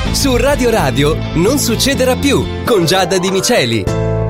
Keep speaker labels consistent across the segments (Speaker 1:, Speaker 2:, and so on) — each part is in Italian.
Speaker 1: Su Radio Radio Non succederà più con Giada Di Miceli.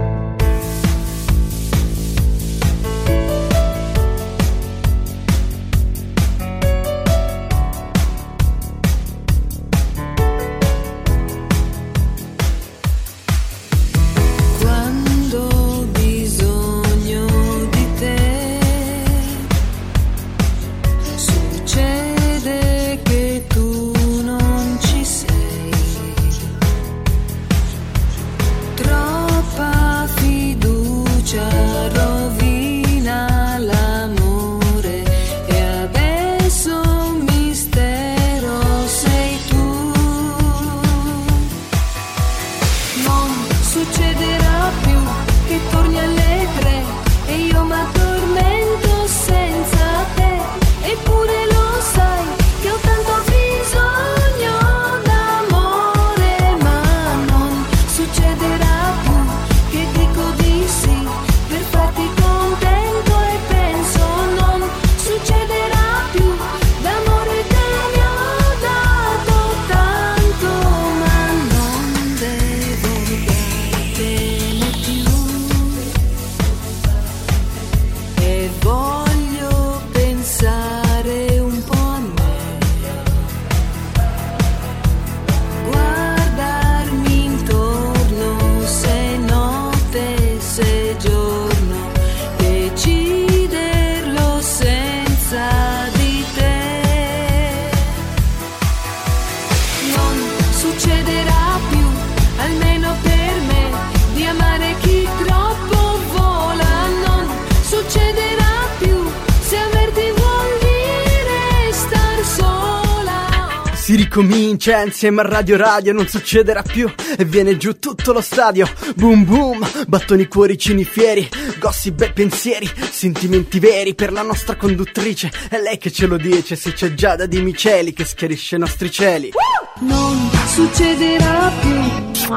Speaker 2: Si ricomincia insieme a Radio Radio, non succederà più e viene giù tutto lo stadio. Boom boom, battoni, cuoricini fieri, gossip e pensieri, sentimenti veri per la nostra conduttrice. È lei che ce lo dice, se c'è Giada Di Miceli che schiarisce i nostri cieli.
Speaker 3: Non succederà più.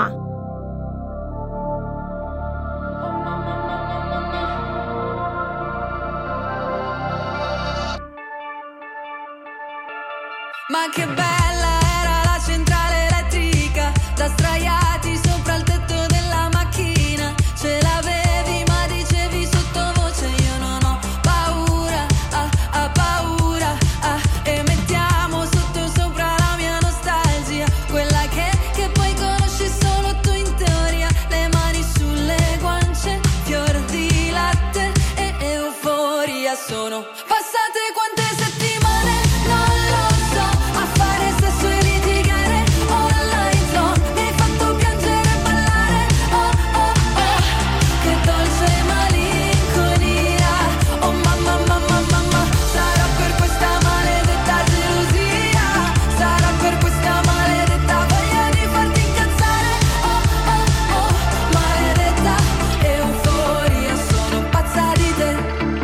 Speaker 4: Ma che bella era la centrale elettrica, da sdraiati sopra il tetto della macchina. Ce l'avevi ma dicevi sottovoce io non ho paura, paura, e mettiamo sotto sopra la mia nostalgia, quella che poi conosci solo tu in teoria. Le mani sulle guance, fior di latte e euforia. Sono passate quante settimane, non lo so, a fare sesso e litigare online zone. Mi hai fatto piangere e ballare, oh oh oh, che dolce malinconia. Oh mamma mamma mamma, sarà per questa maledetta gelosia, sarà per questa maledetta voglia di farti incazzare, oh oh oh, maledetta euforia. Sono pazza di te,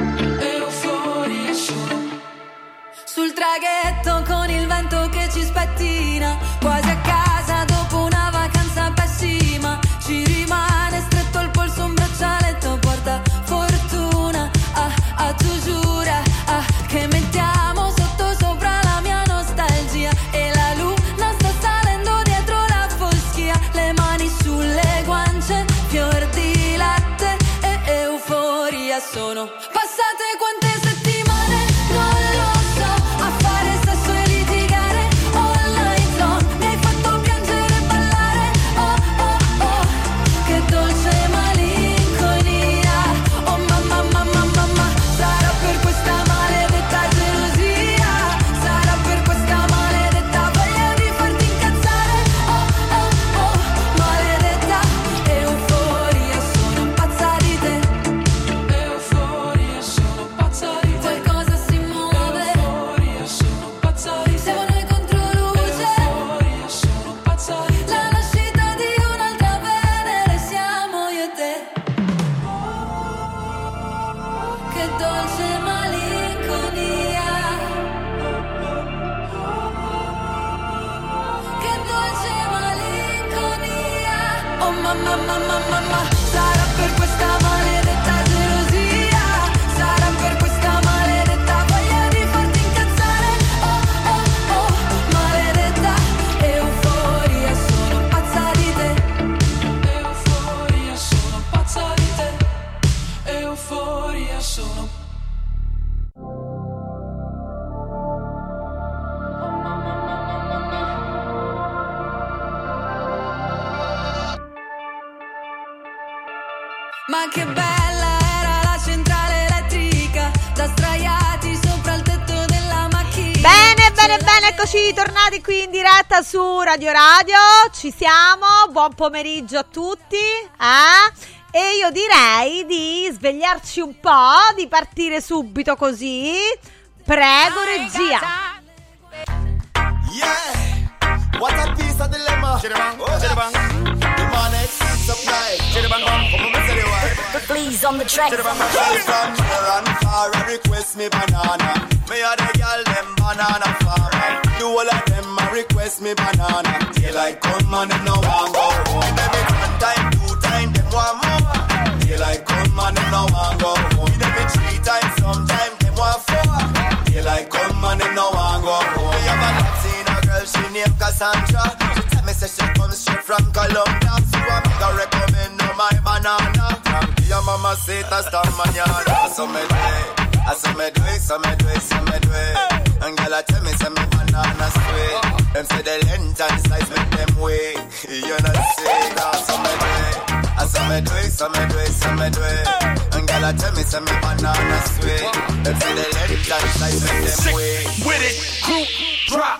Speaker 4: euforia sono. Sul traghetto con il vento che ci spettina, quasi a casa dopo una vacanza pessima. Ci rimane stretto al polso un braccialetto porta fortuna, tu giura, che mettiamo sotto sopra la mia nostalgia. E la luna sta salendo dietro la foschia. Le mani sulle guance, fior di latte e euforia. Sono passate quante settimane, non lo so, a fare sesso e litigare online zone. Mi hai fatto piangere e ballare, oh oh oh, che dolce malinconia. Oh mamma mamma mamma, sarà per questa maledetta gelosia, sarà per questa maledetta voglia di farti incazzare, oh oh oh, maledetta euforia. Sono pazza di te, euforia, sono pazza di te. Qualcosa si muove, euforia, sono pazza di te. Siamo noi contro luce, euforia, sono pazza di te. La nascita di un'altra Venere siamo io e te. Che dolce malinconia, che dolce malinconia. Oh mamma mamma mamma, sarà per questa maledetta gelosia, sarà per questa maledetta voglia di farti incazzare, oh oh oh, maledetta euforia. Ma che bella era la centrale elettrica, da sdraiati sopra il tetto della macchina.
Speaker 5: Bene, eccoci tornati qui in diretta su Radio Radio. Ci siamo, buon pomeriggio a tutti. E io direi di svegliarci un po', di partire subito così. Prego, regia.
Speaker 6: Yeah, what a piece of dilemma. Demonic supply.
Speaker 7: Please on the track.
Speaker 6: From near and far, request me banana. Me a the girl them banana farmer. The whole of them a request me banana. Daylight come and them no want go home. Every one time, 2 times, them want more. Daylight come and them no want go home. Every 3 times, sometime them want 4. Daylight come and them no want go home. Me have a Latina girl, she named Cassandra. She tell me say she comes straight from Colombia. So I make her recommend no my banana. From your mama say hasta mañana. So me do it. So me do it, so me do it, so me do it. And girl, I tell me, say me banana sweet. Them say the length and size make them weigh. You know say that, so me do it. So me do it, so me do it, so me do it. And girl, I tell me, say me banana sweet. Them say the length and size make them weigh.
Speaker 8: With it, group drop.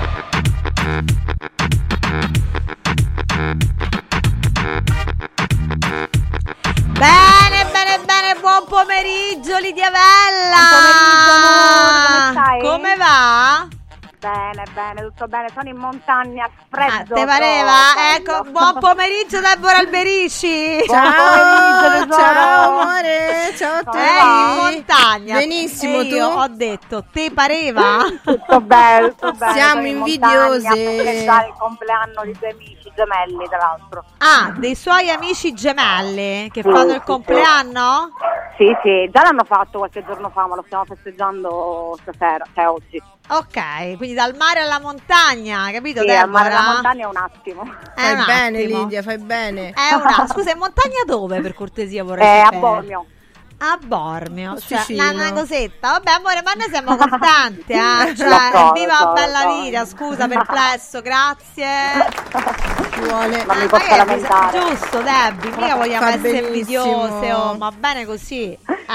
Speaker 5: Bene, buon pomeriggio Lidia Vella.
Speaker 9: Buon pomeriggio, amore, come stai?
Speaker 5: Come va?
Speaker 9: Bene, tutto bene, sono in montagna, freddo.
Speaker 5: Te pareva? Ecco, buon pomeriggio Deborah Alberici.
Speaker 10: Ciao amore, ciao a tutti.
Speaker 5: In montagna.
Speaker 10: Benissimo,
Speaker 5: e io
Speaker 10: tu?
Speaker 5: ho detto, te pareva?
Speaker 9: Tutto bene.
Speaker 10: Siamo invidiosi.
Speaker 9: A festeggiare il compleanno di 2 amici gemelli, tra l'altro.
Speaker 5: Ah, dei suoi amici gemelli che
Speaker 9: Sì,
Speaker 5: fanno il
Speaker 9: sì,
Speaker 5: compleanno?
Speaker 9: Sì, già l'hanno fatto qualche giorno fa, ma lo stiamo festeggiando stasera, cioè oggi.
Speaker 5: Ok, quindi dal mare alla montagna, capito?
Speaker 9: Sì,
Speaker 5: Deborah?
Speaker 9: al mare alla montagna è un attimo.
Speaker 10: Fai
Speaker 5: un
Speaker 10: bene
Speaker 5: attimo.
Speaker 10: Lidia, fai bene.
Speaker 5: Scusa, in montagna dove, per cortesia, vorrei
Speaker 9: A
Speaker 5: sapere?
Speaker 9: Bormio.
Speaker 5: A Bormio, cioè
Speaker 10: Posticino.
Speaker 5: una cosetta. Vabbè amore, ma noi siamo contenti,
Speaker 9: Lo
Speaker 5: cioè,
Speaker 9: so,
Speaker 5: viva
Speaker 9: lo so,
Speaker 5: bella
Speaker 9: lo so.
Speaker 5: vita, scusa, perplesso, grazie.
Speaker 10: Ci vuole.
Speaker 9: Non mi posso
Speaker 5: Magari,
Speaker 9: lamentare.
Speaker 5: giusto Debbie, mica vogliamo
Speaker 10: Fa
Speaker 5: essere
Speaker 10: benissimo.
Speaker 5: invidiose, ma bene così.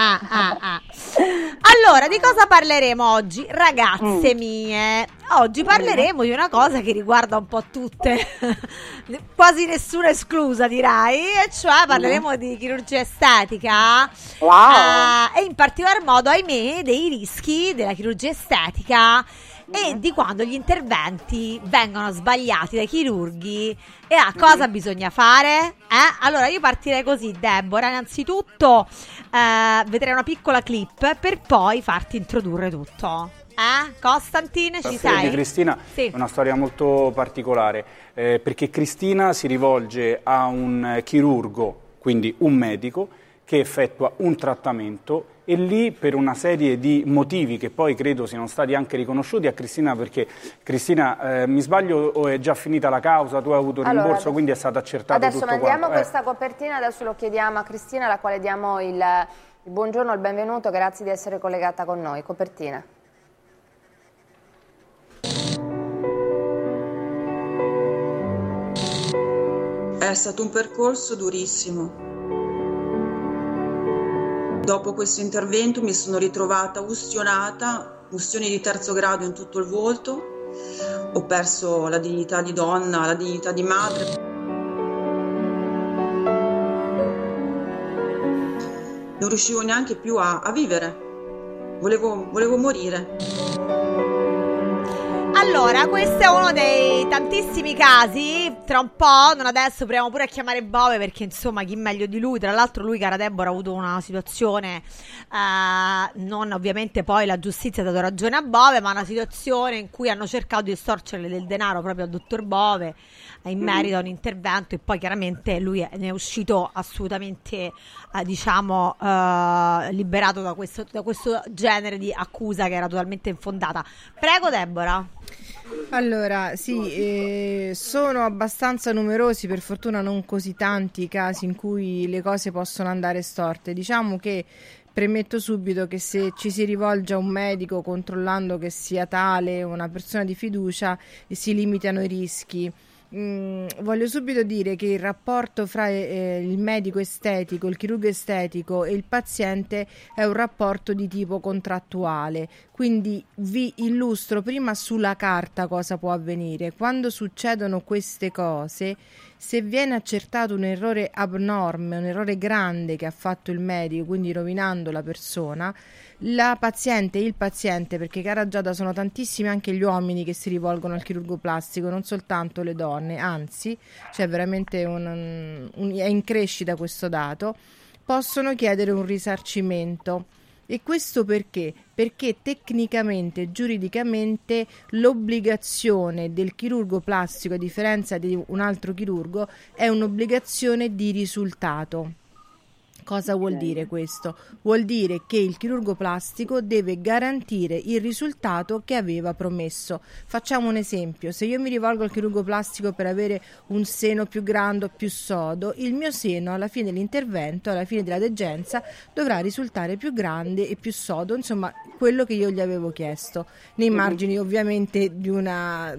Speaker 5: Allora, di cosa parleremo oggi, ragazze mie? Oggi parleremo di una cosa che riguarda un po' tutte, quasi nessuna esclusa direi, e cioè parleremo di chirurgia estetica.
Speaker 9: Wow.
Speaker 5: E in particolar modo, ahimè, dei rischi della chirurgia estetica e di quando gli interventi vengono sbagliati dai chirurghi e cosa bisogna fare? Allora io partirei così, Deborah. Innanzitutto vedrei una piccola clip per poi farti introdurre tutto. Costantine, ci
Speaker 11: La storia
Speaker 5: sei?
Speaker 11: di Cristina
Speaker 5: Sì.
Speaker 11: è una storia molto particolare perché Cristina si rivolge a un chirurgo, quindi un medico, che effettua un trattamento e lì per una serie di motivi che poi credo siano stati anche riconosciuti a Cristina, perché Cristina, mi sbaglio o è già finita la causa, tu hai avuto il rimborso,
Speaker 12: adesso,
Speaker 11: quindi è stato accertato
Speaker 12: adesso
Speaker 11: tutto
Speaker 12: mandiamo
Speaker 11: quanto.
Speaker 12: questa copertina, adesso lo chiediamo a Cristina, alla quale diamo il buongiorno, il benvenuto, grazie di essere collegata con noi. Copertina.
Speaker 13: È stato un percorso durissimo. Dopo questo intervento mi sono ritrovata ustionata, ustioni di 3° grado in tutto il volto, ho perso la dignità di donna, la dignità di madre. Non riuscivo neanche più a vivere, volevo morire.
Speaker 5: Allora, questo è uno dei tantissimi casi, tra un po', non adesso, proviamo pure a chiamare Bove perché insomma chi meglio di lui, tra l'altro lui, cara Deborah, ha avuto una situazione, non ovviamente poi la giustizia ha dato ragione a Bove, ma una situazione in cui hanno cercato di estorcere del denaro proprio al dottor Bove in merito a un intervento e poi chiaramente lui ne è uscito assolutamente, liberato da questo genere di accusa che era totalmente infondata. Prego Deborah.
Speaker 10: Allora, sì, sono abbastanza numerosi, per fortuna non così tanti, i casi in cui le cose possono andare storte. Diciamo che premetto subito che se ci si rivolge a un medico controllando che sia tale una persona di fiducia, si limitano i rischi. voglio subito dire che il rapporto fra il medico estetico, il chirurgo estetico e il paziente è un rapporto di tipo contrattuale, quindi vi illustro prima sulla carta cosa può avvenire. Quando succedono queste cose, se viene accertato un errore abnorme, un errore grande che ha fatto il medico, quindi rovinando la persona, la paziente e il paziente, perché cara Giada sono tantissimi anche gli uomini che si rivolgono al chirurgo plastico, non soltanto le donne, anzi c'è veramente è in crescita questo dato, possono chiedere un risarcimento. E questo perché? Perché tecnicamente, giuridicamente, l'obbligazione del chirurgo plastico, a differenza di un altro chirurgo, è un'obbligazione di risultato. Cosa vuol dire questo? Vuol dire che il chirurgo plastico deve garantire il risultato che aveva promesso. Facciamo un esempio: se io mi rivolgo al chirurgo plastico per avere un seno più grande o più sodo, il mio seno alla fine dell'intervento, alla fine della degenza, dovrà risultare più grande e più sodo, insomma quello che io gli avevo chiesto, nei margini ovviamente di una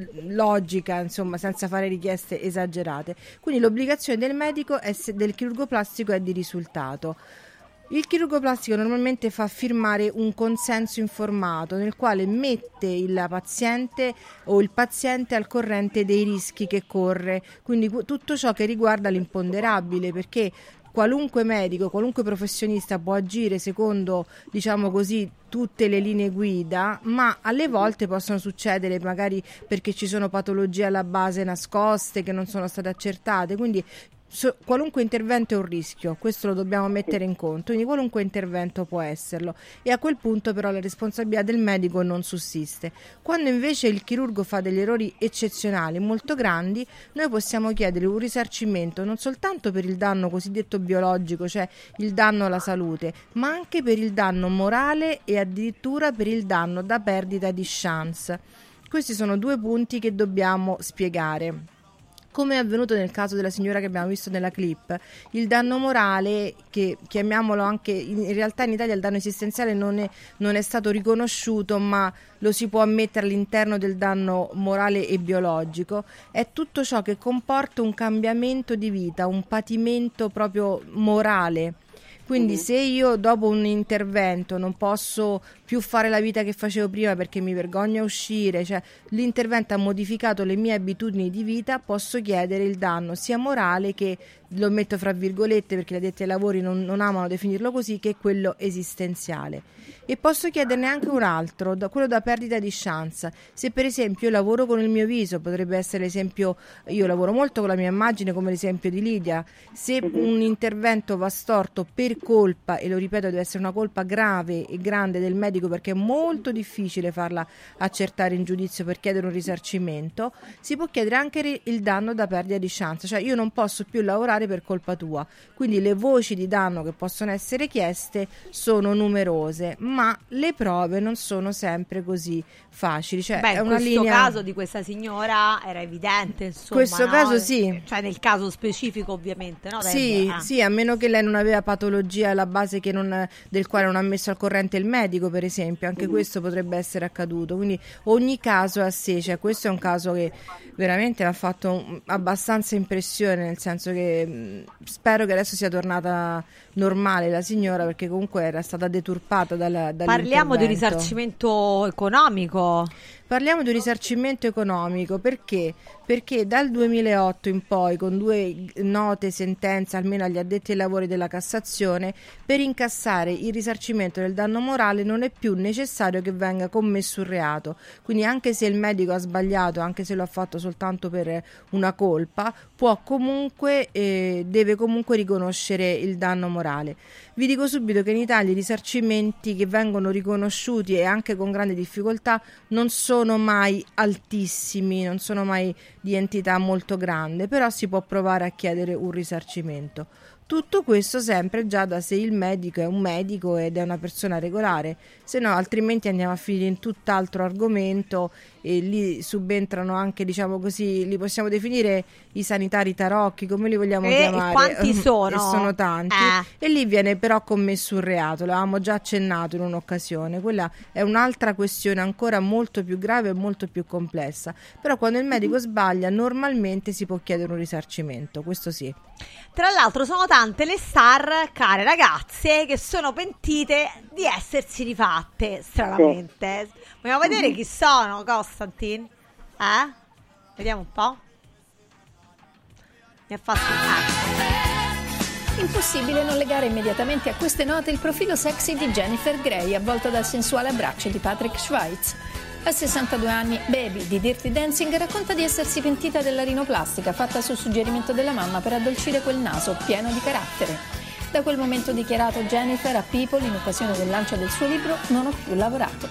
Speaker 10: logica, insomma, senza fare richieste esagerate. Quindi l'obbligazione del medico del chirurgo plastico è di risultato. Il chirurgo plastico normalmente fa firmare un consenso informato nel quale mette il paziente o il paziente al corrente dei rischi che corre, quindi tutto ciò che riguarda l'imponderabile, perché qualunque medico, qualunque professionista può agire secondo, diciamo così, tutte le linee guida, ma alle volte possono succedere, magari perché ci sono patologie alla base nascoste che non sono state accertate, quindi qualunque intervento è un rischio, questo lo dobbiamo mettere in conto, quindi qualunque intervento può esserlo, e a quel punto però la responsabilità del medico non sussiste. Quando invece il chirurgo fa degli errori eccezionali, molto grandi, noi possiamo chiedere un risarcimento non soltanto per il danno cosiddetto biologico, cioè il danno alla salute, ma anche per il danno morale e addirittura per il danno da perdita di chance. Questi sono due punti che dobbiamo spiegare. Come è avvenuto nel caso della signora che abbiamo visto nella clip, il danno morale, che chiamiamolo anche, in realtà in Italia il danno esistenziale non è stato riconosciuto, ma lo si può ammettere all'interno del danno morale e biologico, è tutto ciò che comporta un cambiamento di vita, un patimento proprio morale. Quindi se io dopo un intervento non posso più fare la vita che facevo prima perché mi vergogno a uscire, cioè l'intervento ha modificato le mie abitudini di vita, posso chiedere il danno sia morale che, lo metto fra virgolette perché gli addetti ai lavori non amano definirlo così, che è quello esistenziale. E posso chiederne anche un altro, quello da perdita di chance. Se per esempio io lavoro con il mio viso, potrebbe essere l'esempio, io lavoro molto con la mia immagine come l'esempio di Lidia, se un intervento va storto per colpa, e lo ripeto deve essere una colpa grave e grande del medico perché è molto difficile farla accertare in giudizio per chiedere un risarcimento, si può chiedere anche il danno da perdita di chance, cioè io non posso più lavorare per colpa tua, quindi le voci di danno che possono essere chieste sono numerose, ma le prove non sono sempre così facili, cioè è una
Speaker 5: questo
Speaker 10: linea...
Speaker 5: caso di questa signora era evidente, insomma,
Speaker 10: questo
Speaker 5: no?
Speaker 10: caso sì,
Speaker 5: cioè nel caso specifico ovviamente, no?
Speaker 10: Sì, a meno che lei non aveva patologia alla base del quale non ha messo al corrente il medico, per esempio, anche questo potrebbe essere accaduto, quindi ogni caso è a sé, cioè questo è un caso che veramente mi ha fatto abbastanza impressione, nel senso che spero che adesso sia tornata normale la signora, perché comunque era stata deturpata dall'intervento.
Speaker 5: Parliamo di risarcimento economico.
Speaker 10: Parliamo di risarcimento economico perché dal 2008 in poi, con 2 note sentenze almeno agli addetti ai lavori della Cassazione, per incassare il risarcimento del danno morale non è più necessario che venga commesso un reato, quindi anche se il medico ha sbagliato, anche se lo ha fatto soltanto per una colpa, può comunque deve comunque riconoscere il danno morale. Vi dico subito che in Italia i risarcimenti che vengono riconosciuti, e anche con grande difficoltà, non sono mai altissimi, non sono mai di entità molto grande, però si può provare a chiedere un risarcimento. Tutto questo sempre già da se il medico è un medico ed è una persona regolare, se no altrimenti andiamo a finire in tutt'altro argomento e lì subentrano anche, diciamo così, li possiamo definire i sanitari tarocchi, come li vogliamo chiamare.
Speaker 5: E quanti sono?
Speaker 10: E sono tanti. E lì viene però commesso un reato, l'avevamo già accennato in un'occasione. Quella è un'altra questione ancora molto più grave e molto più complessa. Però quando il medico sbaglia normalmente si può chiedere un risarcimento, questo sì.
Speaker 5: Tra l'altro sono tante le star, care ragazze, che sono pentite di essersi rifatte, stranamente. Vogliamo vedere chi sono, Costantin? Vediamo un po'. Mi ha fatto
Speaker 7: Impossibile non legare immediatamente a queste note il profilo sexy di Jennifer Grey, avvolto dal sensuale abbraccio di Patrick Schweitz. A 62 anni, Baby di Dirty Dancing racconta di essersi pentita della rinoplastica fatta su suggerimento della mamma per addolcire quel naso pieno di carattere. Da quel momento, dichiarato Jennifer a People in occasione del lancio del suo libro, non ho più lavorato.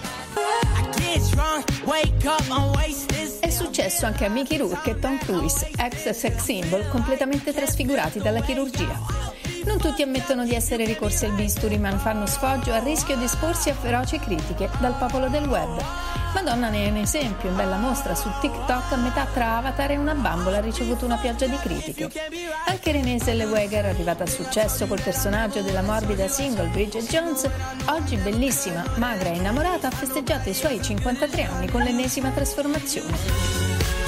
Speaker 7: È successo anche a Mickey Rourke e Tom Cruise, ex sex symbol completamente trasfigurati dalla chirurgia. Non tutti ammettono di essere ricorsi al bisturi, ma fanno sfoggio a rischio di esporsi a feroci critiche dal popolo del web. Madonna ne è un esempio, in bella mostra su TikTok, a metà tra Avatar e una bambola ha ricevuto una pioggia di critiche. Anche Renée Zellweger, arrivata a successo col personaggio della morbida single Bridget Jones, oggi bellissima, magra e innamorata, ha festeggiato i suoi 53 anni con l'ennesima trasformazione.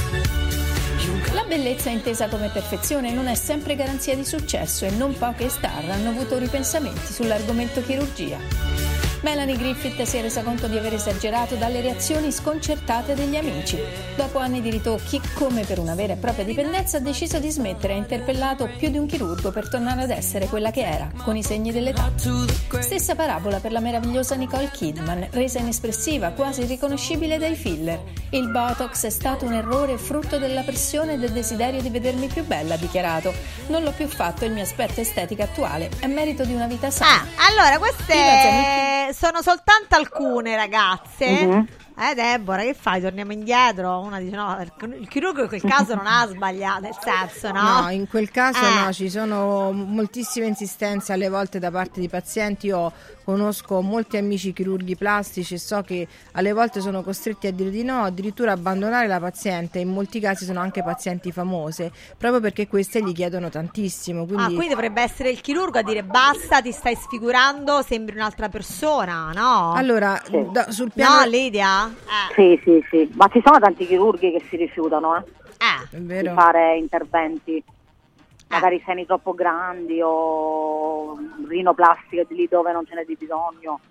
Speaker 7: La bellezza intesa come perfezione non è sempre garanzia di successo e non poche star hanno avuto ripensamenti sull'argomento chirurgia. Melanie Griffith si è resa conto di aver esagerato dalle reazioni sconcertate degli amici. Dopo anni di ritocchi, come per una vera e propria dipendenza, ha deciso di smettere e ha interpellato più di un chirurgo per tornare ad essere quella che era, con i segni dell'età. Stessa parabola per la meravigliosa Nicole Kidman, resa inespressiva, quasi irriconoscibile dai filler. Il Botox è stato un errore frutto della pressione e del desiderio di vedermi più bella, ha dichiarato. Non l'ho più fatto, il mio aspetto estetica attuale è merito di una vita sana.
Speaker 5: Allora, queste sono soltanto alcune ragazze. Deborah, che fai? Torniamo indietro? Una dice no, il chirurgo in quel caso non ha sbagliato, nel senso, no?
Speaker 10: No, in quel caso no, ci sono moltissime insistenze alle volte da parte di pazienti. Io conosco molti amici chirurghi plastici e so che alle volte sono costretti a dire di no, addirittura abbandonare la paziente. In molti casi sono anche pazienti famose, proprio perché queste gli chiedono tantissimo.
Speaker 5: Quindi dovrebbe essere il chirurgo a dire basta, ti stai sfigurando, sembri un'altra persona, no?
Speaker 10: Allora, sul piano...
Speaker 5: No, Lidia?
Speaker 9: Sì, ma ci sono tanti chirurghi che si rifiutano di fare interventi, magari seni troppo grandi o rinoplastica di lì dove non ce n'è di bisogno.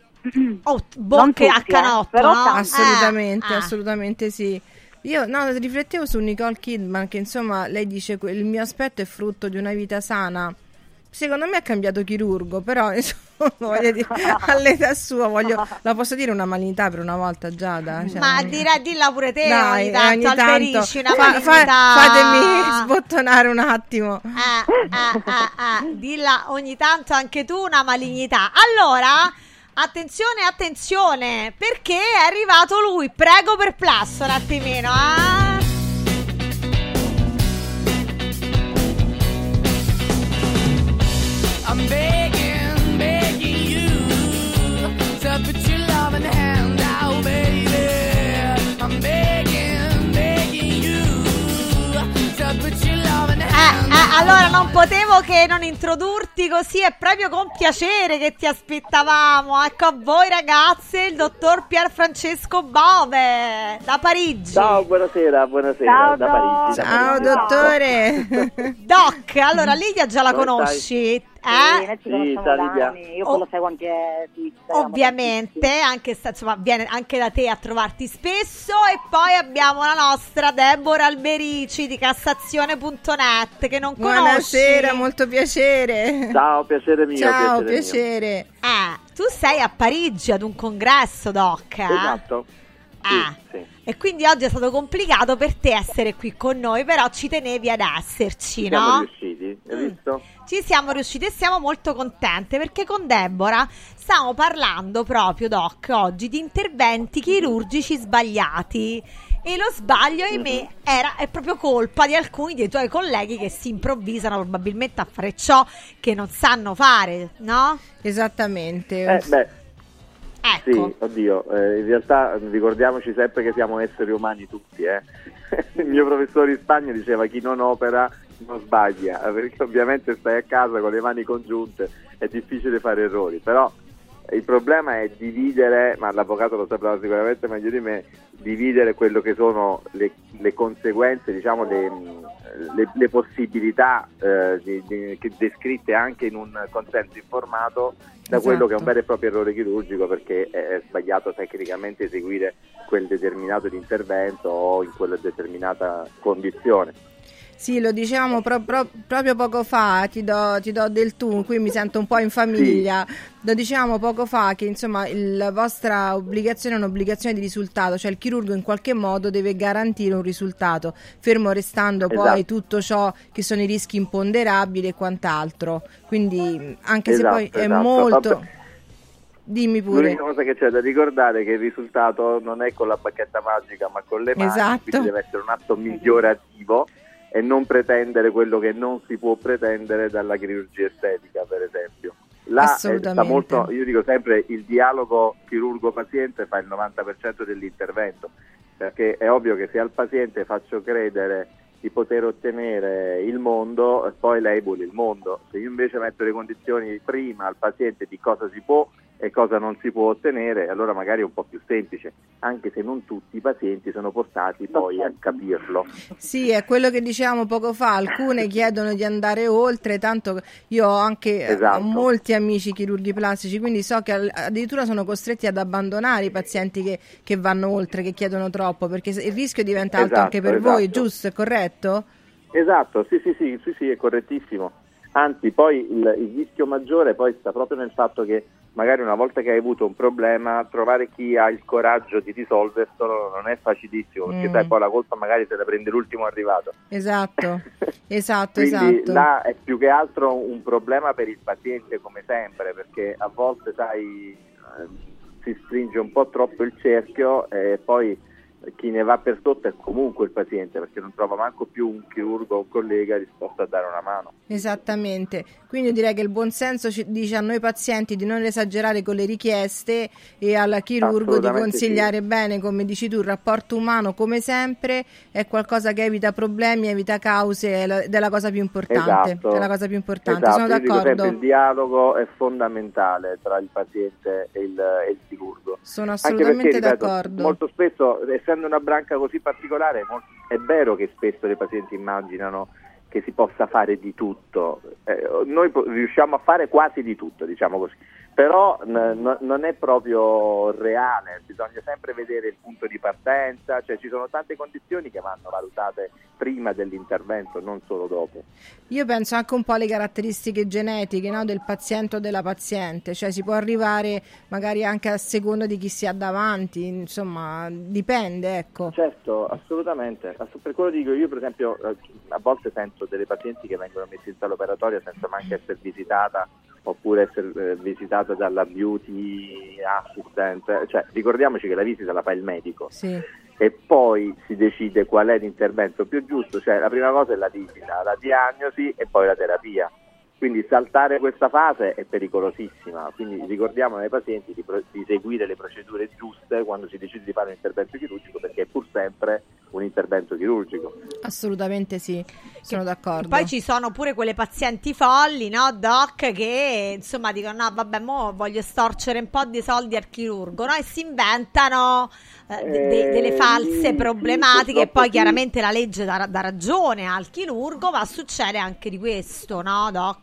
Speaker 5: Bocche a canotto,
Speaker 9: però
Speaker 5: no?
Speaker 10: Assolutamente sì. Io riflettevo su Nicole Kidman, che insomma lei dice il mio aspetto è frutto di una vita sana. Secondo me ha cambiato chirurgo, però insomma, voglio dire, all'età sua la posso dire una malignità per una volta, Giada? Cioè,
Speaker 5: ma dilla pure te, ogni tanto Alberici, una malignità.
Speaker 10: Fatemi sbottonare un attimo.
Speaker 5: Dilla ogni tanto anche tu una malignità. Allora, attenzione, perché è arrivato lui, prego perplesso un attimino,
Speaker 14: I'm begging you to put your loving hand out, baby. I'm begging you to put your loving hand out.
Speaker 5: Allora non potevo che non introdurti così, è proprio con piacere che ti aspettavamo. Ecco a voi ragazze il dottor Pierfrancesco Bove da Parigi.
Speaker 15: Ciao, buonasera
Speaker 9: Ciao,
Speaker 15: da Parigi.
Speaker 10: Ciao dottore.
Speaker 5: Doc, allora Lidia già la conosci?
Speaker 9: Noi ci conosciamo da anni, io lo seguo anche di
Speaker 5: ovviamente, anche insomma viene anche da te a trovarti spesso. E poi abbiamo la nostra Deborah Alberici di Cassazione.net che non conosci.
Speaker 10: Buonasera, molto piacere.
Speaker 15: Ciao, piacere mio.
Speaker 10: Ciao, piacere.
Speaker 5: Tu sei a Parigi ad un congresso, Doc.
Speaker 15: Esatto. Sì.
Speaker 5: E quindi oggi è stato complicato per te essere qui con noi, però ci tenevi ad esserci, no?
Speaker 15: Siamo riusciti, hai visto?
Speaker 5: Ci siamo riusciti e siamo molto contente perché con Deborah stiamo parlando proprio, Doc, oggi di interventi chirurgici sbagliati. E lo sbaglio, ahimè, è proprio colpa di alcuni dei tuoi colleghi che si improvvisano probabilmente a fare ciò che non sanno fare, no?
Speaker 10: Esattamente.
Speaker 5: Ecco.
Speaker 15: Sì, oddio, in realtà ricordiamoci sempre che siamo esseri umani tutti, Il mio professore in Spagna diceva chi non opera non sbaglia, perché ovviamente stai a casa con le mani congiunte, è difficile fare errori, però il problema è dividere, ma l'avvocato lo saprà sicuramente meglio di me, dividere quello che sono le conseguenze, diciamo le possibilità descritte anche in un consenso informato da quello che è un vero e proprio errore chirurgico, perché è sbagliato tecnicamente eseguire quel determinato intervento o in quella determinata condizione.
Speaker 10: Sì, lo dicevamo proprio poco fa, ti do del tu, qui mi sento un po' in famiglia. Sì. Lo dicevamo poco fa che insomma la vostra obbligazione è un'obbligazione di risultato, cioè il chirurgo in qualche modo deve garantire un risultato, fermo restando poi tutto ciò che sono i rischi imponderabili e quant'altro. Quindi anche se poi è molto...
Speaker 15: Vabbè.
Speaker 10: Dimmi pure.
Speaker 15: L'unica cosa che c'è da ricordare è che il risultato non è con la bacchetta magica ma con le mani, quindi deve essere un atto migliorativo e non pretendere quello che non si può pretendere dalla chirurgia estetica, per esempio. Là sta molto, io dico sempre, il dialogo chirurgo-paziente fa il 90% dell'intervento, perché è ovvio che se al paziente faccio credere di poter ottenere il mondo, poi lei vuole il mondo. Se io invece metto le condizioni prima al paziente di cosa si può e cosa non si può ottenere, allora magari è un po' più semplice, anche se non tutti i pazienti sono portati poi a capirlo.
Speaker 10: Sì, è quello che dicevamo poco fa, alcune chiedono di andare oltre, tanto io ho anche molti amici chirurghi plastici, quindi so che addirittura sono costretti ad abbandonare i pazienti che vanno oltre, che chiedono troppo, perché il rischio diventa alto anche per voi, giusto? È corretto?
Speaker 15: Esatto, sì, è correttissimo. Anzi, poi il rischio maggiore poi sta proprio nel fatto che magari una volta che hai avuto un problema, trovare chi ha il coraggio di risolverselo non è facilissimo, perché sai, poi la colpa magari se la prende l'ultimo arrivato.
Speaker 10: Esatto.
Speaker 15: Quindi là è più che altro un problema per il paziente, come sempre, perché a volte, sai, si stringe un po' troppo il cerchio e poi chi ne va per sotto è comunque il paziente, perché non trova manco più un chirurgo o un collega disposto a dare una mano.
Speaker 10: Esattamente, quindi direi che il buon senso ci dice a noi pazienti di non esagerare con le richieste e al chirurgo di consigliare bene, come dici tu, il rapporto umano come sempre è qualcosa che evita problemi, evita cause ed è la cosa più importante. È la cosa più importante. Sono d'accordo.
Speaker 15: Dico sempre, il dialogo è fondamentale tra il paziente e il chirurgo.
Speaker 10: Sono assolutamente
Speaker 15: perché, ripeto,
Speaker 10: d'accordo.
Speaker 15: Molto spesso, essendo una branca così particolare, è vero che spesso le pazienti immaginano che si possa fare di tutto, noi riusciamo a fare quasi di tutto, diciamo così, però non è proprio reale, bisogna sempre vedere il punto di partenza, cioè ci sono tante condizioni che vanno valutate prima dell'intervento, non solo dopo.
Speaker 10: Io penso anche un po' alle caratteristiche genetiche, no, del paziente o della paziente, cioè si può arrivare magari anche a seconda di chi si ha davanti, insomma dipende, ecco.
Speaker 15: Certo, assolutamente, per quello dico io, per esempio a volte sento delle pazienti che vengono messe in sala operatoria senza neanche essere visitata oppure essere visitata dalla beauty assistant, cioè ricordiamoci che la visita la fa il medico.
Speaker 10: Sì.
Speaker 15: E poi si decide qual è l'intervento più giusto, cioè la prima cosa è la visita, la diagnosi e poi la terapia. Quindi saltare questa fase è pericolosissima, quindi ricordiamo ai pazienti di seguire le procedure giuste quando si decide di fare un intervento chirurgico, perché è pur sempre un intervento chirurgico.
Speaker 10: Assolutamente sì, sono d'accordo.
Speaker 5: Poi ci sono pure quelle pazienti folli, no, doc, che insomma dicono no vabbè, mo voglio storcere un po' di soldi al chirurgo, no, e si inventano delle false problematiche, e poi chiaramente la legge dà ragione al chirurgo, ma succede anche di questo, no, doc?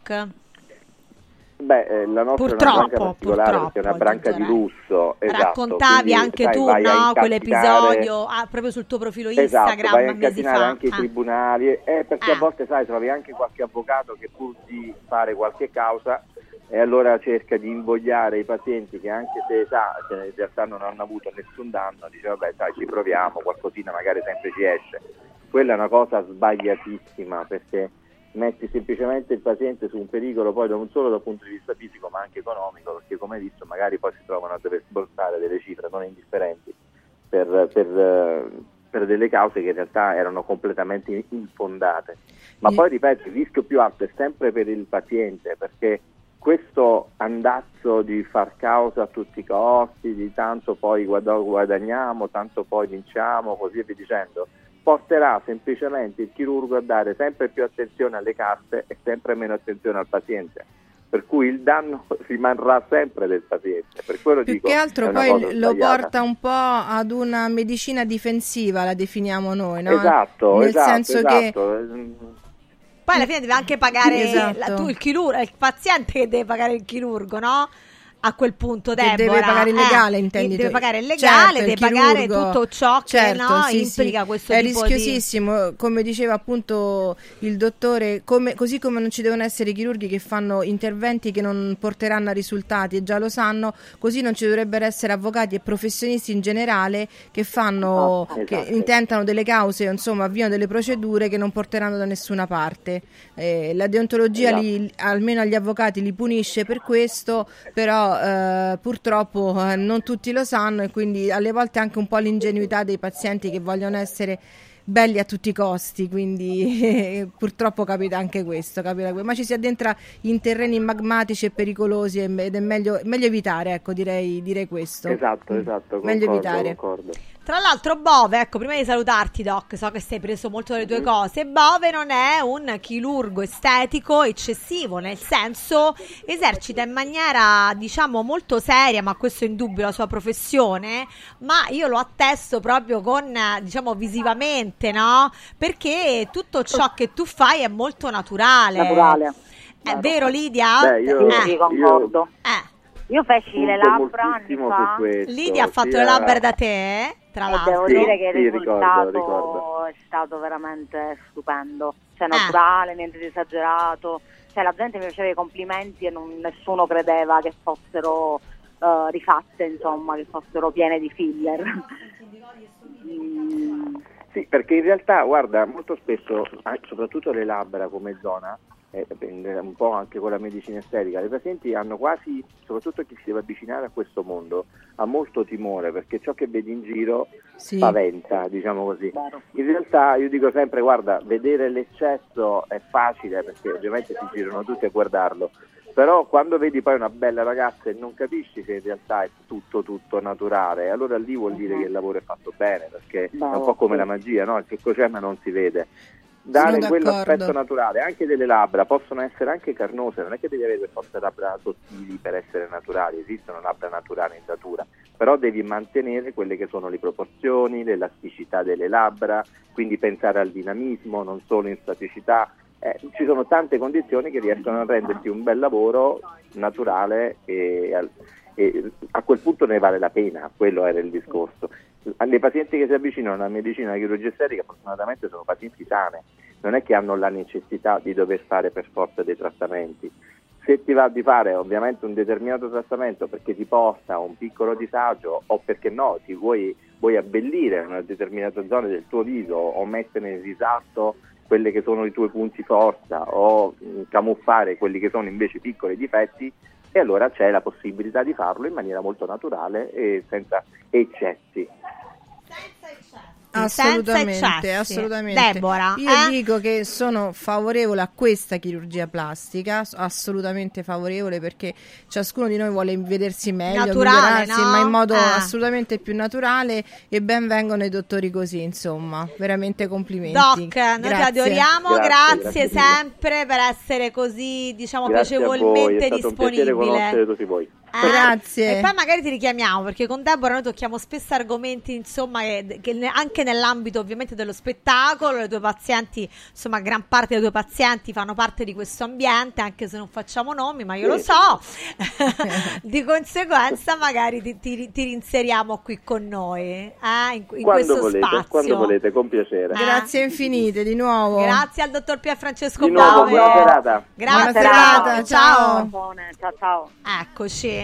Speaker 15: Beh, la nostra è una branca particolare, perché è una branca di lusso.
Speaker 5: Raccontavi
Speaker 15: quindi,
Speaker 5: anche
Speaker 15: sai,
Speaker 5: tu, no, quell'episodio proprio sul tuo profilo Instagram,
Speaker 15: vai a
Speaker 5: mesi fa.
Speaker 15: Anche i tribunali, perché a volte, sai, trovi anche qualche avvocato che pur di fare qualche causa e allora cerca di invogliare i pazienti che, anche se sa che in realtà non hanno avuto nessun danno, dice vabbè, sai, ci proviamo, qualcosina magari sempre ci esce. Quella è una cosa sbagliatissima, perché metti semplicemente il paziente su un pericolo, poi non solo dal punto di vista fisico ma anche economico, perché come hai visto magari poi si trovano a dover sborsare delle cifre non indifferenti per delle cause che in realtà erano completamente infondate. Ma poi ripeto, il rischio più alto è sempre per il paziente, perché questo andazzo di far causa a tutti i costi, di tanto poi guadagniamo, tanto poi vinciamo, così via dicendo, porterà semplicemente il chirurgo a dare sempre più attenzione alle casse e sempre meno attenzione al paziente, per cui il danno rimarrà sempre del paziente. Per quello
Speaker 10: più
Speaker 15: dico,
Speaker 10: che altro poi lo
Speaker 15: sbagliata.
Speaker 10: porta un po' ad una medicina difensiva, la definiamo noi, no?
Speaker 15: Esatto,
Speaker 10: nel senso che
Speaker 5: poi alla fine deve anche pagare
Speaker 10: Esatto.
Speaker 5: tu il chirurgo, è il paziente che deve pagare il chirurgo, no? A quel punto,
Speaker 10: che
Speaker 5: Deborah,
Speaker 10: deve pagare il legale, intendi
Speaker 5: deve
Speaker 10: tu?
Speaker 5: pagare il legale,
Speaker 10: Certo,
Speaker 5: deve
Speaker 10: il
Speaker 5: pagare
Speaker 10: chirurgo.
Speaker 5: tutto ciò che
Speaker 10: Certo,
Speaker 5: no,
Speaker 10: sì,
Speaker 5: implica
Speaker 10: sì.
Speaker 5: questo
Speaker 10: è
Speaker 5: tipo
Speaker 10: rischiosissimo, come diceva appunto il dottore, così come non ci devono essere chirurghi che fanno interventi che non porteranno a risultati e già lo sanno, così non ci dovrebbero essere avvocati e professionisti in generale che fanno che intentano delle cause, insomma avviano delle procedure che non porteranno da nessuna parte. La deontologia almeno agli avvocati li punisce per questo, però purtroppo non tutti lo sanno, e quindi alle volte anche un po' l'ingenuità dei pazienti che vogliono essere belli a tutti i costi, quindi purtroppo capita anche questo, ma ci si addentra in terreni magmatici e pericolosi ed è meglio evitare, ecco, direi questo.
Speaker 15: Esatto,
Speaker 10: meglio evitare.
Speaker 15: Concordo.
Speaker 5: Tra l'altro Bove, ecco, prima di salutarti Doc, so che stai preso molto dalle tue cose, Bove non è un chirurgo estetico eccessivo, nel senso esercita in maniera diciamo molto seria, ma questo è indubbio, la sua professione, ma io lo attesto proprio con diciamo visivamente, no? Perché tutto ciò che tu fai è molto naturale. È vero, Lidia?
Speaker 15: Beh, io
Speaker 9: concordo. Io feci le labbra anni fa.
Speaker 5: Lidia ha fatto le labbra da te, tra l'altro.
Speaker 9: Devo dire che il risultato
Speaker 15: ricordo.
Speaker 9: è stato veramente stupendo. Cioè naturale, niente di esagerato. Cioè la gente mi faceva i complimenti e nessuno credeva che fossero rifatte, insomma, che fossero piene di filler.
Speaker 15: Sì, perché in realtà, guarda, molto spesso, soprattutto le labbra come zona, un po' anche con la medicina estetica, le pazienti hanno quasi, soprattutto chi si deve avvicinare a questo mondo, ha molto timore, perché ciò che vedi in giro spaventa, diciamo così. In realtà io dico sempre, guarda, vedere l'eccesso è facile, perché ovviamente si girano tutti a guardarlo, però quando vedi poi una bella ragazza e non capisci che in realtà è tutto naturale, allora lì vuol dire che il lavoro è fatto bene, perché è un po' come la magia, no? Il truccosema non si vede. Dare quell'aspetto naturale, anche delle labbra possono essere anche carnose, non è che devi avere per forza labbra sottili per essere naturali, esistono labbra naturali in natura, però devi mantenere quelle che sono le proporzioni, l'elasticità delle labbra, quindi pensare al dinamismo, non solo in staticità. Ci sono tante condizioni che riescono a renderti un bel lavoro naturale e a quel punto ne vale la pena, quello era il discorso. Le pazienti che si avvicinano alla medicina, alla chirurgia estetica, fortunatamente sono pazienti sane, non è che hanno la necessità di dover fare per forza dei trattamenti. Se ti va di fare ovviamente un determinato trattamento perché ti porta un piccolo disagio o perché no, ti vuoi abbellire una determinata zona del tuo viso o mettere in risalto quelle che sono i tuoi punti forza o camuffare quelli che sono invece piccoli difetti, e allora c'è la possibilità di farlo in maniera molto naturale e senza eccessi.
Speaker 10: Assolutamente.
Speaker 5: Deborah,
Speaker 10: io dico che sono favorevole a questa chirurgia plastica, assolutamente favorevole, perché ciascuno di noi vuole vedersi meglio,
Speaker 5: naturale,
Speaker 10: migliorarsi,
Speaker 5: no?
Speaker 10: ma in modo assolutamente più naturale, e ben vengono i dottori così, insomma, veramente complimenti.
Speaker 5: Doc, noi ti adoriamo, grazie sempre per essere così, diciamo, piacevolmente disponibile.
Speaker 15: Un piacere conoscere tutti voi.
Speaker 10: Grazie.
Speaker 5: E poi magari ti richiamiamo, perché con Deborah noi tocchiamo spesso argomenti, insomma, che anche nell'ambito ovviamente dello spettacolo, le tue pazienti, insomma, gran parte dei tuoi pazienti fanno parte di questo ambiente, anche se non facciamo nomi, ma io lo so. Di conseguenza magari ti rinseriamo qui con noi, in questo spazio.
Speaker 15: Quando volete, con piacere.
Speaker 10: Grazie infinite di nuovo.
Speaker 5: Grazie al dottor Pier Francesco
Speaker 15: Bove. Buona serata.
Speaker 5: Grazie.
Speaker 10: Buona serata. Ciao.
Speaker 9: Ciao.
Speaker 5: Eccoci.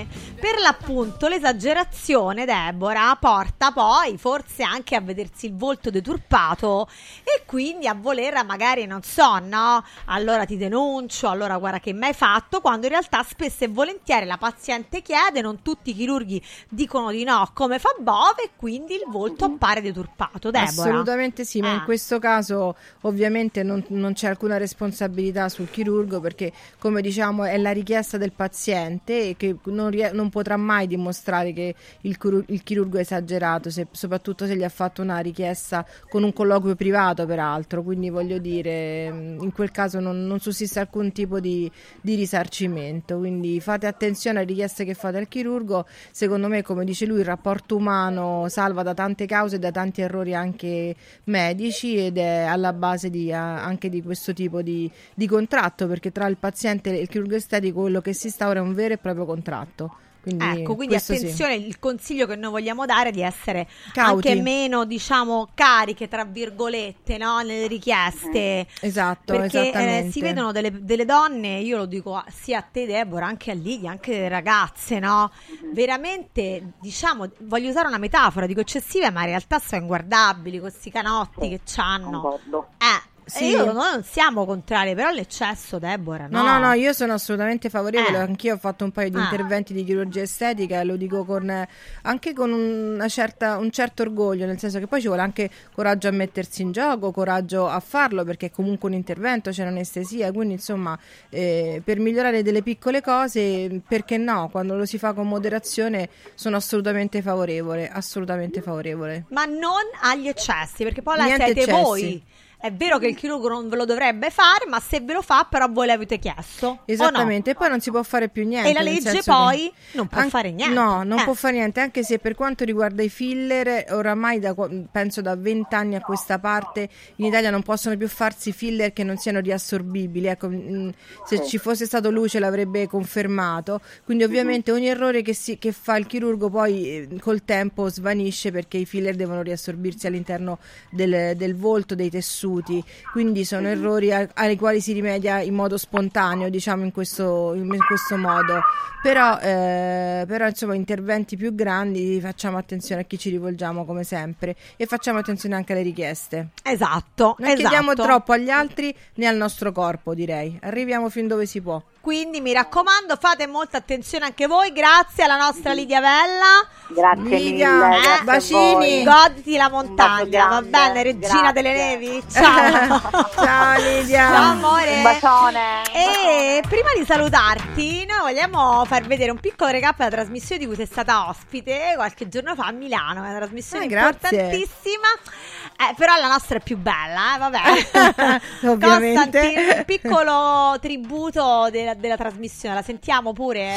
Speaker 5: perché per l'appunto l'esagerazione, Deborah, porta poi forse anche a vedersi il volto deturpato e quindi a voler magari, non so, no? Allora ti denuncio, allora guarda che mi hai fatto, quando in realtà spesso e volentieri la paziente chiede, non tutti i chirurghi dicono di no come fa Bove, e quindi il volto appare deturpato. Deborah.
Speaker 10: Assolutamente sì, ma in questo caso ovviamente non c'è alcuna responsabilità sul chirurgo, perché come diciamo è la richiesta del paziente e che non potrà mai dimostrare che il chirurgo è esagerato, soprattutto se gli ha fatto una richiesta con un colloquio privato peraltro, quindi voglio dire in quel caso non sussiste alcun tipo di risarcimento, quindi fate attenzione alle richieste che fate al chirurgo. Secondo me, come dice lui, il rapporto umano salva da tante cause e da tanti errori anche medici, ed è alla base anche di questo tipo di contratto, perché tra il paziente e il chirurgo estetico quello che si instaura è un vero e proprio contratto. Quindi
Speaker 5: attenzione, sì. Il consiglio che noi vogliamo dare è di essere
Speaker 10: cauti,
Speaker 5: anche meno, diciamo, cariche tra virgolette, no? Nelle richieste.
Speaker 10: Esatto,
Speaker 5: perché
Speaker 10: esattamente.
Speaker 5: Si vedono delle donne, io lo dico sia a te Deborah, anche a Lidia, anche delle ragazze, no? Veramente, diciamo, voglio usare una metafora, dico eccessive, ma in realtà sono inguardabili questi canotti che c'hanno.
Speaker 10: Sì.
Speaker 5: Noi non siamo contrari, però l'eccesso, Deborah,
Speaker 10: no, io sono assolutamente favorevole. Anch'io ho fatto un paio di interventi di chirurgia estetica e lo dico anche con un certo orgoglio, nel senso che poi ci vuole anche coraggio a mettersi in gioco, coraggio a farlo, perché è comunque un intervento, c'è un'anestesia, quindi insomma per migliorare delle piccole cose, perché no, quando lo si fa con moderazione sono assolutamente favorevole.
Speaker 5: Ma non agli eccessi, perché poi
Speaker 10: Niente
Speaker 5: siete
Speaker 10: eccessi.
Speaker 5: Voi. È vero che il chirurgo non ve lo dovrebbe fare, ma se ve lo fa, però voi l'avete chiesto.
Speaker 10: Esattamente,
Speaker 5: no?
Speaker 10: E poi non si può fare più niente.
Speaker 5: E la legge poi non può fare niente.
Speaker 10: No, non può fare niente, anche se per quanto riguarda i filler, oramai penso da 20 anni a questa parte in Italia non possono più farsi filler che non siano riassorbibili. Ecco, se ci fosse stato Luce l'avrebbe confermato. Quindi ovviamente ogni errore che fa il chirurgo poi col tempo svanisce, perché i filler devono riassorbirsi all'interno del volto, dei tessuti. Quindi sono errori ai quali si rimedia in modo spontaneo, diciamo in questo modo. Però insomma, interventi più grandi facciamo attenzione a chi ci rivolgiamo, come sempre, e facciamo attenzione anche alle richieste.
Speaker 5: Esatto.
Speaker 10: Non chiediamo troppo agli altri né al nostro corpo, direi. Arriviamo fin dove si può.
Speaker 5: Quindi mi raccomando, fate molta attenzione anche voi. Grazie alla nostra Lidia Vella.
Speaker 9: Grazie
Speaker 10: Lidia,
Speaker 9: mille,
Speaker 10: bacini.
Speaker 5: Goditi la montagna, va bene, regina delle nevi. Ciao.
Speaker 10: Ciao Lidia.
Speaker 5: Ciao amore.
Speaker 9: Un bacione.
Speaker 5: E prima di salutarti, noi vogliamo far vedere un piccolo recap della trasmissione di cui sei stata ospite qualche giorno fa a Milano. È una trasmissione importantissima. Però la nostra è più bella, vabbè.
Speaker 10: Ovviamente.
Speaker 5: Costantin, un piccolo tributo della trasmissione, la sentiamo pure?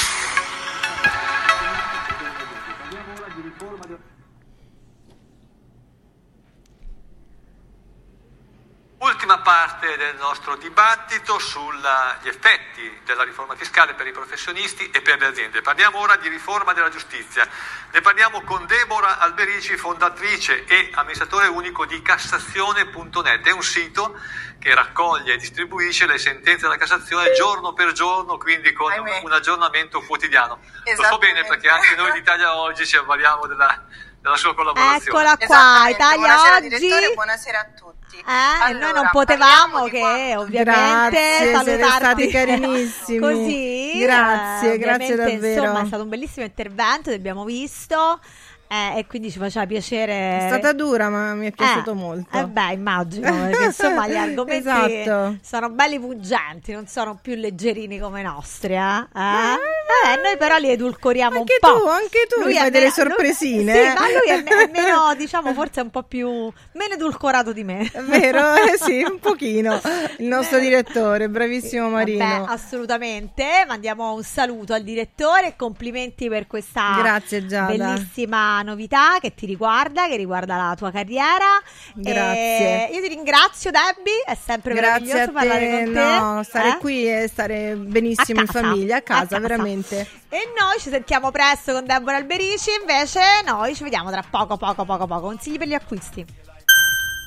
Speaker 16: Ultima parte del nostro dibattito sugli effetti della riforma fiscale per i professionisti e per le aziende. Parliamo ora di riforma della giustizia. Ne parliamo con Deborah Alberici, fondatrice e amministratore unico di Cassazione.net. È un sito che raccoglie e distribuisce le sentenze della Cassazione giorno per giorno, quindi con un aggiornamento quotidiano. Lo so bene, perché anche noi di Italia Oggi ci avvaliamo della sua collaborazione.
Speaker 5: Eccola qua, Italia
Speaker 17: buonasera,
Speaker 5: Oggi.
Speaker 17: Direttore, buonasera a tutti.
Speaker 5: Allora, noi non potevamo che ovviamente
Speaker 10: salutarti. Siete stati carinissimi.
Speaker 5: Così.
Speaker 10: Grazie davvero.
Speaker 5: Insomma, è stato un bellissimo intervento, l'abbiamo visto. E quindi ci faceva piacere.
Speaker 10: È stata dura, ma mi è piaciuto molto.
Speaker 5: Immagino, perché insomma gli argomenti sono belli pungenti, non sono più leggerini come i nostri. Noi però li edulcoriamo
Speaker 10: anche
Speaker 5: un po'.
Speaker 10: Anche tu lui fai delle sorpresine.
Speaker 5: Sì, ma lui è meno, diciamo, forse un po' più meno edulcorato di me.
Speaker 10: È vero? Sì, un pochino. Il nostro direttore, bravissimo Marino.
Speaker 5: Assolutamente. Mandiamo un saluto al direttore e complimenti per questa bellissima novità che ti riguarda, che riguarda la tua carriera.
Speaker 10: Grazie.
Speaker 5: Io ti ringrazio, Debbie, è sempre meraviglioso parlare con te.
Speaker 10: No, stare qui e stare benissimo in famiglia, a casa, veramente.
Speaker 5: E noi ci sentiamo presto con Deborah Alberici, invece noi ci vediamo tra poco. Consigli per gli acquisti.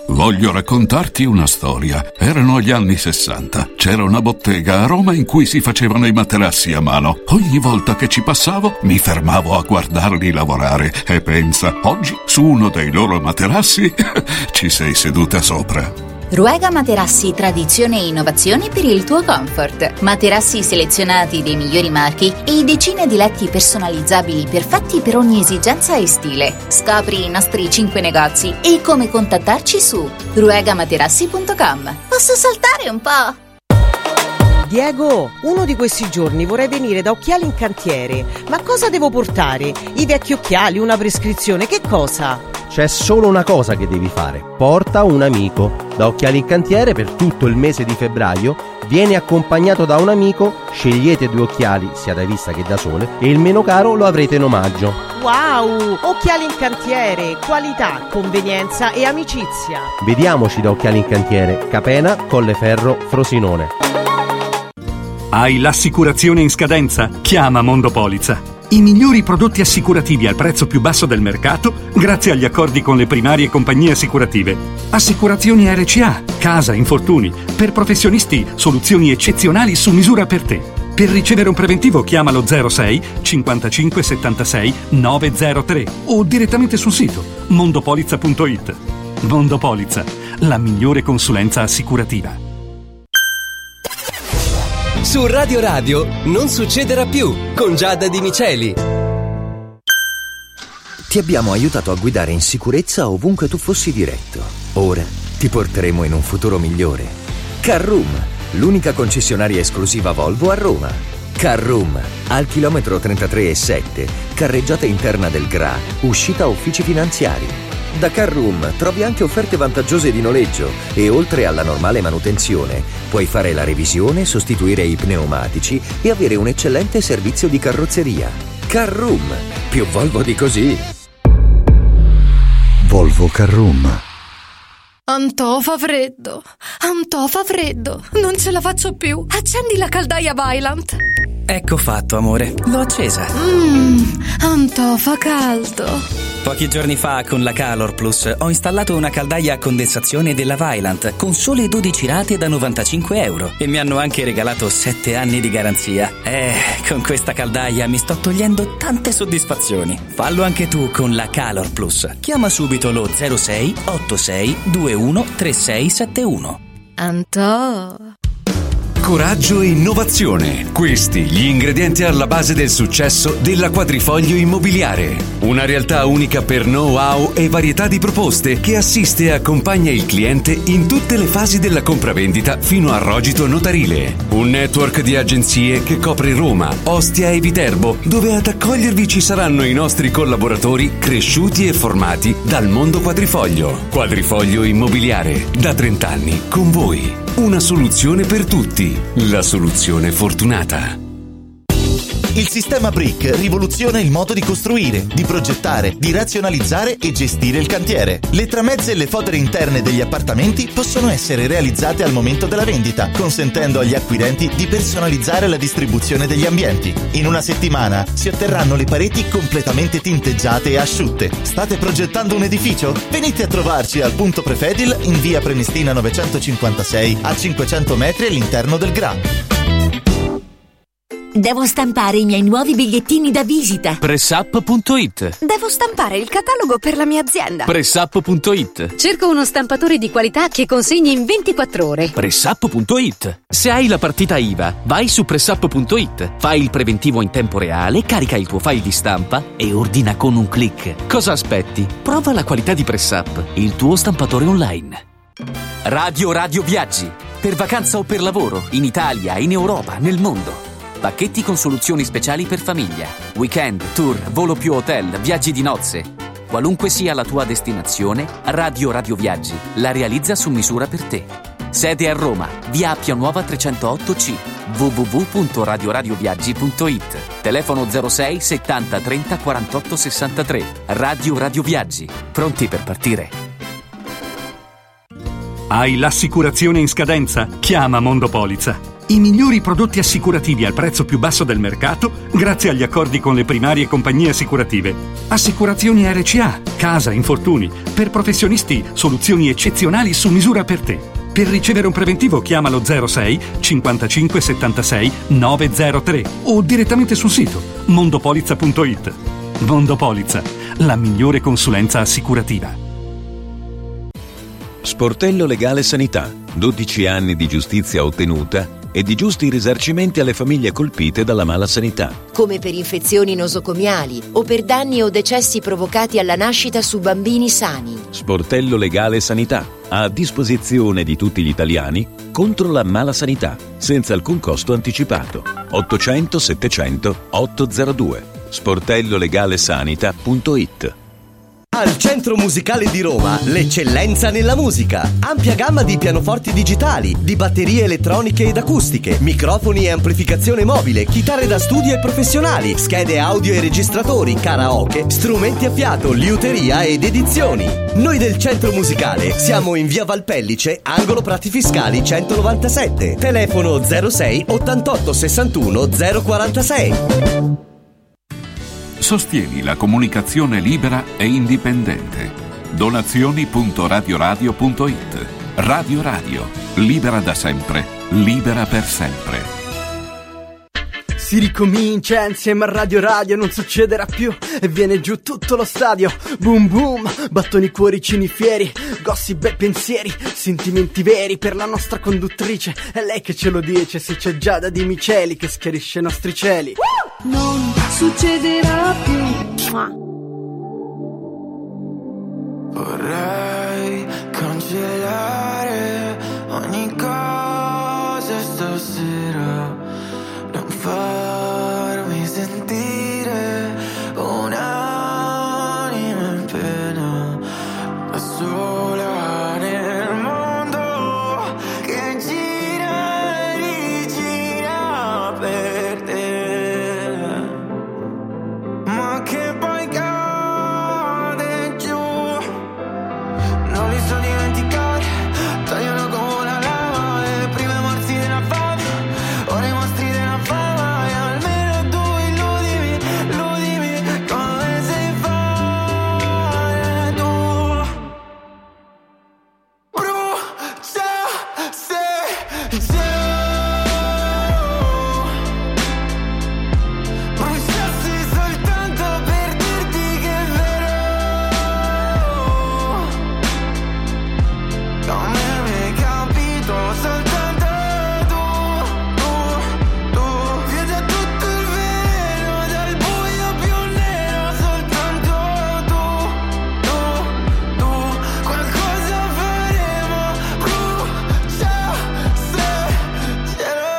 Speaker 17: Voglio raccontarti una storia. Erano gli anni 60. C'era una bottega a Roma in cui si facevano i materassi a mano. Ogni volta che ci passavo mi fermavo a guardarli lavorare e pensa, oggi su uno dei loro materassi ci sei seduta sopra.
Speaker 18: Ruega Materassi, tradizione e innovazione per il tuo comfort. Materassi selezionati dei migliori marchi e decine di letti personalizzabili perfetti per ogni esigenza e stile. Scopri i nostri 5 negozi e come contattarci su ruegamaterassi.com. Posso saltare un po'?
Speaker 19: Diego, uno di questi giorni vorrei venire da Occhiali in Cantiere. Ma cosa devo portare? I vecchi occhiali, una prescrizione, che cosa?
Speaker 20: C'è solo una cosa che devi fare: porta un amico. Da Occhiali in Cantiere per tutto il mese di febbraio vieni accompagnato da un amico, scegliete 2 occhiali sia da vista che da sole e il meno caro lo avrete in omaggio.
Speaker 19: Wow! Occhiali in Cantiere, qualità, convenienza e amicizia.
Speaker 20: Vediamoci da Occhiali in Cantiere, Capena, Colleferro, Frosinone.
Speaker 21: Hai l'assicurazione in scadenza? Chiama Mondopolizza. I migliori prodotti assicurativi al prezzo più basso del mercato grazie agli accordi con le primarie compagnie assicurative. Assicurazioni RCA, casa, infortuni. Per professionisti, soluzioni eccezionali su misura per te. Per ricevere un preventivo chiamalo 06 55 76 903 o direttamente sul sito mondopolizza.it. Mondopolizza, la migliore consulenza assicurativa.
Speaker 1: Su Radio Radio non succederà più con Giada Di Miceli.
Speaker 22: Ti abbiamo aiutato a guidare in sicurezza ovunque tu fossi diretto. Ora ti porteremo in un futuro migliore. Carroom, l'unica concessionaria esclusiva Volvo a Roma. Carroom, al chilometro 33,7, carreggiata interna del GRA, uscita uffici finanziari. Da Carroom trovi anche offerte vantaggiose di noleggio e oltre alla normale manutenzione puoi fare la revisione, sostituire i pneumatici e avere un eccellente servizio di carrozzeria. Carroom, più Volvo di così.
Speaker 23: Volvo Carroom.
Speaker 24: Antò fa freddo, non ce la faccio più. Accendi la caldaia Vaillant.
Speaker 25: Ecco fatto, amore, l'ho accesa.
Speaker 24: Antò fa caldo.
Speaker 25: Pochi giorni fa con la Calor Plus ho installato una caldaia a condensazione della Vaillant con sole 12 rate da 95 euro e mi hanno anche regalato 7 anni di garanzia. Con questa caldaia mi sto togliendo tante soddisfazioni. Fallo anche tu con la Calor Plus. Chiama subito lo 06 86 21 3671.
Speaker 24: Antò.
Speaker 26: Coraggio e innovazione. Questi gli ingredienti alla base del successo della Quadrifoglio Immobiliare. Una realtà unica per know-how e varietà di proposte che assiste e accompagna il cliente in tutte le fasi della compravendita fino al rogito notarile. Un network di agenzie che copre Roma, Ostia e Viterbo, dove ad accogliervi ci saranno i nostri collaboratori cresciuti e formati dal mondo Quadrifoglio. Quadrifoglio Immobiliare, da 30 anni con voi. Una soluzione per tutti. La soluzione fortunata.
Speaker 27: Il sistema Brick rivoluziona il modo di costruire, di progettare, di razionalizzare e gestire il cantiere. Le tramezze e le fodere interne degli appartamenti possono essere realizzate al momento della vendita, consentendo agli acquirenti di personalizzare la distribuzione degli ambienti. In una settimana si otterranno le pareti completamente tinteggiate e asciutte. State progettando un edificio? Venite a trovarci al punto Prefedil in via Prenestina 956 a 500 metri all'interno del GRA.
Speaker 28: Devo stampare i miei nuovi bigliettini da visita.
Speaker 29: Pressup.it.
Speaker 30: Devo stampare il catalogo per la mia azienda.
Speaker 29: Pressup.it.
Speaker 30: Cerco uno stampatore di qualità che consegni in 24 ore.
Speaker 29: Pressup.it. Se hai la partita IVA, vai su Pressup.it, fai il preventivo in tempo reale, carica il tuo file di stampa e ordina con un click. Cosa aspetti? Prova la qualità di Pressup, il tuo stampatore online. Radio Viaggi. Per vacanza o per lavoro, in Italia, in Europa, nel mondo. Pacchetti con soluzioni speciali per famiglia, weekend, tour, volo più hotel, viaggi di nozze. Qualunque sia la tua destinazione, Radio Viaggi la realizza su misura per te. Sede a Roma, via Appia Nuova 308C, www.radioradioviaggi.it. Telefono 06 70 30 48 63. Radio Viaggi, pronti per partire.
Speaker 21: Hai l'assicurazione in scadenza? Chiama Mondopolizza. I migliori prodotti assicurativi al prezzo più basso del mercato grazie agli accordi con le primarie compagnie assicurative. Assicurazioni RCA, casa, infortuni. Per professionisti, soluzioni eccezionali su misura per te. Per ricevere un preventivo chiamalo 06 55 76 903 o direttamente sul sito mondopolizza.it. Mondopolizza, la migliore consulenza assicurativa.
Speaker 2: Sportello Legale Sanità. 12 anni di giustizia ottenuta e di giusti risarcimenti alle famiglie colpite dalla mala sanità.
Speaker 28: Come per infezioni nosocomiali o per danni o decessi provocati alla nascita su bambini sani.
Speaker 2: Sportello Legale Sanità, a disposizione di tutti gli italiani contro la mala sanità, senza alcun costo anticipato. 800 700 802. sportellolegalesanita.it.
Speaker 3: Al Centro Musicale di Roma, l'eccellenza nella musica. Ampia gamma di pianoforti digitali, di batterie elettroniche ed acustiche, microfoni e amplificazione mobile, chitarre da studio e professionali, schede audio e registratori, karaoke, strumenti a fiato, liuteria ed edizioni. Noi del Centro Musicale siamo in via Valpellice, angolo Prati Fiscali 197. Telefono 06 88 61 046.
Speaker 17: Sostieni la comunicazione libera e indipendente. Donazioni.radioradio.it. Radio Radio, libera da sempre, libera per sempre.
Speaker 4: Si ricomincia insieme a Radio Radio, non succederà più e viene giù tutto lo stadio. Boom boom, battoni, cuoricini fieri, gossip e pensieri, sentimenti veri per la nostra conduttrice. È lei che ce lo dice, se c'è Giada Di Miceli che schiarisce i nostri cieli.
Speaker 6: Non succederà più.
Speaker 7: Vorrei cancellare ogni cosa stasera, non farmi sentire un'anima in pena, da sola nel mondo che gira e rigira per te, ma che poi cade giù. Non li so dimenticare, tagliano come la lava, le prime morsi della fame, ora i mostri della fama, e almeno tu illudimi, illudimi come sei fare tu. Brucia se bruciassi soltanto per dirti che è vero, come mi hai capito soltanto tu, via da tutto il vero, dal buio più nero, soltanto tu, qualcosa faremo, brucia se cielo.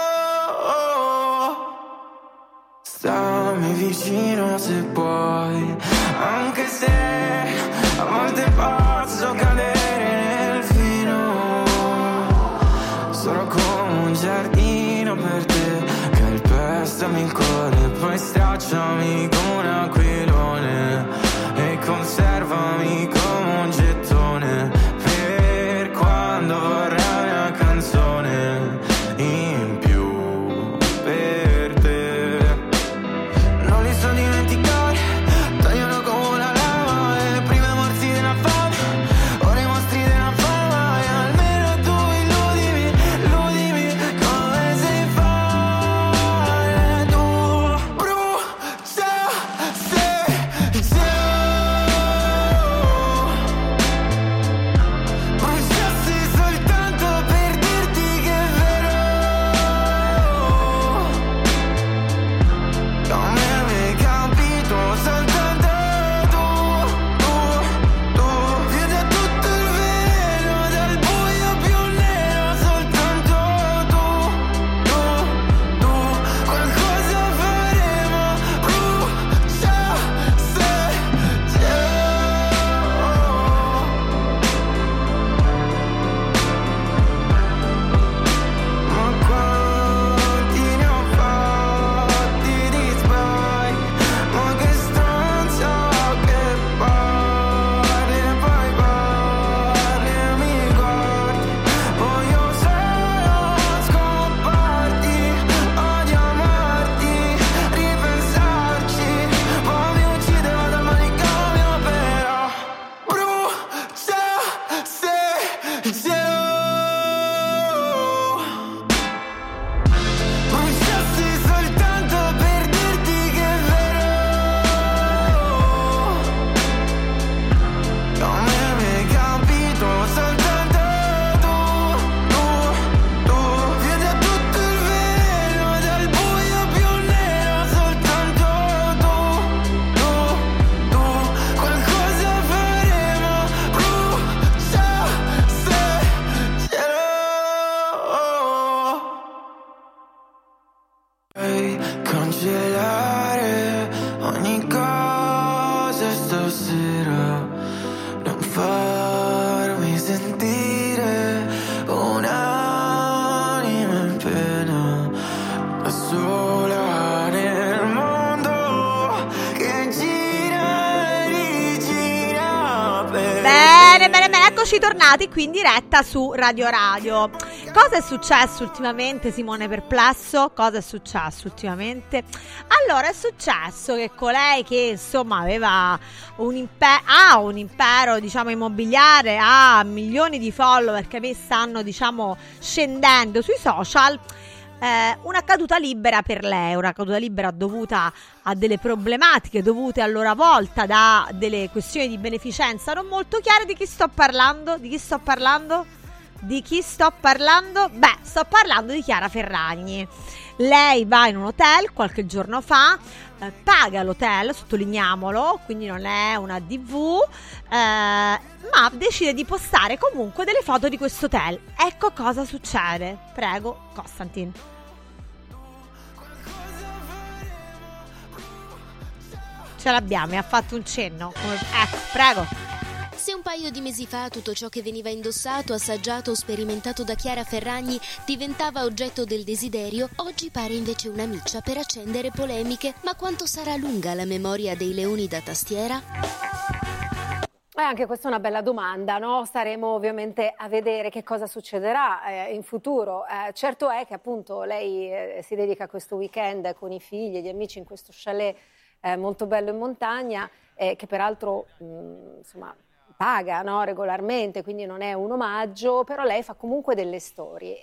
Speaker 7: Stammi vicino se puoi, anche se a volte posso cadere nel fino. Sono come un giardino per te, calpestami il cuore, poi stracciami come un aquilone e conservami come un gettone per quando vorrai una canzone in più per te. Non li so dimenticare, tagliano come la lava, e le prime morsi della fame, ora i mostri della fama, e almeno tu illudimi, illudimi come sei fare tu. Brucia se Vorrei cancellare ogni cosa stasera, non farmi sentire un'anima in pena, da sola nel mondo che gira e rigira per...
Speaker 5: Bene, eccoci tornati qui in diretta su Radio Radio. Cosa è successo ultimamente, Simone Perplesso? Cosa è successo ultimamente? Allora, è successo che colei che insomma aveva un impero diciamo immobiliare, ha milioni di follower che stanno diciamo scendendo sui social, una caduta libera per lei, una caduta libera dovuta a delle problematiche dovute a loro volta da delle questioni di beneficenza non molto chiare. Di chi sto parlando? Beh, sto parlando di Chiara Ferragni. Lei va in un hotel qualche giorno fa, paga l'hotel, sottolineiamolo, quindi non è una DV, ma decide di postare comunque delle foto di questo hotel. Ecco cosa succede. Prego, Costantin. Ce l'abbiamo, mi ha fatto un cenno. Ecco, prego.
Speaker 8: Se un paio di mesi fa tutto ciò che veniva indossato, assaggiato o sperimentato da Chiara Ferragni diventava oggetto del desiderio, oggi pare invece una miccia per accendere polemiche. Ma quanto sarà lunga la memoria dei leoni da tastiera?
Speaker 9: Anche questa è una bella domanda, no? Staremo ovviamente a vedere che cosa succederà in futuro. Certo è che appunto lei si dedica a questo weekend con i figli e gli amici in questo chalet molto bello in montagna, che peraltro insomma paga, no? Regolarmente, quindi non è un omaggio, però lei fa comunque delle storie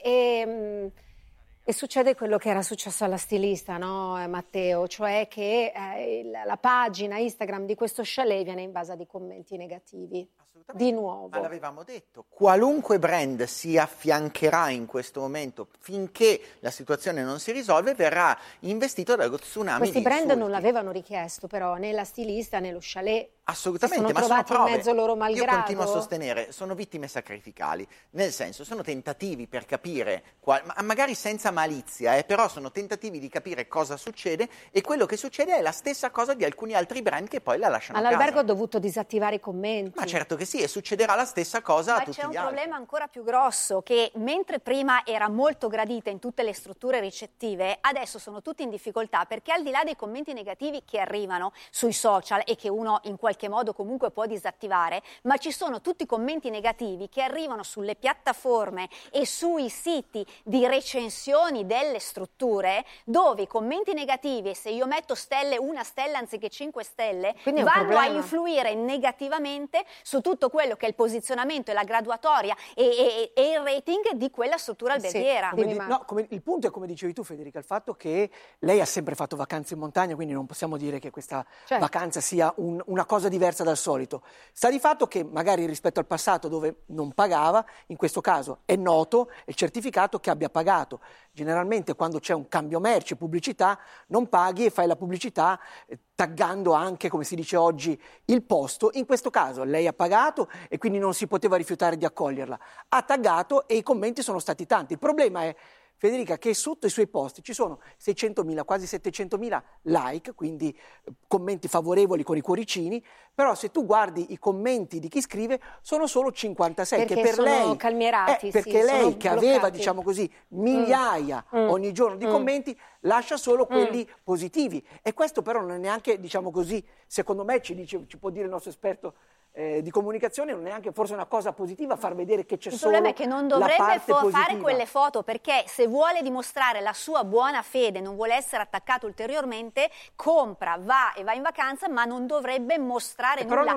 Speaker 9: e succede quello che era successo alla stilista, no, Matteo, cioè che la pagina Instagram di questo chalet viene invasa di commenti negativi. Di nuovo.
Speaker 10: Ma l'avevamo detto, qualunque brand si affiancherà in questo momento finché la situazione non si risolve verrà investito dallo tsunami.
Speaker 9: Questi
Speaker 10: di
Speaker 9: brand
Speaker 10: insulti.
Speaker 9: non l'avevano richiesto però né la stilista né lo chalet.
Speaker 10: Assolutamente,
Speaker 9: si sono trovati in mezzo loro malgrado.
Speaker 10: Io continuo a sostenere, sono vittime sacrificali, nel senso sono tentativi per capire, magari senza malizia, però sono tentativi di capire cosa succede, e quello che succede è la stessa cosa di alcuni altri brand che poi la lasciano a
Speaker 9: All'albergo
Speaker 10: casa.
Speaker 9: ha dovuto disattivare i commenti.
Speaker 10: Ma certo che sì, e succederà la stessa cosa a
Speaker 11: Ma
Speaker 10: tutti
Speaker 11: c'è un
Speaker 10: gli altri.
Speaker 11: problema ancora più grosso, che mentre prima era molto gradita in tutte le strutture ricettive, adesso sono tutti in difficoltà, perché al di là dei commenti negativi che arrivano sui social e che uno in qualche modo comunque può disattivare, ma ci sono tutti i commenti negativi che arrivano sulle piattaforme e sui siti di recensioni delle strutture, dove i commenti negativi, se io metto stelle, una stella anziché 5 stelle, vanno a influire negativamente su tutto quello che è il posizionamento e la graduatoria e il rating di quella struttura alberghiera.
Speaker 12: Il punto è, come dicevi tu, Federica, il fatto che lei ha sempre fatto vacanze in montagna, quindi non possiamo dire che questa vacanza sia una cosa diversa dal solito. Sta di fatto che magari rispetto al passato, dove non pagava, in questo caso è noto il certificato che abbia pagato. Generalmente quando c'è un cambio merci, pubblicità, non paghi e fai la pubblicità taggando anche, come si dice oggi, il posto. In questo caso lei ha pagato e quindi non si poteva rifiutare di accoglierla. Ha taggato e i commenti sono stati tanti. Il problema è, Federica, che sotto i suoi post ci sono 600.000, quasi 700.000 like, quindi commenti favorevoli con i cuoricini, però se tu guardi i commenti di chi scrive sono solo 56,
Speaker 9: perché
Speaker 12: che per
Speaker 9: sono
Speaker 12: lei
Speaker 9: calmierati,
Speaker 12: perché lei
Speaker 9: sono
Speaker 12: che
Speaker 9: bloccati.
Speaker 12: aveva, diciamo così, migliaia ogni giorno di commenti, lascia solo quelli positivi, e questo però non è neanche, diciamo così, secondo me ci può dire il nostro esperto di comunicazione, non è neanche forse una cosa positiva far vedere che c'è
Speaker 11: Il
Speaker 12: solo
Speaker 11: problema è che non
Speaker 12: la
Speaker 11: dovrebbe
Speaker 12: parte
Speaker 11: fare
Speaker 12: positiva.
Speaker 11: quelle foto, perché se vuole dimostrare la sua buona fede, non vuole essere attaccato ulteriormente, compra, va in vacanza, ma non dovrebbe mostrare nulla.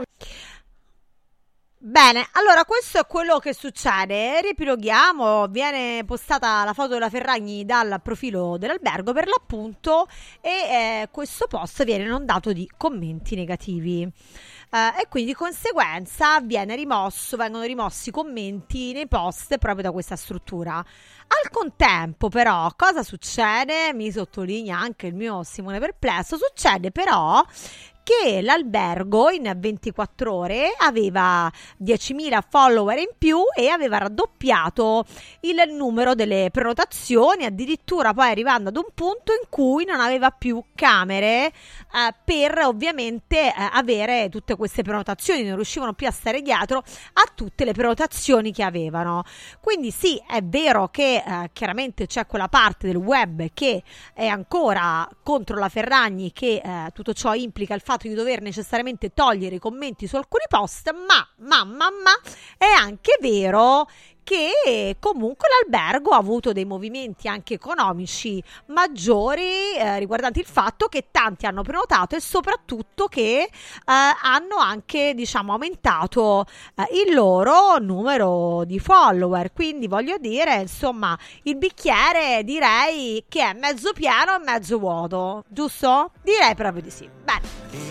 Speaker 5: Bene, allora questo è quello che succede. Riepiloghiamo, viene postata la foto della Ferragni dal profilo dell'albergo per l'appunto, e questo post viene inondato di commenti negativi. E quindi di conseguenza vengono rimossi commenti nei post proprio da questa struttura. Al contempo però cosa succede? Mi sottolinea anche il mio Simone Perplesso. Succede però che l'albergo in 24 ore aveva 10.000 follower in più e aveva raddoppiato il numero delle prenotazioni, addirittura poi arrivando ad un punto in cui non aveva più camere per ovviamente avere tutte queste prenotazioni, non riuscivano più a stare dietro a tutte le prenotazioni che avevano. Quindi sì, è vero che chiaramente c'è quella parte del web che è ancora contro la Ferragni, che tutto ciò implica il fatto di dover necessariamente togliere i commenti su alcuni post, ma è anche vero che comunque l'albergo ha avuto dei movimenti anche economici maggiori riguardanti il fatto che tanti hanno prenotato e soprattutto che hanno anche, diciamo, aumentato il loro numero di follower. Quindi voglio dire, insomma, il bicchiere direi che è mezzo pieno e mezzo vuoto, giusto? Direi proprio di sì. Bene.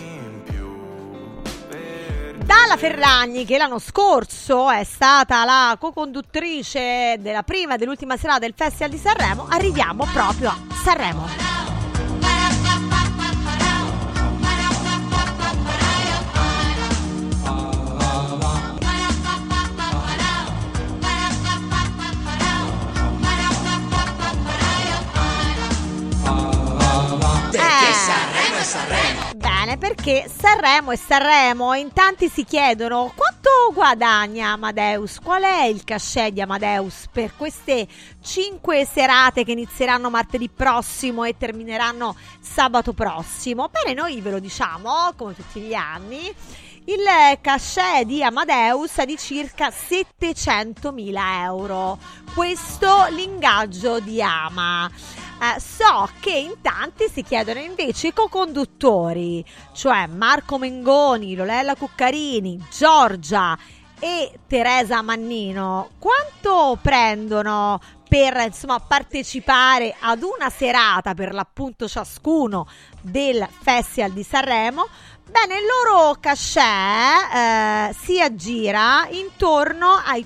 Speaker 5: Dalla Ferragni, che l'anno scorso è stata la co-conduttrice della prima e dell'ultima serata del Festival di Sanremo, arriviamo proprio a Sanremo. Bene, perché Sanremo è Sanremo e in tanti si chiedono quanto guadagna Amadeus, qual è il cachet di Amadeus per queste 5 serate che inizieranno martedì prossimo e termineranno sabato prossimo. Bene, noi ve lo diciamo come tutti gli anni. Il cachet di Amadeus è di circa 700.000 euro. Questo l'ingaggio di Ama. So che in tanti si chiedono invece i co-conduttori, cioè Marco Mengoni, Lorella Cuccarini, Giorgia e Teresa Mannino, quanto prendono per, insomma, partecipare ad una serata, per l'appunto ciascuno, del Festival di Sanremo. Bene, il loro cachet si aggira intorno ai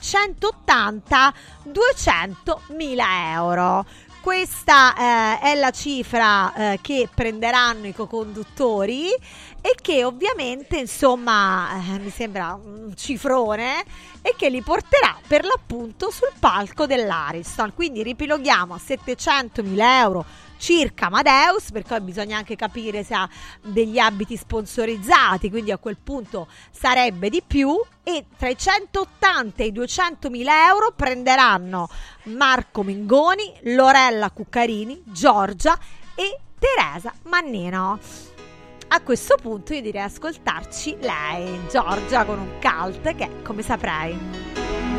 Speaker 5: 180-200.000 euro. Questa è la cifra che prenderanno i co-conduttori e che ovviamente, insomma, mi sembra un cifrone e che li porterà per l'appunto sul palco dell'Ariston. Quindi ripiloghiamo a 700.000 euro circa Amadeus, perché poi bisogna anche capire se ha degli abiti sponsorizzati, quindi a quel punto sarebbe di più, e tra i 180 e i 200.000 euro prenderanno Marco Mengoni, Lorella Cuccarini, Giorgia e Teresa Mannino. A questo punto io direi ascoltarci lei, Giorgia, con un cult che è Come Saprei.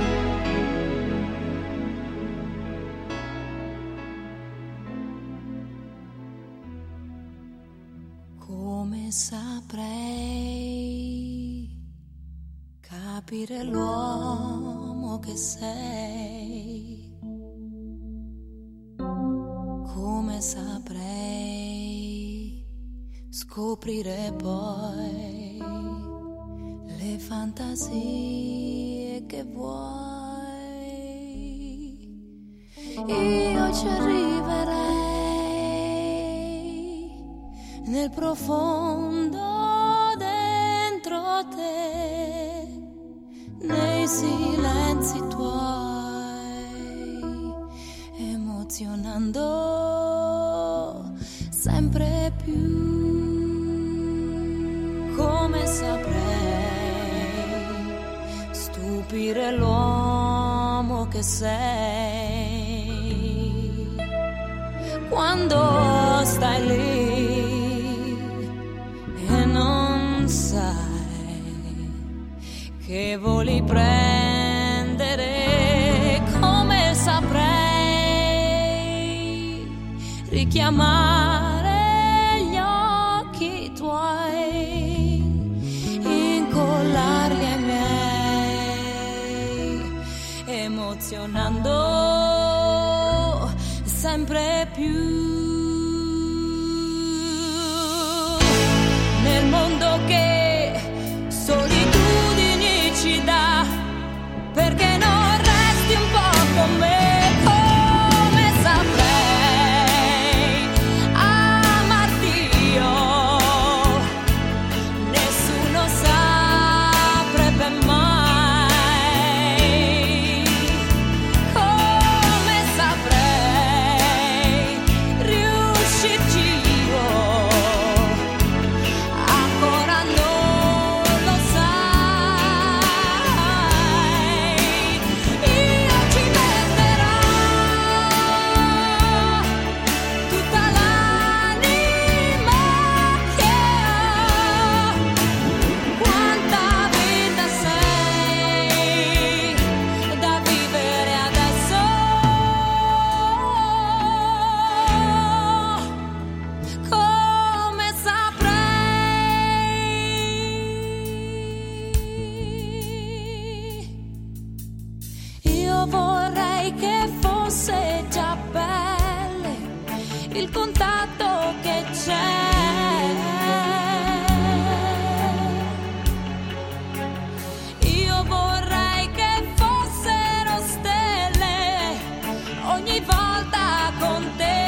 Speaker 1: Come saprei capire l'uomo che sei? Come saprei scoprire poi le fantasie che vuoi? Io ci arriverei nel profondo dentro te, nei silenzi tuoi, emozionando sempre più. Come saprei stupire l'uomo che sei quando stai lì e non sai che voli prendere. Come saprei richiamare gli occhi tuoi, incollarli ai miei, emozionando sempre più. Nel mondo che solitudini ci dà, perché non resti un po' con me? Come saprei amarti io il contatto che c'è. Io vorrei che fossero stelle ogni volta con te.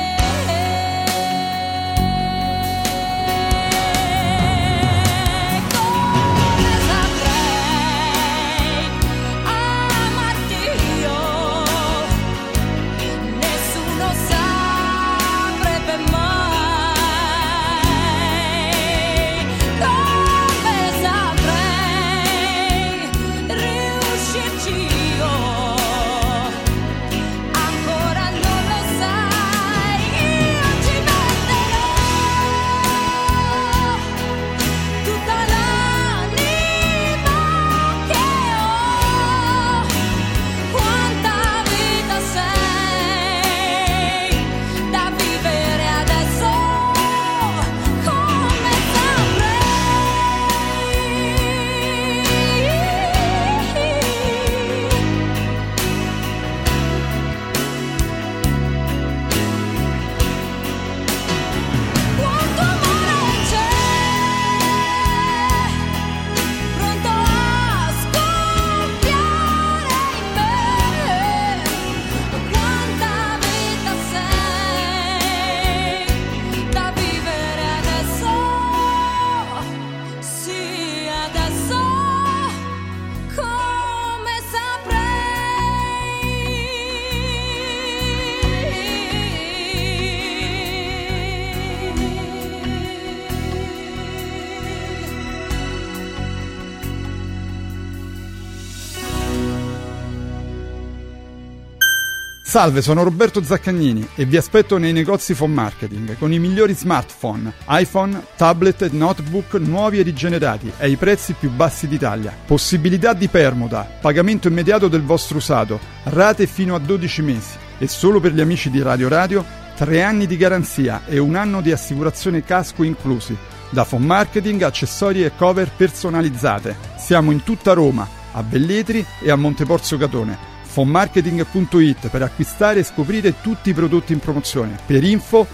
Speaker 13: Salve, sono Roberto Zaccagnini e vi aspetto nei negozi Phone Marketing con i migliori smartphone, iPhone, tablet e notebook nuovi e rigenerati ai prezzi più bassi d'Italia. Possibilità di permuta, pagamento immediato del vostro usato, rate fino a 12 mesi e solo per gli amici di Radio Radio 3 anni di garanzia e 1 anno di assicurazione casco inclusi. Da Phone Marketing, accessori e cover personalizzate. Siamo in tutta Roma, a Velletri e a Monteporzio Catone. Fonmarketing.it per acquistare e scoprire tutti i prodotti in promozione. Per info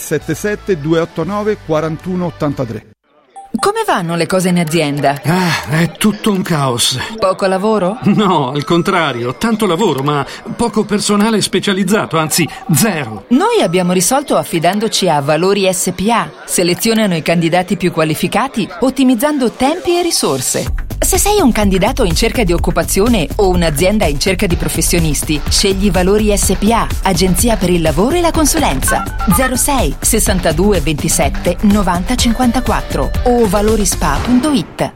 Speaker 13: 377 289 4183.
Speaker 14: Come vanno le cose in azienda?
Speaker 21: È tutto un caos.
Speaker 14: Poco lavoro?
Speaker 21: No, al contrario, tanto lavoro, ma poco personale specializzato, anzi zero.
Speaker 14: Noi abbiamo risolto affidandoci a Valori SPA. Selezionano i candidati più qualificati, ottimizzando tempi e risorse. Se sei un candidato in cerca di occupazione o un'azienda in cerca di professionisti, scegli Valori SPA, agenzia per il lavoro e la consulenza. 06 62 27 90 54 o valorispa.it.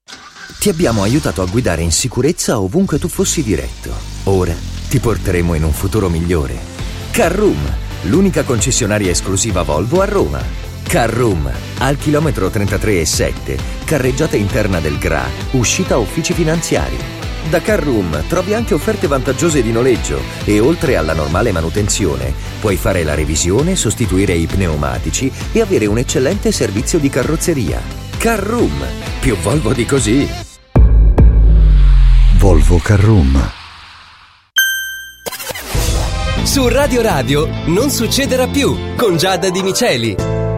Speaker 15: Ti abbiamo aiutato a guidare in sicurezza ovunque tu fossi diretto. Ora ti porteremo in un futuro migliore. Carroom, l'unica concessionaria esclusiva Volvo a Roma. Carroom, al chilometro 33,7, carreggiata interna del GRA, uscita uffici finanziari. Da Carroom trovi anche offerte vantaggiose di noleggio e oltre alla normale manutenzione puoi fare la revisione, sostituire i pneumatici e avere un eccellente servizio di carrozzeria. Carroom, più Volvo di così.
Speaker 26: Volvo Carroom.
Speaker 16: Su Radio Radio non succederà più con Giada Di Miceli.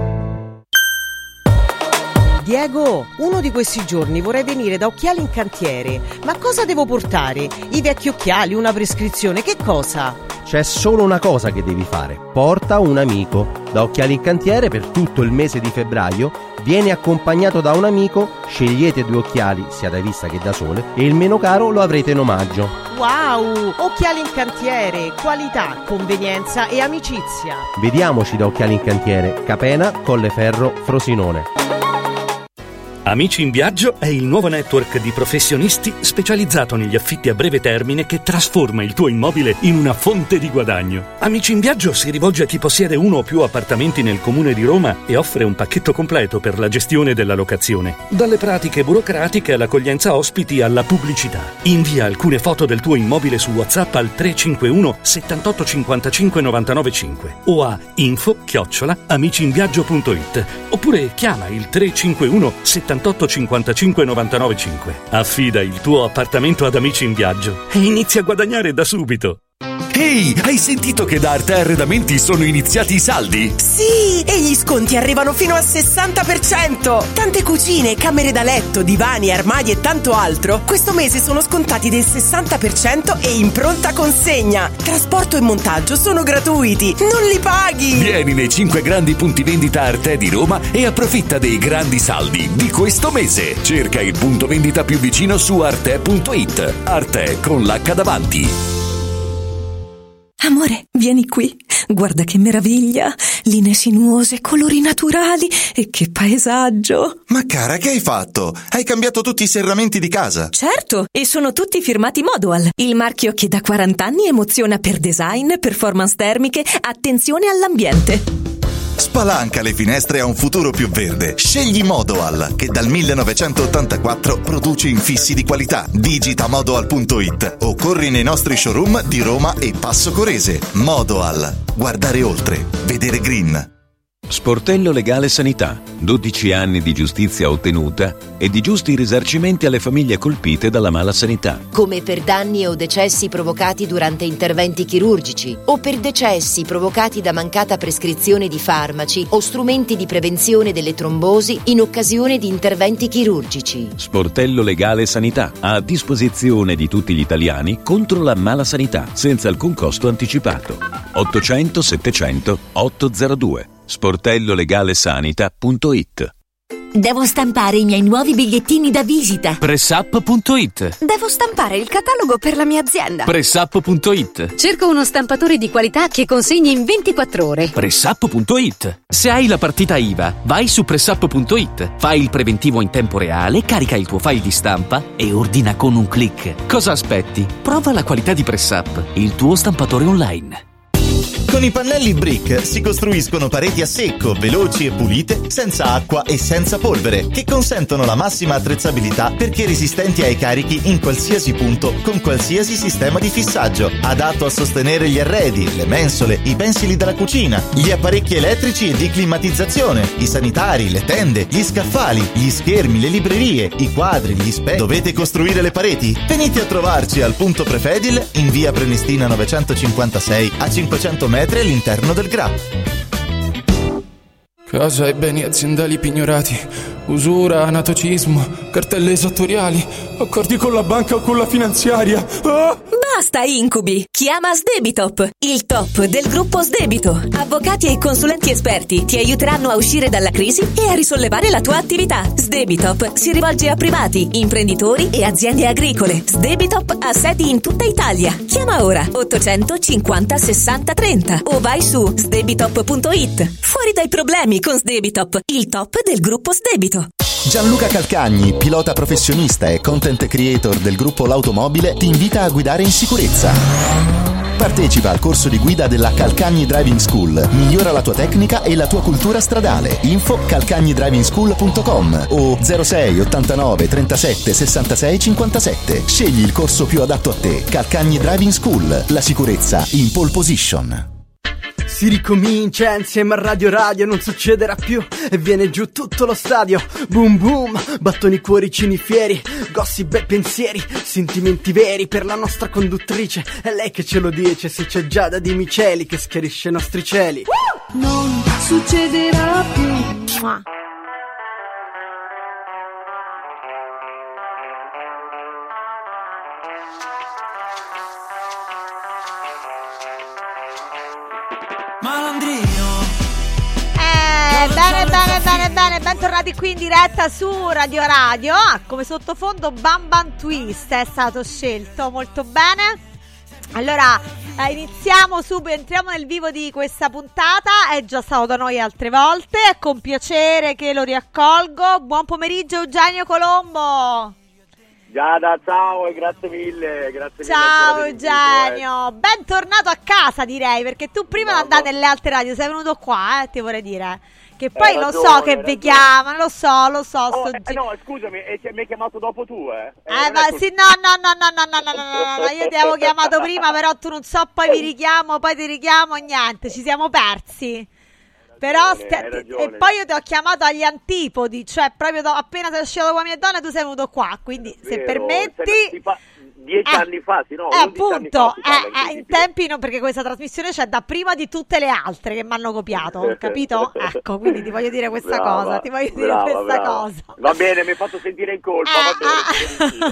Speaker 18: Diego, uno di questi giorni vorrei venire da Occhiali in Cantiere. Ma cosa devo portare? I vecchi occhiali, una prescrizione, che cosa?
Speaker 19: C'è solo una cosa che devi fare. Porta un amico. Da Occhiali in Cantiere per tutto il mese di febbraio vieni accompagnato da un amico, scegliete 2 occhiali, sia da vista che da sole, e il meno caro lo avrete in omaggio.
Speaker 18: Wow! Occhiali in Cantiere, qualità, convenienza e amicizia.
Speaker 19: Vediamoci da Occhiali in Cantiere, Capena, Colleferro, Frosinone.
Speaker 21: Amici in Viaggio è il nuovo network di professionisti specializzato negli affitti a breve termine che trasforma il tuo immobile in una fonte di guadagno. Amici in Viaggio si rivolge a chi possiede 1 o più appartamenti nel comune di Roma e offre un pacchetto completo per la gestione della locazione. Dalle pratiche burocratiche all'accoglienza ospiti alla pubblicità. Invia alcune foto del tuo immobile su WhatsApp al 351 78 55 99 5 o a info@amiciinviaggio.it oppure chiama il 351 78 55 99 5. Affida il tuo appartamento ad Amici in Viaggio e inizia a guadagnare da subito.
Speaker 26: Ehi, hai sentito che da Arte Arredamenti sono iniziati i saldi?
Speaker 2: Sì, e gli sconti arrivano fino al 60%. Tante cucine, camere da letto, divani, armadi e tanto altro questo mese sono scontati del 60% e in pronta consegna. Trasporto e montaggio sono gratuiti, non li paghi.
Speaker 26: Vieni nei 5 grandi punti vendita Arte di Roma e approfitta dei grandi saldi di questo mese. Cerca il punto vendita più vicino su arte.it. Arte con l'H davanti.
Speaker 20: Amore, vieni qui. Guarda che meraviglia. Linee sinuose, colori naturali e che paesaggio.
Speaker 22: Ma cara, che hai fatto? Hai cambiato tutti i serramenti di casa?
Speaker 20: Certo, e sono tutti firmati Modoal, il marchio che da 40 anni emoziona per design, performance termiche, attenzione all'ambiente.
Speaker 22: Spalanca le finestre a un futuro più verde. Scegli Modoal, che dal 1984 produce infissi di qualità. Digita modoal.it o corri nei nostri showroom di Roma e Passo Corese. Modoal. Guardare oltre. Vedere green.
Speaker 26: Sportello Legale Sanità. 12 anni di giustizia ottenuta e di giusti risarcimenti alle famiglie colpite dalla mala sanità.
Speaker 23: Come per danni o decessi provocati durante interventi chirurgici o per decessi provocati da mancata prescrizione di farmaci o strumenti di prevenzione delle trombosi in occasione di interventi chirurgici.
Speaker 26: Sportello Legale Sanità. A disposizione di tutti gli italiani contro la mala sanità, senza alcun costo anticipato. 800 700 802. sportellolegalesanita.it.
Speaker 24: Devo stampare i miei nuovi bigliettini da visita.
Speaker 21: Pressup.it.
Speaker 24: Devo stampare il catalogo per la mia azienda.
Speaker 21: Pressup.it.
Speaker 25: Cerco uno stampatore di qualità che consegni in 24 ore.
Speaker 21: Pressup.it. Se hai la partita IVA, vai su Pressup.it, fai il preventivo in tempo reale, carica il tuo file di stampa e ordina con un click. Cosa aspetti? Prova la qualità di Pressup, il tuo stampatore online.
Speaker 22: Con i pannelli Brick si costruiscono pareti a secco, veloci e pulite, senza acqua e senza polvere, che consentono la massima attrezzabilità perché resistenti ai carichi in qualsiasi punto, con qualsiasi sistema di fissaggio, adatto a sostenere gli arredi, le mensole, i pensili della cucina, gli apparecchi elettrici e di climatizzazione, i sanitari, le tende, gli scaffali, gli schermi, le librerie, i quadri, gli specchi. Dovete costruire le pareti? Venite a trovarci al punto Prefedil in via Prenestina 956 a 500 metri all'interno del GRA.
Speaker 27: Casa e beni aziendali pignorati, usura, anatocismo, cartelle esattoriali, accordi con la banca o con la finanziaria. Ah!
Speaker 20: Basta incubi! Chiama Sdebitop, il top del gruppo Sdebito. Avvocati e consulenti esperti ti aiuteranno a uscire dalla crisi e a risollevare la tua attività. Sdebitop si rivolge a privati, imprenditori e aziende agricole. Sdebitop ha sedi in tutta Italia. Chiama ora 850 60 30 o vai su sdebitop.it. Fuori dai problemi con Sdebitop, il top del gruppo Sdebito.
Speaker 22: Gianluca Calcagni, pilota professionista e content creator del gruppo L'Automobile, ti invita a guidare in sicurezza. Partecipa al corso di guida della Calcagni Driving School. Migliora la tua tecnica e la tua cultura stradale. Info calcagnidrivingschool.com o 06 89 37 66 57. Scegli il corso più adatto a te. Calcagni Driving School. La sicurezza in pole position.
Speaker 4: Si ricomincia insieme a Radio Radio, non succederà più e viene giù tutto lo stadio. Boom boom, battoni, cuoricini fieri, gossip e pensieri, sentimenti veri per la nostra conduttrice. È lei che ce lo dice, se c'è Giada Di Miceli che schiarisce i nostri cieli.
Speaker 6: Non succederà più.
Speaker 5: Bene, bentornati qui in diretta su Radio Radio. Come sottofondo Bam Bam Twist è stato scelto, molto bene. Allora, iniziamo subito, entriamo nel vivo di questa puntata. È già stato da noi altre volte, è con piacere che lo riaccolgo. Buon pomeriggio Eugenio Colombo.
Speaker 28: Giada, ciao e grazie mille.
Speaker 5: Ciao Eugenio, bentornato a casa direi, perché tu prima non andavi nelle altre radio, sei venuto qua, ti vorrei dire. Che poi lo so che vi chiamano, lo so.
Speaker 28: No, scusami, mi hai chiamato dopo tu,
Speaker 5: no, io ti avevo chiamato prima, però tu non so, poi ti richiamo, niente, ci siamo persi. Però e poi io ti ho chiamato agli antipodi, cioè proprio appena sei uscito con la mia donna tu sei venuto qua, quindi se permetti
Speaker 28: 10 anni fa, sì, no, 11
Speaker 5: appunto,
Speaker 28: anni fa si parla
Speaker 5: in tempi no, perché questa trasmissione c'è da prima di tutte le altre che mi hanno copiato, capito? Ecco, quindi ti voglio dire questa cosa, cosa.
Speaker 28: Va bene, mi hai fatto sentire in colpa, va bene.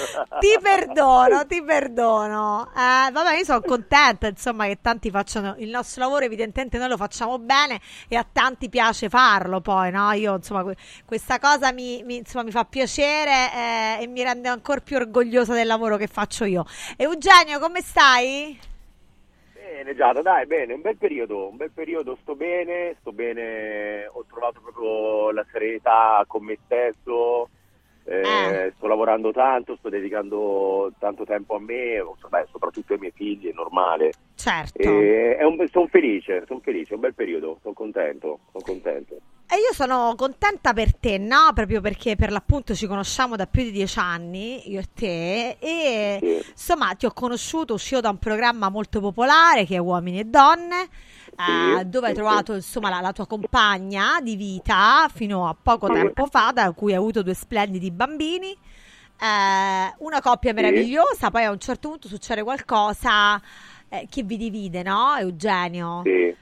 Speaker 5: Ti perdono. Vabbè, io sono contenta, insomma, che tanti facciano il nostro lavoro, evidentemente noi lo facciamo bene e a tanti piace farlo, poi, no? Io, insomma, questa cosa mi fa piacere e mi rende ancora più orgogliosa del lavoro che faccio io. Eugenio, come stai?
Speaker 28: Bene, Giada, dai, bene, un bel periodo, sto bene, ho trovato proprio la serenità con me stesso, sto lavorando tanto, sto dedicando tanto tempo a me, soprattutto ai miei figli, è normale.
Speaker 5: Certo.
Speaker 28: Sono felice, è un bel periodo, sono contento.
Speaker 5: E io sono contenta per te, no? Proprio perché per l'appunto ci conosciamo da più di 10 anni, io e te, e insomma ti ho conosciuto uscito da un programma molto popolare che è Uomini e Donne, dove hai trovato insomma la tua compagna di vita fino a poco tempo fa, da cui hai avuto 2 splendidi bambini, una coppia meravigliosa. Poi a un certo punto succede qualcosa che vi divide, no, Eugenio?
Speaker 28: Sì.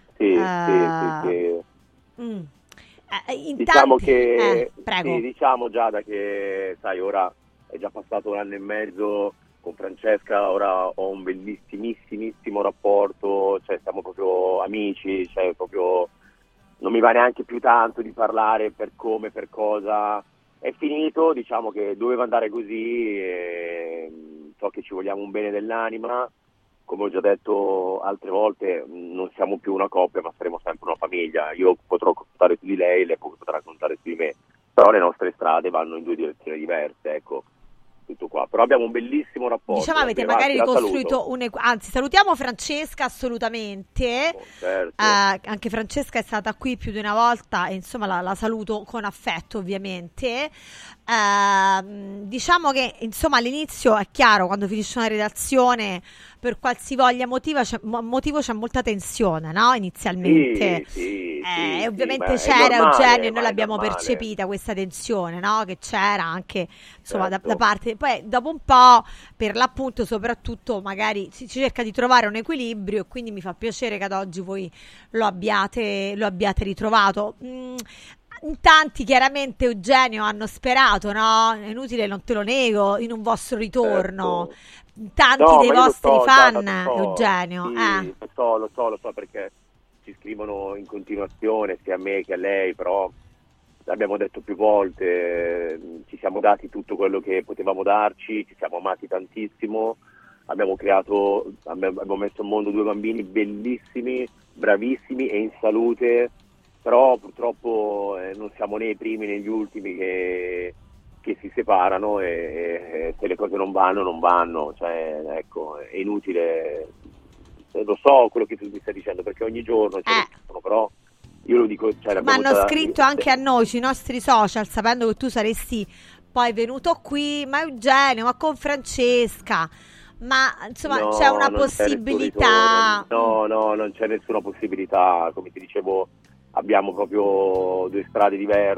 Speaker 5: Diciamo
Speaker 28: che
Speaker 5: prego.
Speaker 28: sì, diciamo Giada che sai, ora è già passato 1 anno e mezzo con Francesca, ora ho un bellissimissimo rapporto, cioè siamo proprio amici, cioè proprio non mi va neanche più tanto di parlare per come, per cosa. È finito, diciamo che doveva andare così, so che ci vogliamo un bene dell'anima. Come ho già detto altre volte, non siamo più una coppia, ma saremo sempre una famiglia. Io potrò contare su di lei potrà contare su di me, però le nostre strade vanno in 2 direzioni diverse, ecco, tutto qua. Però abbiamo un bellissimo rapporto.
Speaker 5: Diciamo avete magari ricostruito anzi, salutiamo Francesca assolutamente.
Speaker 28: Certo.
Speaker 5: Anche Francesca è stata qui più di una volta e insomma la saluto con affetto, ovviamente. Diciamo che insomma all'inizio è chiaro, quando finisce una redazione per qualsivoglia motivo c'è molta tensione, no? Inizialmente e ovviamente c'era Eugenio e noi l'abbiamo percepita questa tensione, no? Che c'era anche insomma da parte, poi dopo un po' per l'appunto soprattutto magari si cerca di trovare un equilibrio e quindi mi fa piacere che ad oggi voi lo abbiate ritrovato. In tanti chiaramente, Eugenio, hanno sperato, no? È inutile, non te lo nego, in un vostro ritorno. Tanti dei vostri fan, Eugenio.
Speaker 28: Lo so perché ci scrivono in continuazione sia a me che a lei, però l'abbiamo detto più volte, ci siamo dati tutto quello che potevamo darci, ci siamo amati tantissimo, abbiamo messo al mondo 2 bambini bellissimi, bravissimi e in salute. Però purtroppo non siamo né i primi né gli ultimi che si separano e se le cose non vanno, cioè ecco, è inutile. Lo so quello che tu mi stai dicendo, perché ogni giorno però io lo dico, cioè,
Speaker 5: ma hanno scritto anche a noi sui nostri social, sapendo che tu saresti poi venuto qui, ma Eugenio, ma con Francesca, ma insomma c'è una possibilità?
Speaker 28: No, non c'è nessuna possibilità, come ti dicevo. Abbiamo proprio 2 strade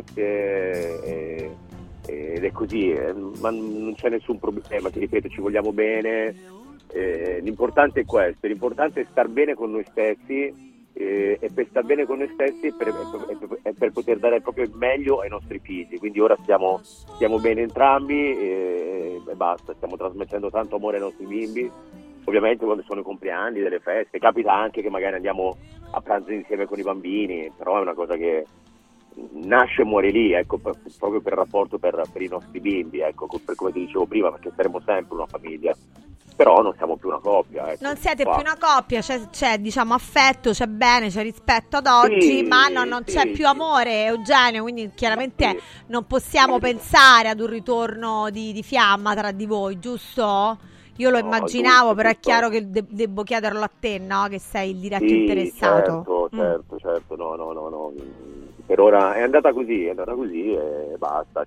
Speaker 28: diverse ed è così, ma non c'è nessun problema, ti ripeto, ci vogliamo bene, l'importante è questo, l'importante è star bene con noi stessi e per star bene con noi stessi e per poter dare proprio il meglio ai nostri figli, quindi ora stiamo bene entrambi e basta, stiamo trasmettendo tanto amore ai nostri bimbi. Ovviamente quando sono i compleanni, delle feste, capita anche che magari andiamo a pranzo insieme con i bambini, però è una cosa che nasce e muore lì, ecco, proprio per il rapporto per i nostri bimbi, ecco, per come ti dicevo prima, perché saremo sempre una famiglia, però non siamo più una coppia. Ecco.
Speaker 5: Non siete più una coppia, c'è diciamo affetto, c'è bene, c'è rispetto ad oggi, ma non c'è più amore, Eugenio, quindi chiaramente non possiamo pensare ad un ritorno di fiamma tra di voi, giusto? Io lo immaginavo, però è chiaro che devo chiederlo a te, no? Che sei il diretto interessato.
Speaker 28: Certo, no. Per ora è andata così e basta.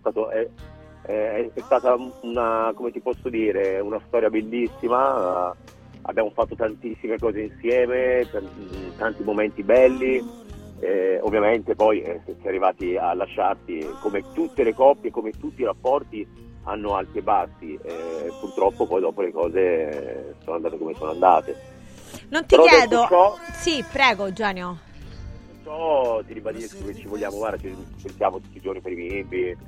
Speaker 28: È stata una, come ti posso dire, una storia bellissima. Abbiamo fatto tantissime cose insieme, tanti momenti belli. Ovviamente poi si è arrivati a lasciarsi, come tutte le coppie, come tutti i rapporti. hanno alti e bassi, purtroppo poi dopo le cose sono andate come sono andate.
Speaker 5: Non ti
Speaker 28: Però
Speaker 5: chiedo...
Speaker 28: detto ciò,
Speaker 5: Sì, prego Eugenio.
Speaker 28: ti ribadisco che ci vogliamo, guarda, ci pensiamo tutti i giorni per i bimbi.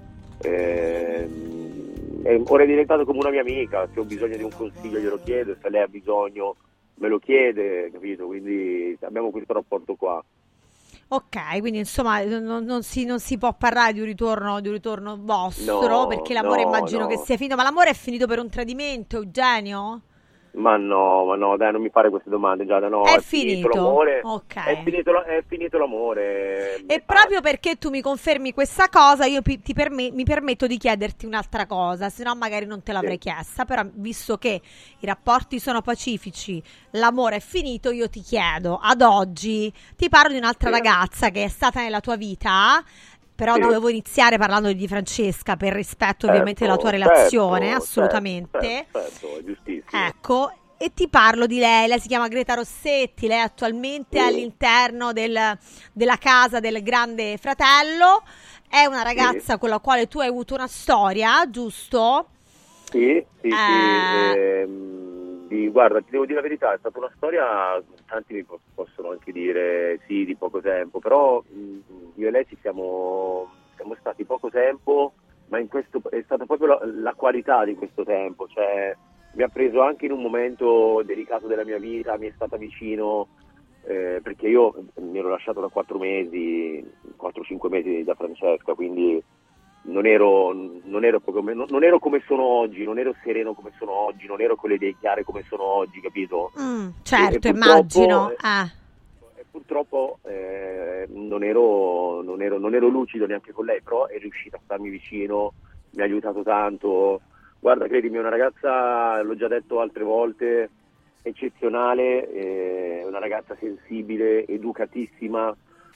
Speaker 28: Ora è diventato come una mia amica, se ho bisogno di un consiglio glielo chiedo, se lei ha bisogno me lo chiede, capito? Quindi abbiamo questo rapporto qua.
Speaker 5: Ok, quindi insomma non si può parlare di un ritorno vostro,
Speaker 28: No,
Speaker 5: perché l'amore immagino che sia finito, ma l'amore è finito per un tradimento, Eugenio?
Speaker 28: Ma no, dai, non mi fare queste domande, Giada, no.
Speaker 5: È finito
Speaker 28: l'amore.
Speaker 5: ok.
Speaker 28: È finito l'amore.
Speaker 5: E proprio perché tu mi confermi questa cosa, io mi permetto di chiederti un'altra cosa, se no magari non te l'avrei chiesta, però visto che i rapporti sono pacifici, l'amore è finito, io ti chiedo, ad oggi, ti parlo di un'altra ragazza che è stata nella tua vita, però dovevo iniziare parlando di Francesca per rispetto ovviamente della tua relazione, assolutamente.
Speaker 28: Certo, è giustissimo.
Speaker 5: Ecco, e ti parlo di lei si chiama Greta Rossetti, lei attualmente è all'interno della casa del Grande Fratello, è una ragazza con la quale tu hai avuto una storia, giusto?
Speaker 28: Sì. Guarda, ti devo dire la verità, è stata una storia, tanti mi possono anche dire sì, di poco tempo, però io e lei siamo stati poco tempo, ma in questo è stata proprio la qualità di questo tempo, cioè mi ha preso anche in un momento delicato della mia vita, mi è stata vicino, perché io mi ero lasciato da 4-5 mesi da Francesca, quindi non ero come sono oggi, non ero sereno come sono oggi, non ero con le idee chiare come sono oggi, capito?
Speaker 5: Certo, immagino.
Speaker 28: E purtroppo non ero lucido neanche con lei, però è riuscita a starmi vicino, mi ha aiutato tanto. Guarda, credimi, è una ragazza, l'ho già detto altre volte, eccezionale, una ragazza sensibile, educatissima,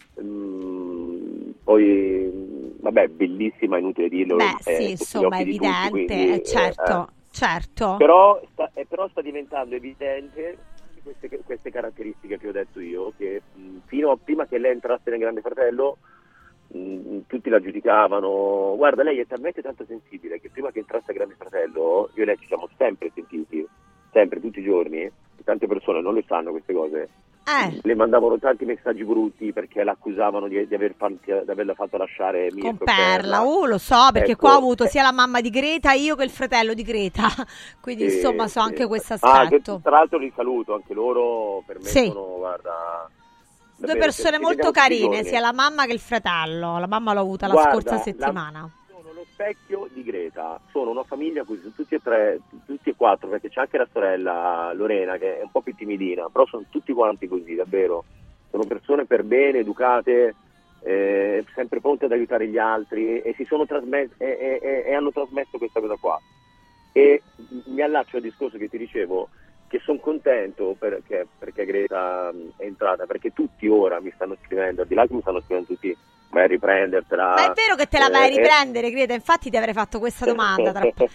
Speaker 28: poi vabbè, bellissima, inutile dirlo.
Speaker 5: Sì, insomma, è evidente, tutti, quindi, certo.
Speaker 28: Però sta diventando evidente queste caratteristiche che ho detto io, che prima che lei entrasse nel Grande Fratello tutti la giudicavano. Guarda, lei è talmente tanto sensibile che prima che entrasse al Grande Fratello io e lei ci siamo sempre sentiti, sempre, tutti i giorni. Tante persone non le sanno queste cose. Le mandavano tanti messaggi brutti perché l'accusavano di averla fatto lasciare
Speaker 5: con Perla. Lo so, perché
Speaker 28: ecco,
Speaker 5: qua ho avuto sia la mamma di Greta, io che il fratello di Greta, quindi insomma so anche questo aspetto.
Speaker 28: Tra l'altro li saluto, anche loro per me sono, guarda,
Speaker 5: due persone molto carine, sia la mamma che il fratello. La mamma l'ho avuta la scorsa settimana.
Speaker 28: Sono lo specchio di Greta, sono una famiglia così, tutti e quattro, perché c'è anche la sorella Lorena che è un po' più timidina, però sono tutti quanti così, davvero. Sono persone per bene, educate, sempre pronte ad aiutare gli altri e si sono e hanno trasmesso questa cosa qua. E mi allaccio al discorso che ti dicevo, che sono contento perché Greta è entrata, perché tutti ora mi stanno scrivendo, al di là che mi stanno scrivendo tutti, vai a riprendertela.
Speaker 5: Ma è vero che te la vai a riprendere, Greta? Infatti ti avrei fatto questa domanda.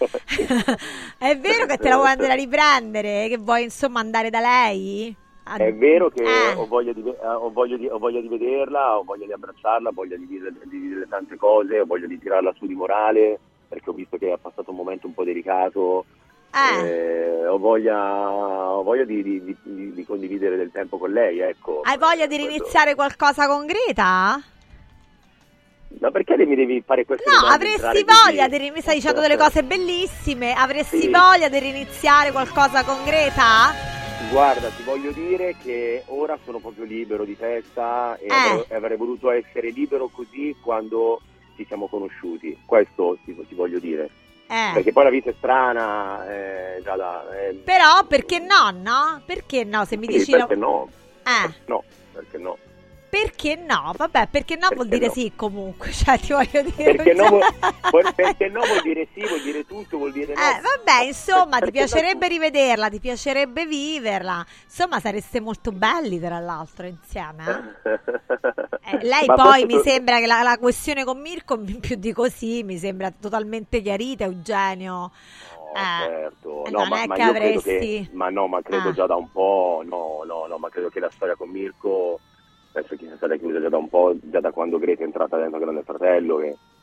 Speaker 5: È vero che te la vuoi andare a riprendere? Che vuoi insomma andare da lei?
Speaker 28: È vero che ho voglia di vederla, ho voglia di abbracciarla, ho voglia di dire tante cose, ho voglia di tirarla su di morale, perché ho visto che ha passato un momento un po' delicato. Ho voglia di condividere del tempo con lei, ecco.
Speaker 5: Hai voglia di riniziare qualcosa con Greta?
Speaker 28: Ma perché mi devi fare questo?
Speaker 5: No, avresti voglia mi stai dicendo delle cose bellissime. Avresti voglia di riniziare qualcosa con Greta?
Speaker 28: Guarda, ti voglio dire che ora sono proprio libero di testa e avrei voluto essere libero così quando ci siamo conosciuti. Questo ti voglio dire. Perché poi la vita è strana,
Speaker 5: però perché no? Perché no? Se mi dici
Speaker 28: perché no? No, perché no?
Speaker 5: Perché no? Vabbè, perché no vuol dire sì comunque, cioè ti voglio dire.
Speaker 28: Perché no vuol dire sì, vuol dire tutto, vuol dire no.
Speaker 5: Vabbè, insomma, ti piacerebbe rivederla, ti piacerebbe viverla. Insomma, sareste molto belli tra l'altro insieme, lei poi mi sembra che la questione con Mirko, più di così, mi sembra totalmente chiarita, Eugenio.
Speaker 28: Certo,
Speaker 5: non è che avresti...
Speaker 28: ma credo già da un po', ma credo che la storia con Mirko penso che sia stata chiusa già da un po', già da quando Greta è entrata dentro Grande Fratello, che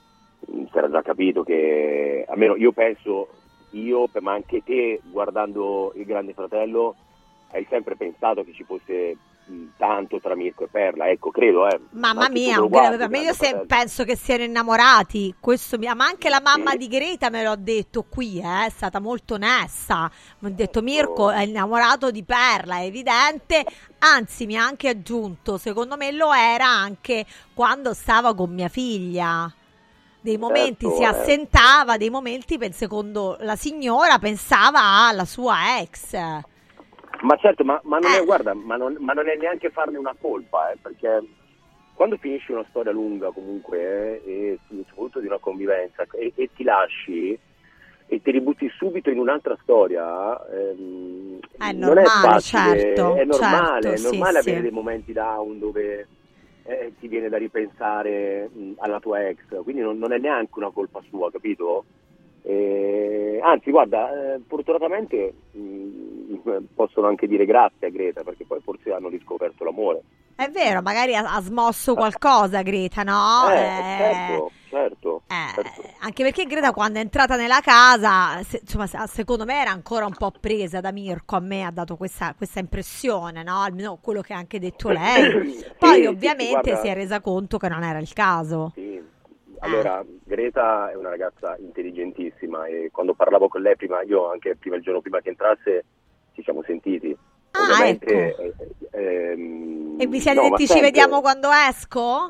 Speaker 28: si era già capito che, almeno io penso, ma anche te guardando Il Grande Fratello hai sempre pensato che ci fosse tanto tra Mirko e Perla, ecco, credo,
Speaker 5: Mamma mia, io penso che siano innamorati, ma anche la mamma di Greta me l'ho detto qui, è stata molto onesta, mi ha detto Mirko è innamorato di Perla, è evidente, anzi mi ha anche aggiunto, secondo me lo era anche quando stava con mia figlia. Dei momenti si assentava, dei momenti secondo la signora pensava alla sua ex.
Speaker 28: Ma certo, ma non è, guarda, ma non è neanche farne una colpa, perché quando finisci una storia lunga comunque e soprattutto di una convivenza e ti lasci e ti ributti subito in un'altra storia,
Speaker 5: è normale,
Speaker 28: non è facile,
Speaker 5: certo,
Speaker 28: è normale,
Speaker 5: certo,
Speaker 28: è normale
Speaker 5: sì,
Speaker 28: avere dei momenti down dove ti viene da ripensare alla tua ex, quindi non è neanche una colpa sua, capito? Anzi, guarda, fortunatamente possono anche dire grazie a Greta, perché poi forse hanno riscoperto l'amore.
Speaker 5: È vero, magari ha smosso qualcosa Greta, no?
Speaker 28: Certo.
Speaker 5: Anche perché Greta quando è entrata nella casa, secondo me era ancora un po' presa da Mirko, a me ha dato questa impressione, no? Almeno quello che ha anche detto lei. Poi ovviamente si è resa conto che non era il caso.
Speaker 28: Sì. Allora, Greta è una ragazza intelligentissima e quando parlavo con lei prima, io anche il giorno prima che entrasse, ci siamo sentiti. Ovviamente,
Speaker 5: ecco. E vi siete detti ci vediamo quando esco?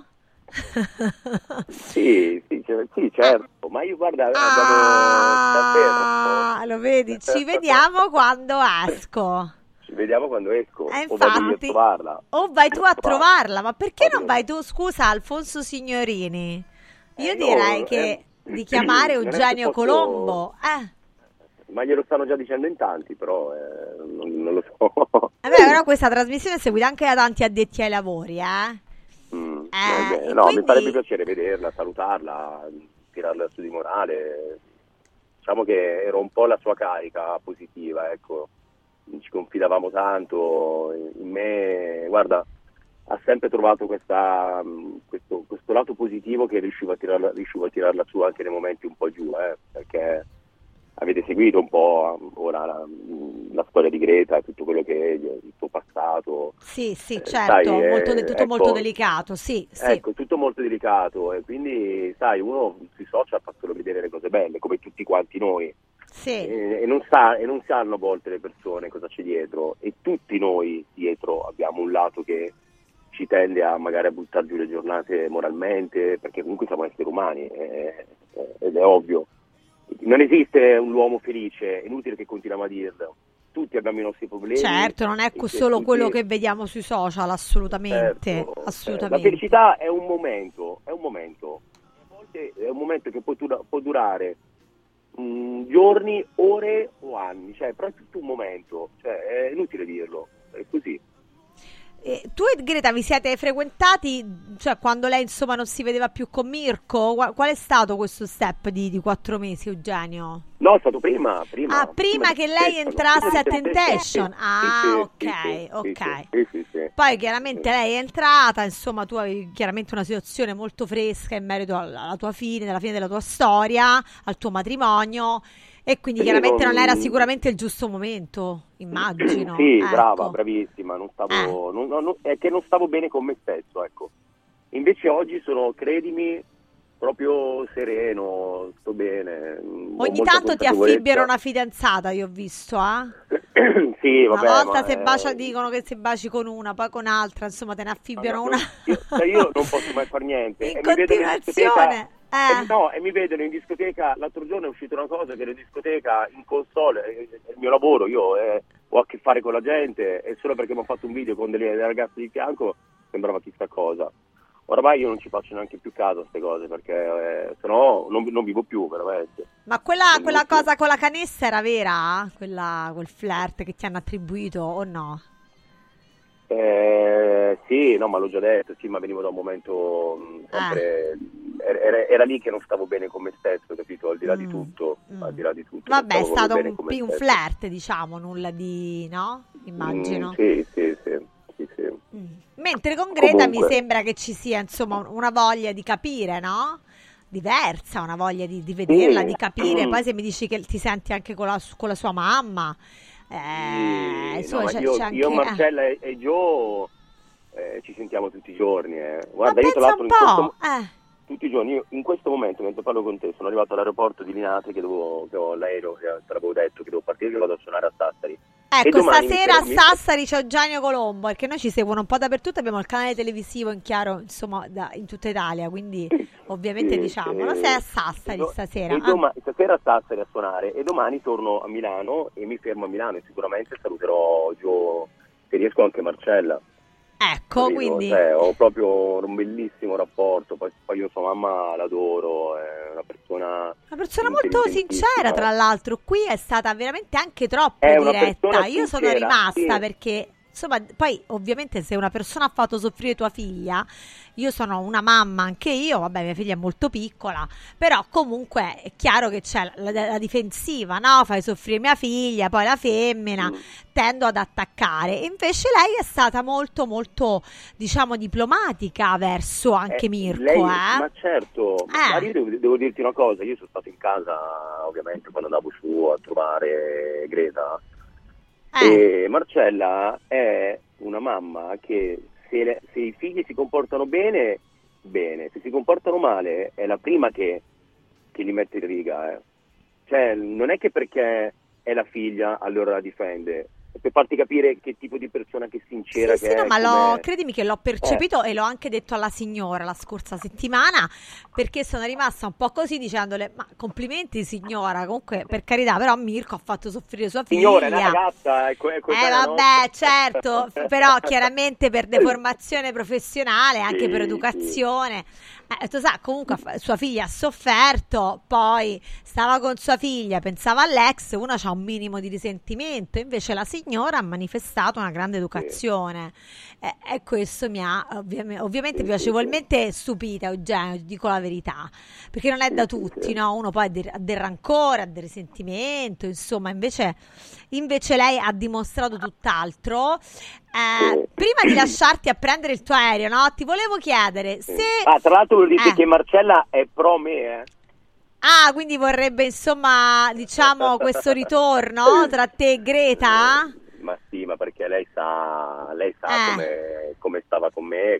Speaker 28: Sì, certo, ma io guarda, davvero.
Speaker 5: Lo vedi, ci vediamo quando esco.
Speaker 28: Ci vediamo quando esco,
Speaker 5: infatti,
Speaker 28: o vado io a trovarla.
Speaker 5: O vai tu a trovarla, ma perché non vai tu, scusa Alfonso Signorini? Io direi di chiamare Eugenio Colombo.
Speaker 28: Ma glielo stanno già dicendo in tanti, però non lo so.
Speaker 5: Però questa trasmissione è seguita anche da tanti addetti ai lavori,
Speaker 28: no,
Speaker 5: quindi...
Speaker 28: mi farebbe piacere vederla, salutarla, tirarla su di morale. Diciamo che ero un po' la sua carica positiva, ecco. Ci confidavamo tanto in me, guarda, ha sempre trovato questo lato positivo che riuscivo a tirarla su anche nei momenti un po' giù, perché avete seguito un po' ora la storia di Greta, tutto quello che è il suo passato.
Speaker 5: Sì, certo, tutto molto delicato, sì.
Speaker 28: Ecco, tutto molto delicato e quindi, sai, uno sui social fa solo vedere le cose belle, come tutti quanti noi.
Speaker 5: Sì.
Speaker 28: E non sanno a volte le persone cosa c'è dietro, e tutti noi dietro abbiamo un lato che ci tende magari a buttare giù le giornate moralmente, perché comunque siamo esseri umani ed è ovvio. Non esiste un uomo felice, è inutile che continuiamo a dirlo. Tutti abbiamo i nostri problemi.
Speaker 5: Certo, non è solo quello che vediamo sui social, assolutamente.
Speaker 28: Certo,
Speaker 5: assolutamente.
Speaker 28: La felicità è un momento. A volte è un momento che può durare giorni, ore o anni, però è tutto un momento, è inutile dirlo, è così.
Speaker 5: Tu e Greta vi siete frequentati, quando lei insomma non si vedeva più con Mirko? Qual è stato questo step di 4 mesi, Eugenio?
Speaker 28: No, è stato prima
Speaker 5: prima che lei entrasse a Temptation. Ok.
Speaker 28: Sì.
Speaker 5: Poi chiaramente lei è entrata, insomma tu avevi chiaramente una situazione molto fresca in merito alla tua fine, alla fine della tua storia, al tuo matrimonio, e quindi chiaramente non era sicuramente il giusto momento, immagino.
Speaker 28: Sì,
Speaker 5: ecco.
Speaker 28: Brava, bravissima, è che non stavo bene con me stesso, ecco. Invece oggi sono, credimi, proprio sereno, sto bene.
Speaker 5: Ogni tanto ti affibbiano una fidanzata, io ho visto,
Speaker 28: Sì, vabbè.
Speaker 5: Una volta dicono che se baci con una, poi con altra, insomma te ne affibbiano una.
Speaker 28: Io non posso mai fare niente.
Speaker 5: In continuazione.
Speaker 28: E mi vedono in discoteca. L'altro giorno è uscita una cosa che ero in discoteca, in console, è il mio lavoro, io ho a che fare con la gente, e solo perché mi ho fatto un video con delle ragazze di fianco sembrava chissà cosa. Oramai io non ci faccio neanche più caso a queste cose, perché sennò non vivo più, veramente.
Speaker 5: Ma quella cosa con la canessa era vera? Quel flirt che ti hanno attribuito o no?
Speaker 28: Sì, no, ma l'ho già detto, sì, ma venivo da un momento sempre... Era lì che non stavo bene con me stesso, capito? Al di là di tutto.
Speaker 5: Vabbè, è stato un flirt, diciamo, nulla di... no? Immagino.
Speaker 28: Sì.
Speaker 5: Mentre con Greta mi sembra che ci sia, insomma, una voglia di capire, no? diversa, una voglia di vederla, di capire. Poi se mi dici che ti senti anche con la sua mamma, insomma,
Speaker 28: io,
Speaker 5: c'è anche,
Speaker 28: io, Marcella e Gio ci sentiamo tutti i giorni. Guarda,
Speaker 5: ma
Speaker 28: io tra
Speaker 5: pensa
Speaker 28: l'altro
Speaker 5: un po',
Speaker 28: tutti i giorni, io in questo momento mentre parlo con te sono arrivato all'aeroporto di Linate che ho l'aereo, che te l'avevo detto che devo partire, che vado a suonare a Sassari.
Speaker 5: Ecco, stasera a Sassari c'è Eugenio Colombo, perché noi ci seguono un po' dappertutto, abbiamo il canale televisivo in chiaro, insomma, in tutta Italia, quindi ovviamente diciamolo, sei a Sassari stasera.
Speaker 28: Stasera a Sassari a suonare e domani torno a Milano e mi fermo a Milano e sicuramente saluterò Gio, se riesco anche Marcella.
Speaker 5: Ecco,
Speaker 28: capito?
Speaker 5: quindi
Speaker 28: Ho proprio un bellissimo rapporto, poi io sua mamma l'adoro, è una persona
Speaker 5: molto sincera, tra l'altro qui è stata veramente anche troppo diretta, io sono rimasta perché insomma, poi ovviamente se una persona ha fatto soffrire tua figlia, io sono una mamma anche io, vabbè mia figlia è molto piccola, però comunque è chiaro che c'è la difensiva, no? Fai soffrire mia figlia, poi la femmina, tendo ad attaccare, invece lei è stata molto molto diciamo diplomatica verso anche Mirko.
Speaker 28: Lei, ma certo, ma io devo dirti una cosa, io sono stato in casa ovviamente quando andavo su a trovare Greta. E Marcella è una mamma che se i figli si comportano bene, se si comportano male è la prima che li mette in riga. Cioè non è che perché è la figlia allora la difende, per farti capire che tipo di persona che sincera che è.
Speaker 5: No, ma credimi che l'ho percepito e l'ho anche detto alla signora la scorsa settimana, perché sono rimasta un po' così dicendole ma complimenti signora, comunque per carità, però Mirko ha fatto soffrire sua figlia.
Speaker 28: Signora, è una ragazza, è
Speaker 5: vabbè, certo, però chiaramente per deformazione professionale, anche per educazione. Tu sai, comunque sua figlia ha sofferto, poi stava con sua figlia, pensava all'ex, uno c'ha un minimo di risentimento, invece la signora ha manifestato una grande educazione e questo mi ha ovviamente piacevolmente stupita, Eugenio, dico la verità, perché non è da tutti, no? Uno poi ha del rancore, ha del risentimento, insomma, invece lei ha dimostrato tutt'altro. Prima di lasciarti a prendere il tuo aereo, no? Ti volevo chiedere se...
Speaker 28: tra l'altro vuol dire che Marcella è pro me,
Speaker 5: quindi vorrebbe, insomma, diciamo, questo ritorno tra te e Greta?
Speaker 28: Ma sì, ma perché lei sa come stava con me,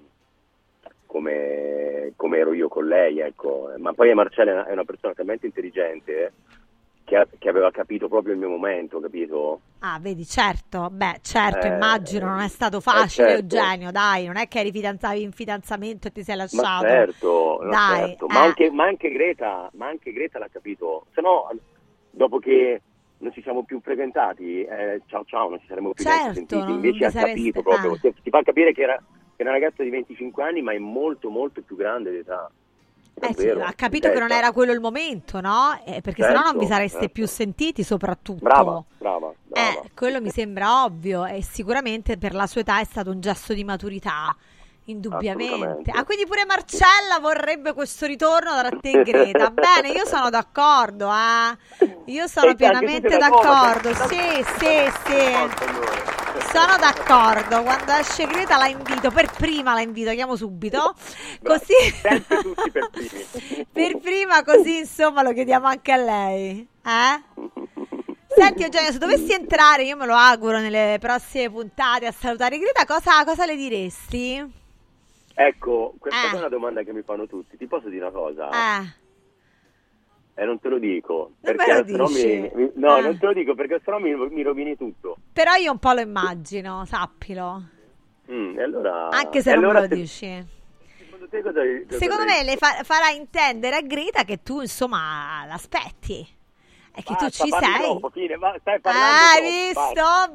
Speaker 28: come ero io con lei, ecco. Ma poi Marcella è una persona talmente intelligente che aveva capito proprio il mio momento, capito?
Speaker 5: Vedi, certo, immagino, non è stato facile,
Speaker 28: certo.
Speaker 5: Eugenio, dai, non è che eri in fidanzamento e ti sei lasciato.
Speaker 28: Ma certo,
Speaker 5: dai,
Speaker 28: certo. Ma anche Greta l'ha capito, se no, dopo che non ci siamo più frequentati, ciao, non ci saremmo più sentiti, invece ha capito proprio, ti fa capire che era una ragazza di 25 anni, ma è molto, molto più grande d'età.
Speaker 5: Sì, ha capito che non era quello il momento, no? Perché sennò non vi sareste più sentiti, soprattutto.
Speaker 28: Brava.
Speaker 5: Quello mi sembra ovvio e sicuramente per la sua età è stato un gesto di maturità, indubbiamente. Quindi pure Marcella vorrebbe questo ritorno tra te e Greta. Bene, io sono d'accordo, io sono pienamente d'accordo. Sì. Sono d'accordo, quando esce Greta la invito, per prima la invito, chiamo subito, così
Speaker 28: sempre tutti per primi.
Speaker 5: Per prima, così insomma lo chiediamo anche a lei, Senti Eugenio, se dovessi entrare, io me lo auguro nelle prossime puntate, a salutare Greta, cosa le diresti?
Speaker 28: Ecco, questa è una domanda che mi fanno tutti, ti posso dire una cosa? Non te lo dico, perché sennò non te lo dico perché sennò mi rovini tutto.
Speaker 5: Però io un po' lo immagino, sappilo.
Speaker 28: Allora,
Speaker 5: anche se non me lo dici.
Speaker 28: Secondo
Speaker 5: me le farai intendere a Greta che tu insomma l'aspetti e che tu ci sei.
Speaker 28: Troppo, stai parlando
Speaker 5: hai visto?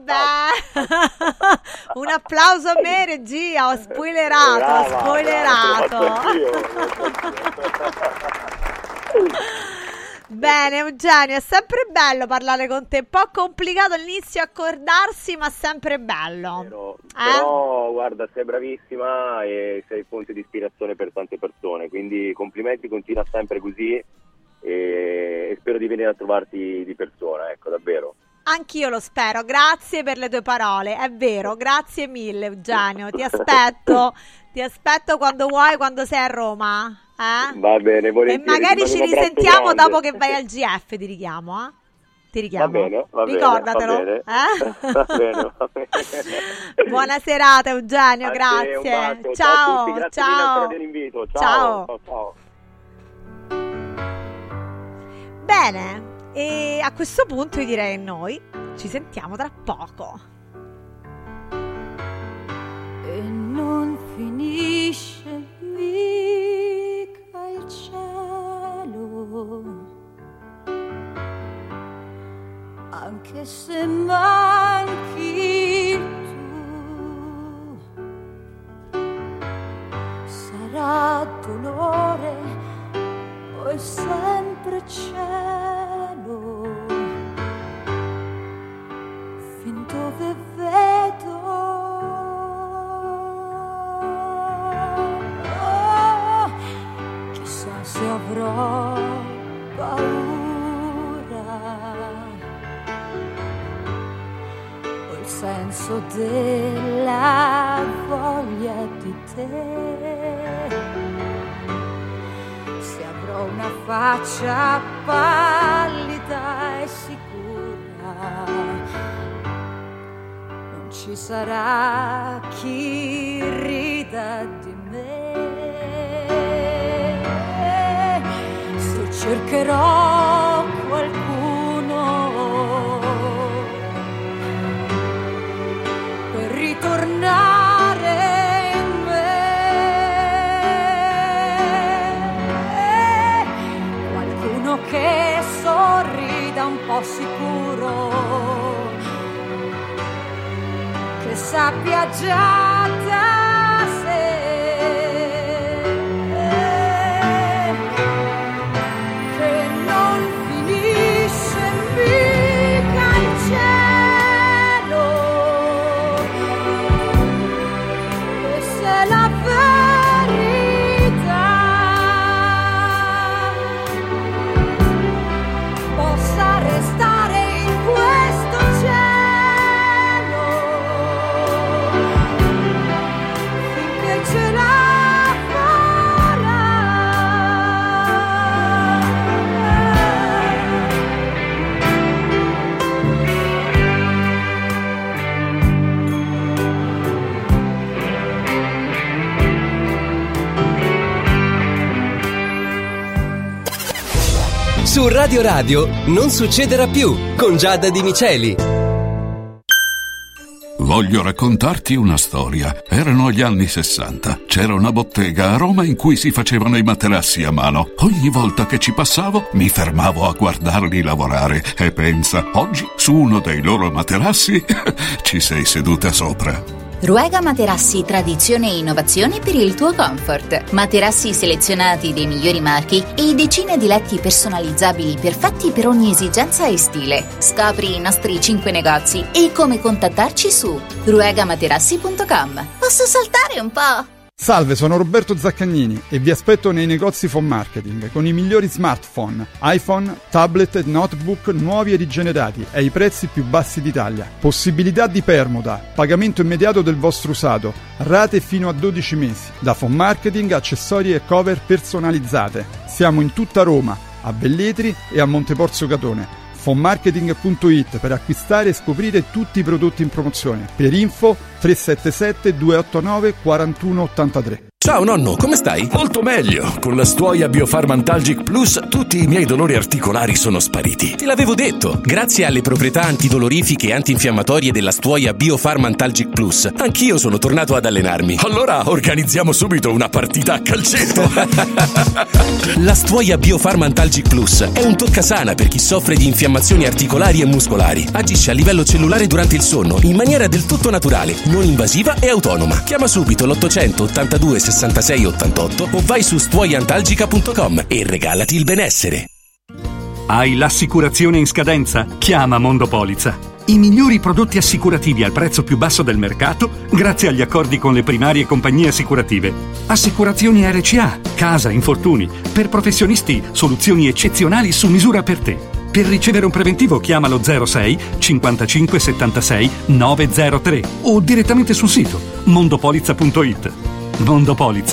Speaker 5: Un applauso a me, regia, ho spoilerato. Bene Eugenio, è sempre bello parlare con te, un po' complicato all'inizio accordarsi, ma sempre bello.
Speaker 28: Però guarda, sei bravissima e sei fonte di ispirazione per tante persone, quindi complimenti, continua sempre così e spero di venire a trovarti di persona, ecco, davvero.
Speaker 5: Anch'io lo spero, grazie per le tue parole, è vero, grazie mille Eugenio, ti aspetto quando vuoi, quando sei a Roma.
Speaker 28: Va bene, volentieri.
Speaker 5: E magari ci risentiamo dopo che vai al GF, ti richiamo, Ti richiamo.
Speaker 28: Va bene,
Speaker 5: ricordatelo.
Speaker 28: Va bene. Va bene, va bene.
Speaker 5: Buona serata, Eugenio, grazie.
Speaker 28: Ciao,
Speaker 5: ciao,
Speaker 28: a tutti, grazie
Speaker 5: ciao.
Speaker 28: per l'invito.
Speaker 5: Ciao.
Speaker 28: Ciao.
Speaker 5: Bene, e a questo punto io direi noi ci sentiamo tra poco.
Speaker 1: E non finisce mica il cielo, anche se manchi tu. Sarà dolore o è sempre cielo, fin dove vedo. Se avrò paura o il senso della voglia di te, se avrò una faccia pallida e sicura, non ci sarà chi rida di me. Cercherò qualcuno per ritornare in me, qualcuno che sorrida un po' sicuro, che sappia già da sé
Speaker 16: Su Radio Radio non succederà più con Giada Di Miceli.
Speaker 3: Voglio raccontarti una storia. Erano gli anni 60. C'era una bottega a Roma in cui si facevano i materassi a mano. Ogni volta che ci passavo mi fermavo a guardarli lavorare e pensa, oggi su uno dei loro materassi ci sei seduta sopra.
Speaker 7: Ruega Materassi, tradizione e innovazione per il tuo comfort. Materassi selezionati dei migliori marchi e decine di letti personalizzabili perfetti per ogni esigenza e stile. Scopri i nostri 5 negozi e come contattarci su ruegamaterassi.com. Posso saltare un po'?
Speaker 13: Salve, sono Roberto Zaccagnini e vi aspetto nei negozi Phone Marketing con i migliori smartphone, iPhone, tablet e notebook nuovi e rigenerati ai prezzi più bassi d'Italia. Possibilità di permuta, pagamento immediato del vostro usato, rate fino a 12 mesi. Da Phone Marketing, accessori e cover personalizzate. Siamo in tutta Roma, a Velletri e a Monteporzio Catone. Fonmarketing.it per acquistare e scoprire tutti i prodotti in promozione. Per info 377 289 4183.
Speaker 8: Ciao nonno, come stai? Molto meglio. Con la Stuoia Biofarmantalgic Plus tutti i miei dolori articolari sono spariti. Te l'avevo detto. Grazie alle proprietà antidolorifiche e antinfiammatorie della Stuoia Biofarmantalgic Plus, anch'io sono tornato ad allenarmi. Allora organizziamo subito una partita a calcetto. La Stuoia Biofarmantalgic Plus è un toccasana per chi soffre di infiammazioni articolari e muscolari. Agisce a livello cellulare durante il sonno in maniera del tutto naturale, non invasiva e autonoma. Chiama subito l'800 82 66 88 o vai su stuoiantalgica.com e regalati il benessere.
Speaker 21: Hai l'assicurazione in scadenza? Chiama Mondopolizza. I migliori prodotti assicurativi al prezzo più basso del mercato grazie agli accordi con le primarie compagnie assicurative. Assicurazioni RCA, casa, infortuni. Per professionisti, soluzioni eccezionali su misura per te. Per ricevere un preventivo chiamalo 06 55 76 903 o direttamente sul sito mondopolizza.it. Mondopolizza.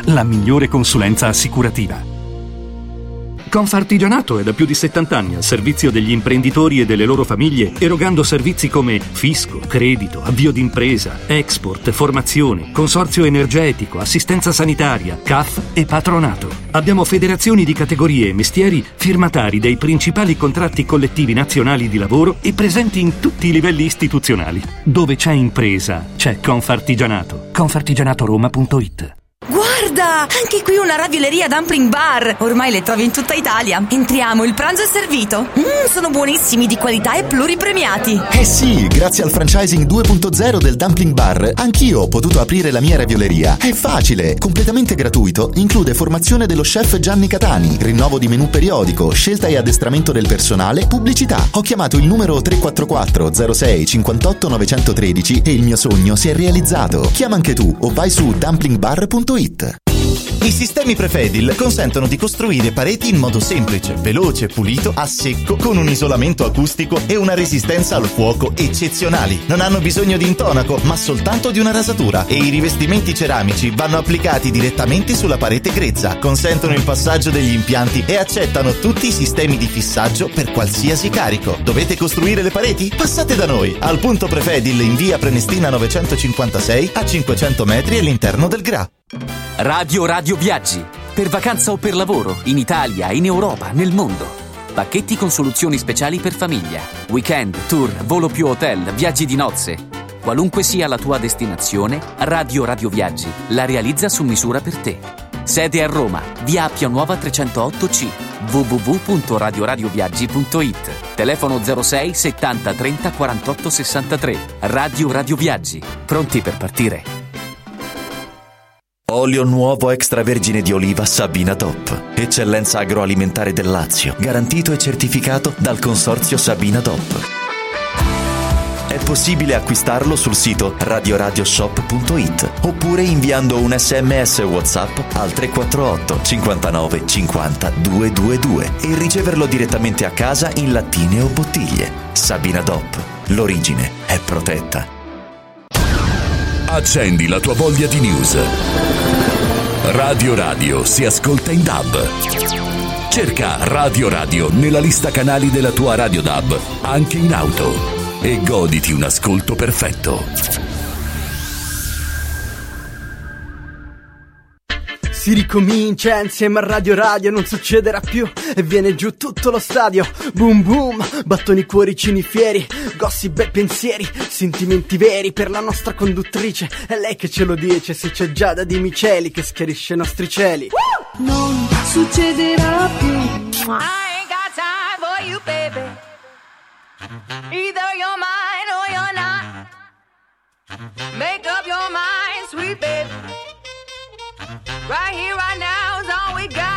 Speaker 21: la migliore consulenza assicurativa. Confartigianato è da più di 70 anni al servizio degli imprenditori e delle loro famiglie, erogando servizi come fisco, credito, avvio d'impresa, export, formazione, consorzio energetico, assistenza sanitaria, CAF e patronato. Abbiamo federazioni di categorie e mestieri firmatari dei principali contratti collettivi nazionali di lavoro e presenti in tutti i livelli istituzionali. Dove c'è impresa, c'è Confartigianato. Confartigianatoroma.it.
Speaker 9: Guarda, anche qui una ravioleria Dumpling Bar. Ormai le trovi in tutta Italia. Entriamo, il pranzo è servito. Sono buonissimi, di qualità e pluripremiati.
Speaker 22: Eh sì, grazie al franchising 2.0 del Dumpling Bar, anch'io ho potuto aprire la mia ravioleria. È facile, completamente gratuito, include formazione dello chef Gianni Catani, rinnovo di menù periodico, scelta e addestramento del personale, pubblicità. Ho chiamato il numero 344 06 58 913 e il mio sogno si è realizzato. Chiama anche tu o vai su dumplingbar.it. I sistemi Prefedil consentono di costruire pareti in modo semplice, veloce, pulito, a secco, con un isolamento acustico e una resistenza al fuoco eccezionali. Non hanno bisogno di intonaco, ma soltanto di una rasatura, e i rivestimenti ceramici vanno applicati direttamente sulla parete grezza, consentono il passaggio degli impianti e accettano tutti i sistemi di fissaggio per qualsiasi carico. Dovete costruire le pareti? Passate da noi, al punto Prefedil in via Prenestina 956 a 500 metri all'interno del GRA.
Speaker 10: Radio Viaggi. Per vacanza o per lavoro, in Italia, in Europa, nel mondo. Pacchetti con soluzioni speciali per famiglia. Weekend, tour, volo più hotel, viaggi di nozze. Qualunque sia la tua destinazione, Radio Viaggi la realizza su misura per te. Sede a Roma, via Appia Nuova 308C. www.radioradioviaggi.it. Telefono 06 70 30 48 63. Radio Viaggi. Pronti per partire?
Speaker 22: Olio nuovo extravergine di oliva Sabina DOP. Eccellenza agroalimentare del Lazio. Garantito e certificato dal consorzio Sabina DOP. È possibile acquistarlo sul sito radioradioshop.it oppure inviando un SMS WhatsApp al 348 59 50 222 e riceverlo direttamente a casa in lattine o bottiglie. Sabina DOP. L'origine è protetta.
Speaker 26: Accendi la tua voglia di news. Radio si ascolta in DAB. Cerca Radio nella lista canali della tua Radio DAB, anche in auto, e goditi un ascolto perfetto.
Speaker 4: Si ricomincia insieme a Radio, non succederà più e viene giù tutto lo stadio. Boom boom, battoni, cuoricini fieri, gossip e pensieri, sentimenti veri per la nostra conduttrice. È lei che ce lo dice, se c'è Giada Di Miceli che schiarisce i nostri cieli.
Speaker 6: Non succederà più.
Speaker 1: I ain't got time for you, baby. Either you're mine or you're not. Make up your mind, sweet baby. Right here, right now is all we got.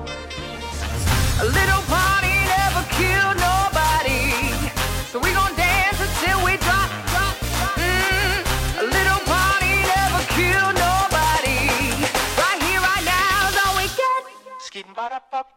Speaker 1: A little party never killed nobody, so we gon' dance until we drop. A little party never killed nobody. Right here, right now is all we got. Skidding by the pop.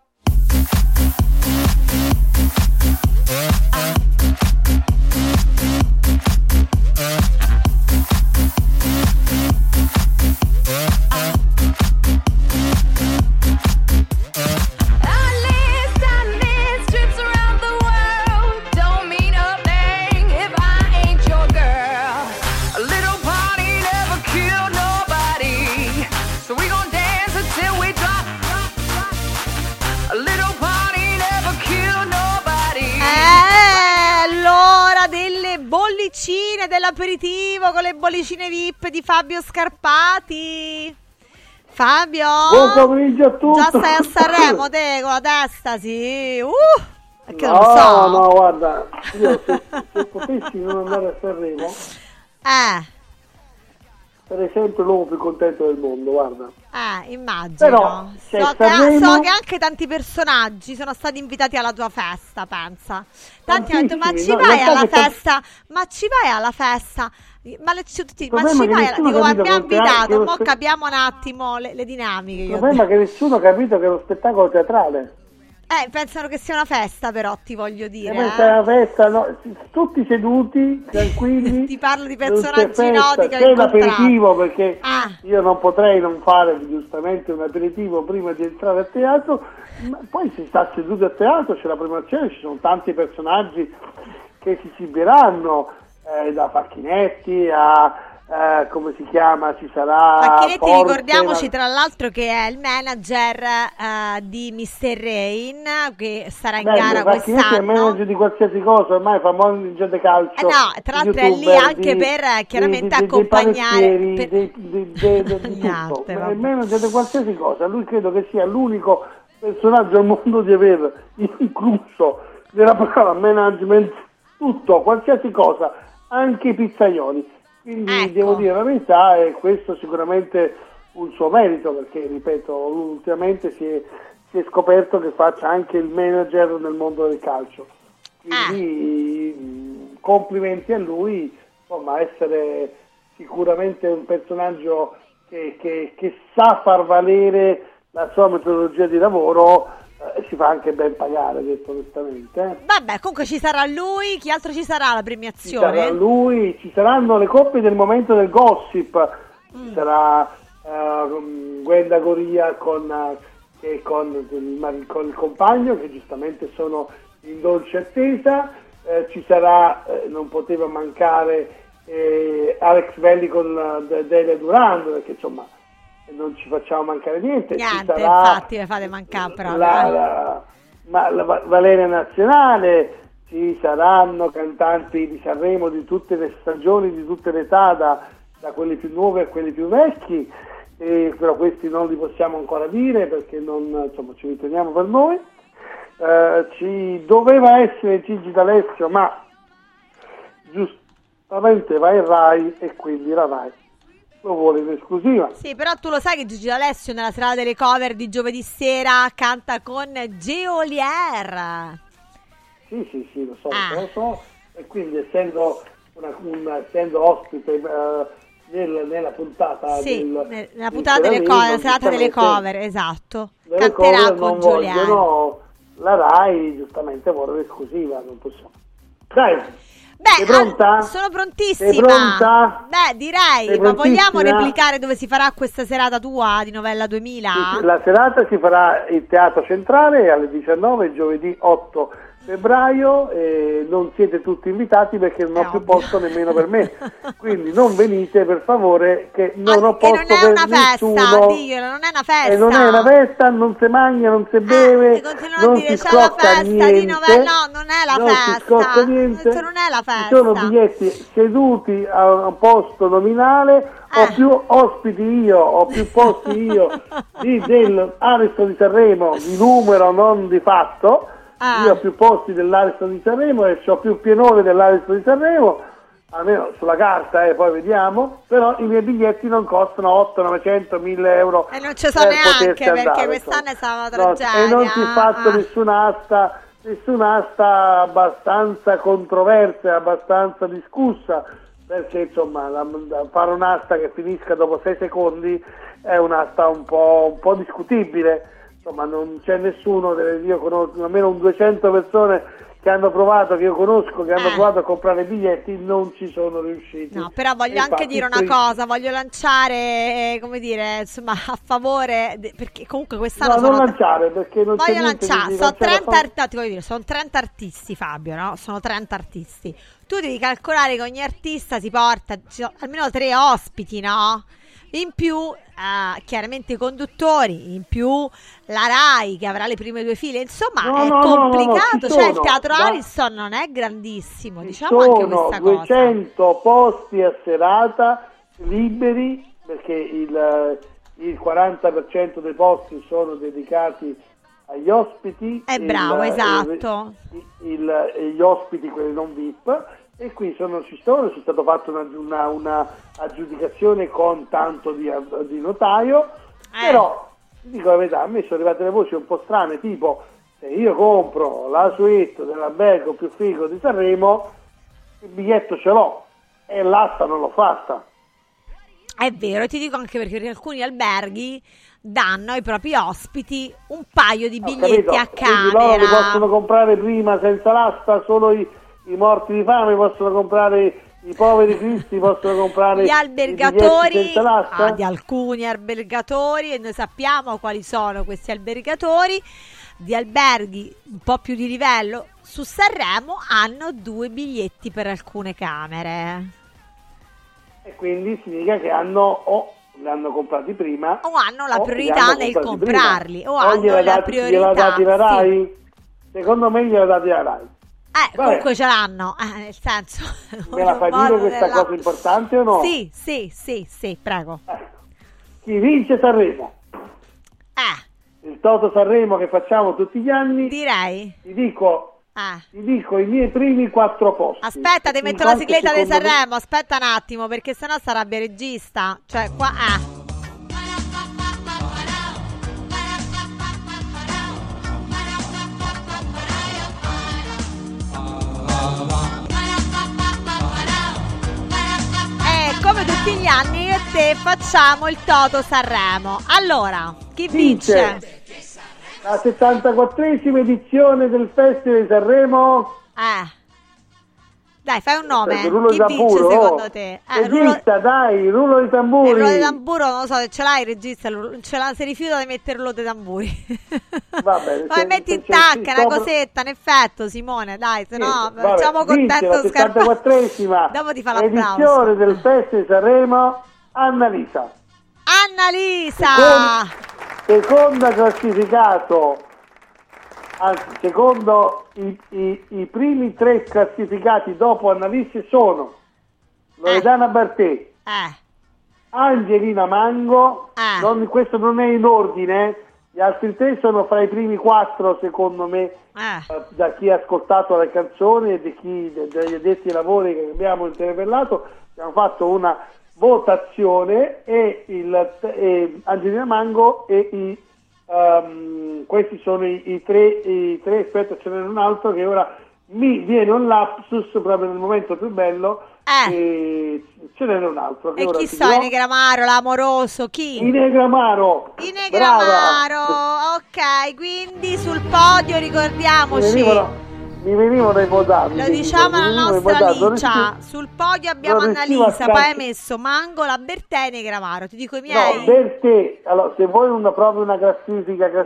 Speaker 5: Bollicine dell'aperitivo con le bollicine VIP di Fabio Scarpati. Fabio,
Speaker 11: buon pomeriggio a tutti.
Speaker 5: Già stai a Sanremo te con la testa, sì. Perché non lo so.
Speaker 11: No, guarda, io se potessi non andare a Sanremo, per esempio l'uomo più contento del mondo, guarda.
Speaker 5: Immagino.
Speaker 11: Però,
Speaker 5: so che anche tanti personaggi sono stati invitati alla tua festa, pensa. Tanti hanno detto, ma ci vai alla festa? Ma ci vai alla festa? Ma ci vai? Dico, mi ha invitato, mo capiamo un attimo le dinamiche.
Speaker 11: Il problema è che nessuno ha capito che è uno spettacolo teatrale.
Speaker 5: Pensano che sia una festa, però ti voglio dire.
Speaker 11: Questa è una festa, no? Tutti seduti, tranquilli.
Speaker 5: Ti parlo di personaggi noti che
Speaker 11: c'è l'aperitivo perché io non potrei non fare giustamente un aperitivo prima di entrare a teatro, ma poi si sta seduti a teatro, c'è la premiazione, ci sono tanti personaggi che si esibiranno, da Facchinetti a come si chiama, ci sarà
Speaker 5: Facchinetti, ricordiamoci tra l'altro che è il manager di Mr. Rain, che sarà in gara
Speaker 11: Facchinetti
Speaker 5: quest'anno.
Speaker 11: è il manager di qualsiasi cosa, ormai fa manager di calcio,
Speaker 5: no, tra l'altro è lì anche per chiaramente accompagnare
Speaker 11: di tutto, è il manager di qualsiasi cosa. Lui credo che sia l'unico personaggio al mondo di aver incluso nella parola management tutto, qualsiasi cosa, anche i pizzaioli. Quindi devo dire la verità, e questo sicuramente un suo merito, perché ripeto, ultimamente si è scoperto che faccia anche il manager nel mondo del calcio. Quindi complimenti a lui, insomma, essere sicuramente un personaggio che sa far valere la sua metodologia di lavoro. Si fa anche ben pagare, detto onestamente.
Speaker 5: Vabbè, comunque ci sarà lui, chi altro ci sarà alla premiazione?
Speaker 11: Ci sarà lui, ci saranno le coppie del momento del gossip, ci sarà Gwenda Goria con il compagno, che giustamente sono in dolce attesa, ci sarà, non poteva mancare Alex Belli con Delia Durando, perché insomma non ci facciamo mancare niente. Ci sarà,
Speaker 5: infatti le fate mancare proprio.
Speaker 11: Valeria Nazionale, ci saranno cantanti di Sanremo di tutte le stagioni, di tutte le età, da quelli più nuovi a quelli più vecchi, però questi non li possiamo ancora dire perché insomma, ci riteniamo per noi. Ci doveva essere Gigi D'Alessio, ma giustamente va in Rai e quindi la Rai lo vuole in esclusiva.
Speaker 5: Sì, però tu lo sai che Gigi D'Alessio nella serata delle cover di giovedì sera canta con Geolier.
Speaker 11: Sì, lo so, e quindi essendo ospite nella puntata
Speaker 5: nella puntata delle cover, la serata delle cover, esatto, canterà con Geolier.
Speaker 11: La Rai giustamente vuole l'esclusiva, non possiamo. Dai, sei
Speaker 5: Beh,
Speaker 11: pronta?
Speaker 5: sono prontissima.
Speaker 11: Sei pronta?
Speaker 5: Beh, direi,
Speaker 11: Sei
Speaker 5: ma vogliamo
Speaker 11: prontissima?
Speaker 5: replicare dove si farà questa serata tua di Novella 2000?
Speaker 11: Sì, la serata si farà in Teatro Centrale alle 19, giovedì 8 febbraio, e non siete tutti invitati perché non ho più posto nemmeno per me, quindi non venite per favore, che non ho posto per nessuno.
Speaker 5: Diglielo, non è una festa.
Speaker 11: E non è una festa, non si mangia, non si beve, non si scocca niente.
Speaker 5: No, non è la festa.
Speaker 11: Si scocca niente.
Speaker 5: Non è la festa.
Speaker 11: Ci sono biglietti seduti a un posto nominale. Ho più ospiti io, ho più posti io dell'Aresto di Sanremo, di numero, non di fatto. Io ho più posti dell'Aresto di Sanremo e ho più pienore dell'Aresto di Sanremo, almeno sulla carta, poi vediamo, però i miei biglietti non costano 800, 900, 1000 euro.
Speaker 5: E non ci so neanche, perché quest'anno è stata una tragedia.
Speaker 11: E non si è fatto nessuna asta abbastanza controversa, abbastanza discussa, perché insomma fare un'asta che finisca dopo 6 secondi è un'asta un po' discutibile. Insomma, non c'è nessuno, io conosco almeno un 200 persone che hanno provato, che io conosco, che hanno provato a comprare biglietti, non ci sono riusciti.
Speaker 5: No, però voglio anche dire una cosa, voglio lanciare, come dire, insomma, a favore, perché comunque quest'anno
Speaker 11: non lanciare, perché non
Speaker 5: voglio
Speaker 11: c'è niente
Speaker 5: lanciare,
Speaker 11: di
Speaker 5: sono 30 artisti, Fabio, no? Sono 30 artisti. Tu devi calcolare che ogni artista si porta almeno 3 ospiti, no? In più chiaramente i conduttori, in più la Rai che avrà le prime 2 file, insomma è complicato, cioè il teatro Ariston non è grandissimo, diciamo anche questa cosa.
Speaker 11: 200 posti a serata liberi, perché il 40% dei posti sono dedicati agli ospiti.
Speaker 5: Bravo, esatto.
Speaker 11: Gli ospiti, quelli non VIP. E qui c'è stato fatto una aggiudicazione con tanto di notaio, però dico la verità, a me sono arrivate le voci un po' strane, tipo se io compro la suite dell'albergo più figo di Sanremo, il biglietto ce l'ho e l'asta non l'ho fatta.
Speaker 5: È vero, e ti dico anche perché alcuni alberghi danno ai propri ospiti un paio di biglietti a camera.
Speaker 11: Loro li possono comprare prima senza l'asta, solo i morti di fame possono comprare I poveri cristi possono comprare
Speaker 5: gli albergatori
Speaker 11: senza l'asta?
Speaker 5: di alcuni albergatori, e noi sappiamo quali sono questi albergatori di alberghi un po' più di livello su Sanremo, hanno 2 biglietti per alcune camere.
Speaker 11: E quindi significa che l'hanno comprati prima
Speaker 5: o hanno la priorità nel comprarli
Speaker 11: prima.
Speaker 5: o hanno la priorità.
Speaker 11: Gliela dati la Rai? Secondo me gliela dati la Rai.
Speaker 5: Comunque ce l'hanno, nel senso.
Speaker 11: Me la fai dire questa cosa importante o no?
Speaker 5: Sì, prego.
Speaker 11: Chi vince Sanremo? Il Toto Sanremo che facciamo tutti gli anni.
Speaker 5: Direi.
Speaker 11: Ti dico i miei primi 4 posti.
Speaker 5: Aspetta, ti metto la sigletta di Sanremo. Aspetta un attimo, perché sennò si arrabbia il regista. Cioè, qua. Come tutti gli anni io e te facciamo il Toto Sanremo. Allora, chi vince?
Speaker 11: La 74esima edizione del Festival di Sanremo.
Speaker 5: Dai, fai un nome.
Speaker 11: Chi
Speaker 5: vince secondo te?
Speaker 11: Regista, dai, rullo di tamburi.
Speaker 5: Il rullo di tamburo non lo so se ce l'hai il regista, si rifiuta di mettere il rullo di tamburi.
Speaker 11: Vabbè,
Speaker 5: ma metti in tacca una cosetta, in effetto, Simone, dai, se no facciamo contento
Speaker 11: Scarpati. La 74esima
Speaker 5: dopo ti fa l'applauso.
Speaker 11: Edizione del Festival di Sanremo, Annalisa. Seconda classificato, anzi secondo i primi 3 classificati dopo Annalisa sono Loredana Bertè, Angelina Mango, questo non è in ordine, gli altri 3 sono fra i primi 4 secondo me, da chi ha ascoltato le canzoni e degli addetti ai lavori che abbiamo interpellato. Abbiamo fatto una votazione e Angelina Mango e questi sono i tre. Aspetta, ce n'è un altro che ora mi viene un lapsus proprio nel momento più bello. E ce n'è un altro che
Speaker 5: e chi so? Inegramaro, l'amoroso, chi?
Speaker 11: Inegramaro,
Speaker 5: ok, quindi sul podio ricordiamoci.
Speaker 11: Mi venivano i votati.
Speaker 5: Lo diciamo alla nostra Licia. Sul podio abbiamo Annalisa, poi hai messo Mango, la Bertè e Negramaro. Ti dico i miei.
Speaker 11: No, Bertè. Allora, se vuoi proprio una classifica
Speaker 5: una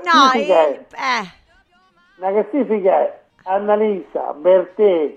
Speaker 11: classifica è Annalisa, Bertè,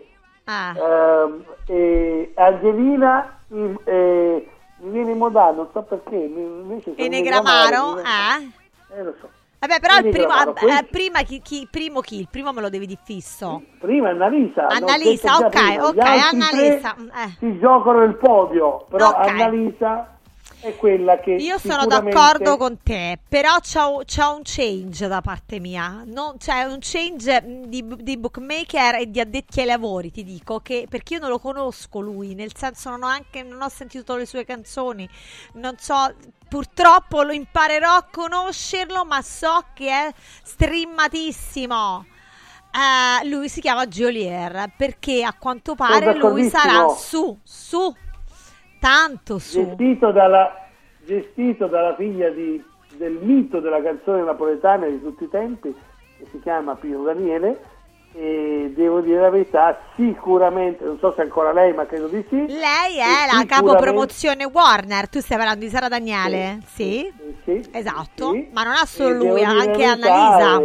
Speaker 11: Angelina, mi viene Modà, non so perché.
Speaker 5: E Negramaro?
Speaker 11: Lo so.
Speaker 5: Vabbè, però prima chi? Il primo me lo devi di fisso.
Speaker 11: Prima Annalisa.
Speaker 5: Annalisa, ok, Annalisa.
Speaker 11: Si giocano il podio, però Annalisa è quella che
Speaker 5: io sono d'accordo con te, però c'è un change da parte mia, c'è un change di bookmaker e di addetti ai lavori, ti dico, che perché io non lo conosco lui, nel senso non ho sentito le sue canzoni, non so, purtroppo lo imparerò a conoscerlo, ma so che è streamatissimo. Lui si chiama Geolier, perché a quanto pare lui sarà su tanto su,
Speaker 11: gestito dalla figlia del mito della canzone napoletana di tutti i tempi, che si chiama Pino Daniele, e devo dire la verità, sicuramente, non so se ancora lei, ma credo di sì.
Speaker 5: Lei è la capopromozione Warner. Tu stai parlando di Sara Daniele? Sì. Esatto, sì. Ma non ha solo lui, ha anche Annalisa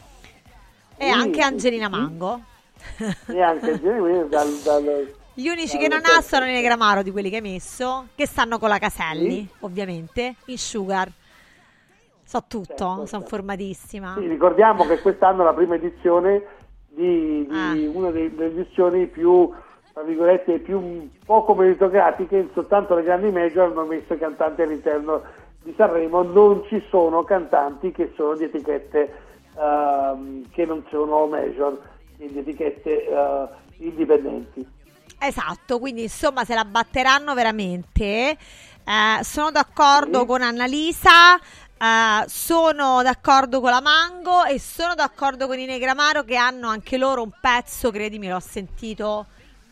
Speaker 5: e anche Angelina Mango.
Speaker 11: E anche Angelina
Speaker 5: Gli unici che non ha sono i Negramaro, di quelli che hai messo, che stanno con la Caselli, ovviamente, in Sugar. So tutto, sono formatissima.
Speaker 11: Sì, ricordiamo che quest'anno è la prima edizione di una delle edizioni più, tra virgolette, più poco meritocratiche. Soltanto le grandi major hanno messo i cantanti all'interno di Sanremo. Non ci sono cantanti che sono di etichette che non sono major, quindi etichette indipendenti.
Speaker 5: Esatto, quindi insomma se la batteranno veramente. Sono d'accordo con Annalisa, sono d'accordo con la Mango e sono d'accordo con i Negramaro, che hanno anche loro un pezzo, credimi, l'ho sentito,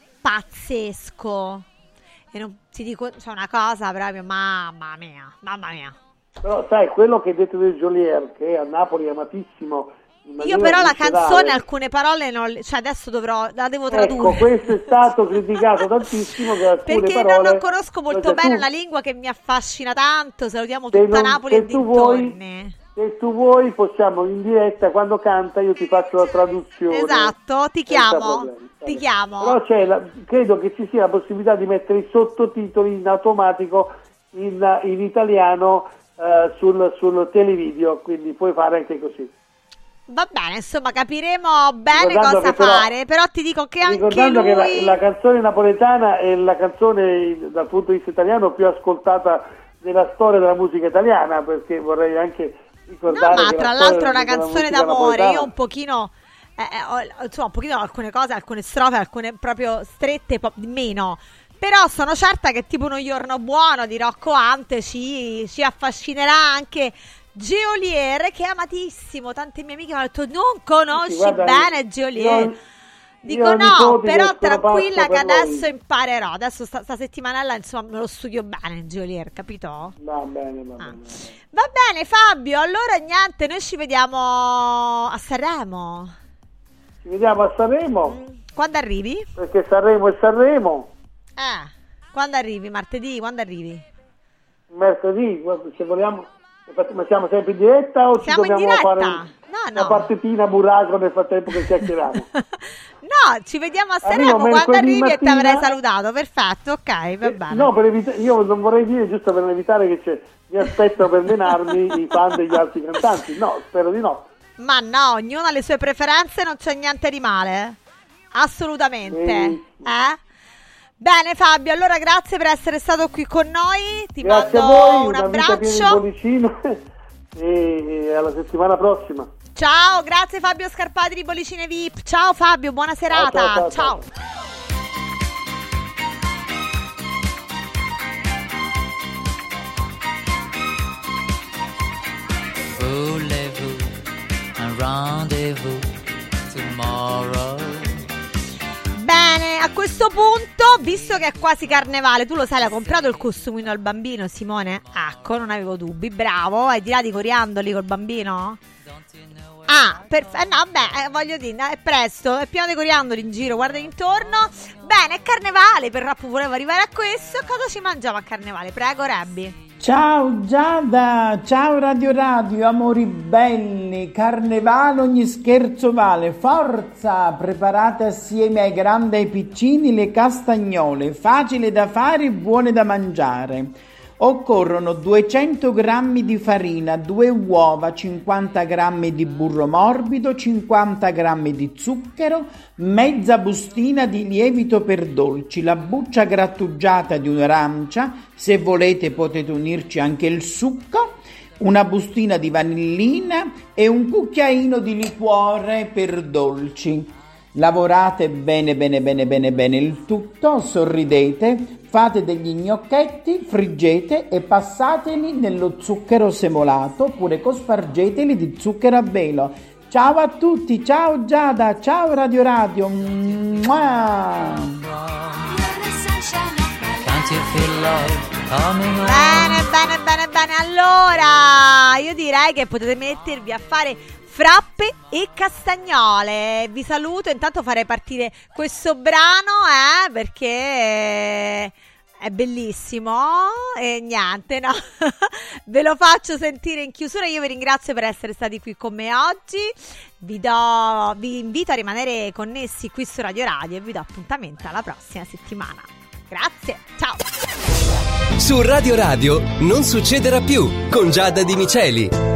Speaker 5: pazzesco. E non ti dico, c'è una cosa proprio, mamma mia.
Speaker 11: Però sai, quello che hai detto del Geolier, che a Napoli è amatissimo
Speaker 5: Io però la canzone, alcune parole non, cioè adesso la devo tradurre.
Speaker 11: Ecco, questo è stato criticato tantissimo per alcune
Speaker 5: perché
Speaker 11: parole.
Speaker 5: non conosco molto bene una lingua che mi affascina tanto. Salutiamo tutta Napoli e dintorni.
Speaker 11: Se tu vuoi possiamo in diretta, quando canta io ti faccio la traduzione.
Speaker 5: Esatto, ti chiamo.
Speaker 11: Però credo che ci sia la possibilità di mettere i sottotitoli in automatico in italiano sul televideo, quindi puoi fare anche così.
Speaker 5: Va bene, insomma, capiremo bene cosa fare, però ti dico che anche
Speaker 11: ricordando
Speaker 5: lui...
Speaker 11: che la canzone napoletana è la canzone dal punto di vista italiano più ascoltata della storia della musica italiana, perché vorrei anche ricordare
Speaker 5: ma
Speaker 11: che
Speaker 5: tra l'altro è una canzone d'amore, napoletana... io un pochino alcune cose, alcune strofe, alcune proprio strette, meno. Però sono certa che tipo Uno giorno buono di Rocco Hunt ci affascinerà anche Geolier, che è amatissimo. Tante mie amiche mi hanno detto non conosci bene Geolier. Dico no, però tranquilla che adesso imparerò. Adesso sta settimanella insomma me lo studio bene Geolier, capito?
Speaker 11: Va bene.
Speaker 5: Va bene Fabio, allora niente, noi ci vediamo a Sanremo.
Speaker 11: Ci vediamo a Sanremo.
Speaker 5: Quando arrivi?
Speaker 11: Perché Sanremo è Sanremo.
Speaker 5: Quando arrivi? Martedì? Quando arrivi?
Speaker 11: Martedì, se vogliamo. Ma siamo sempre in diretta o
Speaker 5: siamo
Speaker 11: ci dobbiamo fare
Speaker 5: una
Speaker 11: partitina burraco nel frattempo che chiacchieriamo?
Speaker 5: No, ci vediamo a Sanremo quando arrivi e ti avrei salutato. Perfetto, ok, va bene.
Speaker 11: No, io non vorrei dire, giusto per evitare che mi aspettano per menarmi i fan degli altri cantanti. No, spero di no.
Speaker 5: Ma no, ognuno ha le sue preferenze, non c'è niente di male. Assolutamente. Bene Fabio, allora grazie per essere stato qui con noi. Ti
Speaker 11: grazie
Speaker 5: mando
Speaker 11: a voi,
Speaker 5: un abbraccio
Speaker 11: e alla settimana prossima.
Speaker 5: Ciao, grazie Fabio Scarpati di Bollicine VIP. Ciao Fabio, buona serata. Ciao.
Speaker 2: Voulez-vous un rendez-vous tomorrow?
Speaker 5: Bene, a questo punto, visto che è quasi carnevale, tu lo sai, l'hai comprato il costumino al bambino, Simone? Ecco, non avevo dubbi, bravo. Hai tirato i coriandoli col bambino? No, beh, voglio dire, è presto, è pieno di coriandoli in giro, guarda intorno. Bene, è carnevale, però volevo arrivare a questo. Cosa ci mangiamo a carnevale? Prego, Rebbi.
Speaker 12: Ciao Giada, ciao Radio, amori belli, carnevale ogni scherzo vale, forza, preparate assieme ai grandi e ai piccini le castagnole, facile da fare e buone da mangiare. Occorrono 200 grammi di farina, 2 uova, 50 grammi di burro morbido, 50 grammi di zucchero, mezza bustina di lievito per dolci, la buccia grattugiata di un'arancia, se volete potete unirci anche il succo, una bustina di vanillina e un cucchiaino di liquore per dolci. Lavorate bene il tutto, sorridete, fate degli gnocchetti, friggete e passateli nello zucchero semolato oppure cospargeteli di zucchero a velo. Ciao a tutti, ciao Giada, ciao Radio. Mua!
Speaker 5: Bene. Allora, io direi che potete mettervi a fare frappe e castagnole. Vi saluto, intanto farei partire questo brano perché è bellissimo e niente, no? Ve lo faccio sentire in chiusura. Io vi ringrazio per essere stati qui con me oggi. Vi invito a rimanere connessi qui su Radio e vi do appuntamento alla prossima settimana. Grazie, ciao.
Speaker 16: Su Radio non succederà più con Giada Di Miceli.